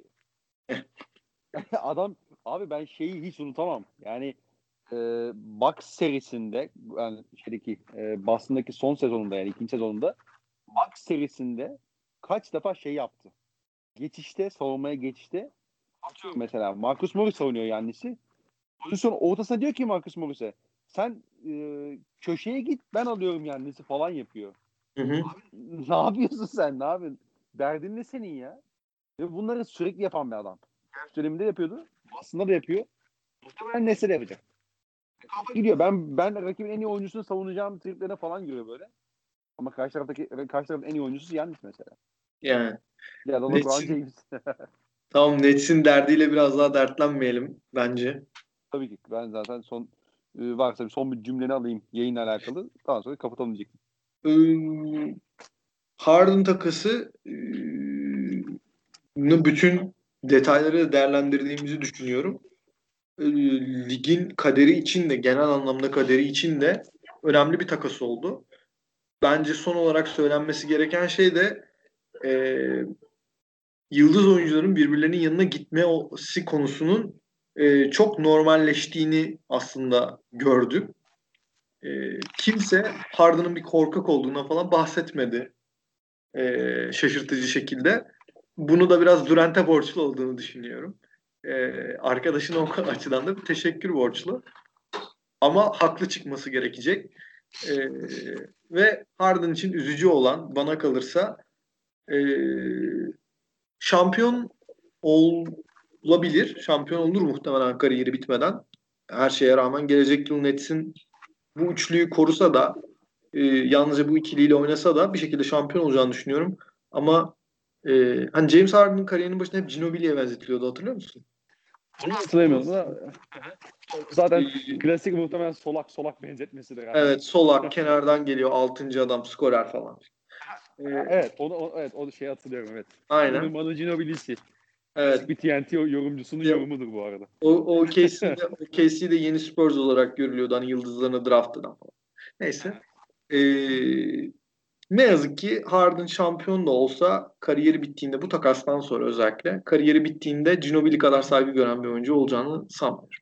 Adam abi ben şeyi hiç unutamam. Yani e, Bucks serisinde yani şeydeki e, Boston'daki son sezonunda yani ikinci sezonunda Bucks serisinde kaç defa şey yaptı. Geçişte savunmaya geçişte atıyorum mesela Marcus Morris savunuyor Yannis'i. Pozisyon ortasına diyor ki Marcus Morris'e sen e, köşeye git ben alıyorum Yannis'i falan yapıyor. hı hı. Ne yapıyorsun sen? Ne yapıyorsun? Derdin ne senin ya? Ve bunları sürekli yapan bir adam. Döneminde yapıyordu. Aslında da yapıyor. Muhtemelen Nesli de yapacak. Kafa gidiyor. Ben ben rakibin en iyi oyuncusunu savunacağım triplerine falan giriyor böyle. Ama karşı taraftaki karşı tarafın en iyi oyuncusu Yannis mesela. Yani Ya da LeBron Nets'in James. tamam Nets'in derdiyle biraz daha dertlenmeyelim bence. Tabii ki. Ben zaten son e, varsa bir son bir cümleni alayım yayınla alakalı. Daha sonra kapatalım diyecektim. Ee, Harden takası e, bütün detayları değerlendirdiğimizi düşünüyorum. E, ligin kaderi için de genel anlamda kaderi için de önemli bir takas oldu. Bence son olarak söylenmesi gereken şey de e, yıldız oyuncuların birbirlerinin yanına gitmesi konusunun e, çok normalleştiğini aslında gördük. E, kimse Harden'ın bir korkak olduğuna falan bahsetmedi. E, şaşırtıcı şekilde. Bunu da biraz Durant'e borçlu olduğunu düşünüyorum. E, arkadaşına o açıdan da bir teşekkür borçlu. Ama haklı çıkması gerekecek. E, ve Harden için üzücü olan bana kalırsa e, şampiyon olabilir. Şampiyon olur muhtemelen kariyeri bitmeden. Her şeye rağmen gelecek yıl Nets'in bu üçlüyü korusa da e, yalnızca bu ikiliyle oynasa da bir şekilde şampiyon olacağını düşünüyorum. Ama e, hani James Harden'ın kariyerinin başında hep Ginobili'ye benzetiliyordu hatırlıyor musun? Bunu hatırlayamıyorum ama zaten E, klasik muhtemelen solak solak benzetmesidir abi. evet solak kenardan geliyor altıncı adam skorer falan. E, Evet, onu, o, evet, o şeyi hatırlıyorum evet. Manu, aynen. Manu Ginobili'si. Evet. Klasik bir T N T yorumcusunun Ya, yorumudur bu arada. o, o O K C'de, O K C'de yeni Spurs olarak görülüyordu hani yıldızlarını draft eden falan. Neyse. Ee, ne yazık ki Harden şampiyon da olsa kariyeri bittiğinde bu takastan sonra özellikle kariyeri bittiğinde Ginobili kadar saygı gören bir oyuncu olacağını sanmıyorum.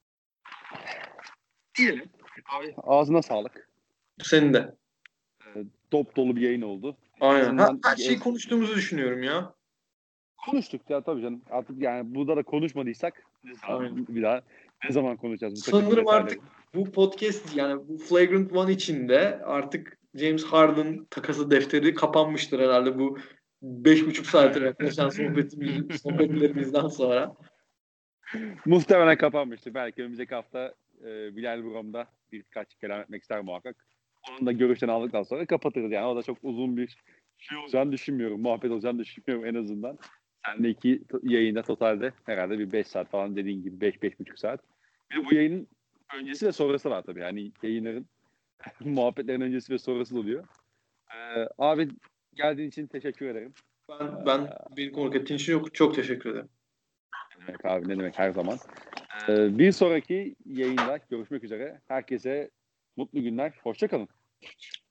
Diyelim. Abi ağzına sağlık. Senin de. Ee, dop dolu bir yayın oldu. En Aynen. Ha, azından her e, şeyi konuştuğumuzu düşünüyorum ya. konuştuk ya tabii canım. Artık yani burada da konuşmadıysak Aynen. bir daha ne zaman konuşacağız bu takımın Sanırım detayları? artık bu podcast yani bu Flagrant One içinde artık James Harden takası defteri kapanmıştır herhalde bu beş buçuk saate yaklaşan sohbetimiz, sohbetlerimizden sonra. Muhtemelen kapanmıştır. Belki önümüzdeki hafta e, Bilal Burom'da birkaç kelam etmek ister muhakkak. Onun da görüşlerini aldıktan sonra kapatırız yani. O da çok uzun bir şey olacağını düşünmüyorum. Muhabbet olacağını düşünmüyorum en azından. Sen de iki yayında totalde herhalde bir beş saat falan dediğin gibi beş beş buçuk saat. Bir de bu yayının öncesi ve sonrası var tabii. Yani yayınların muhabbetlerin öncesi ve sonrası da oluyor. Ee, abi geldiğin için teşekkür ederim. Ben ben beni konuk ettiğin için çok, çok teşekkür ederim. Ne demek abi ne demek her zaman. Ee, bir sonraki yayında görüşmek üzere. Herkese mutlu günler. Hoşça kalın.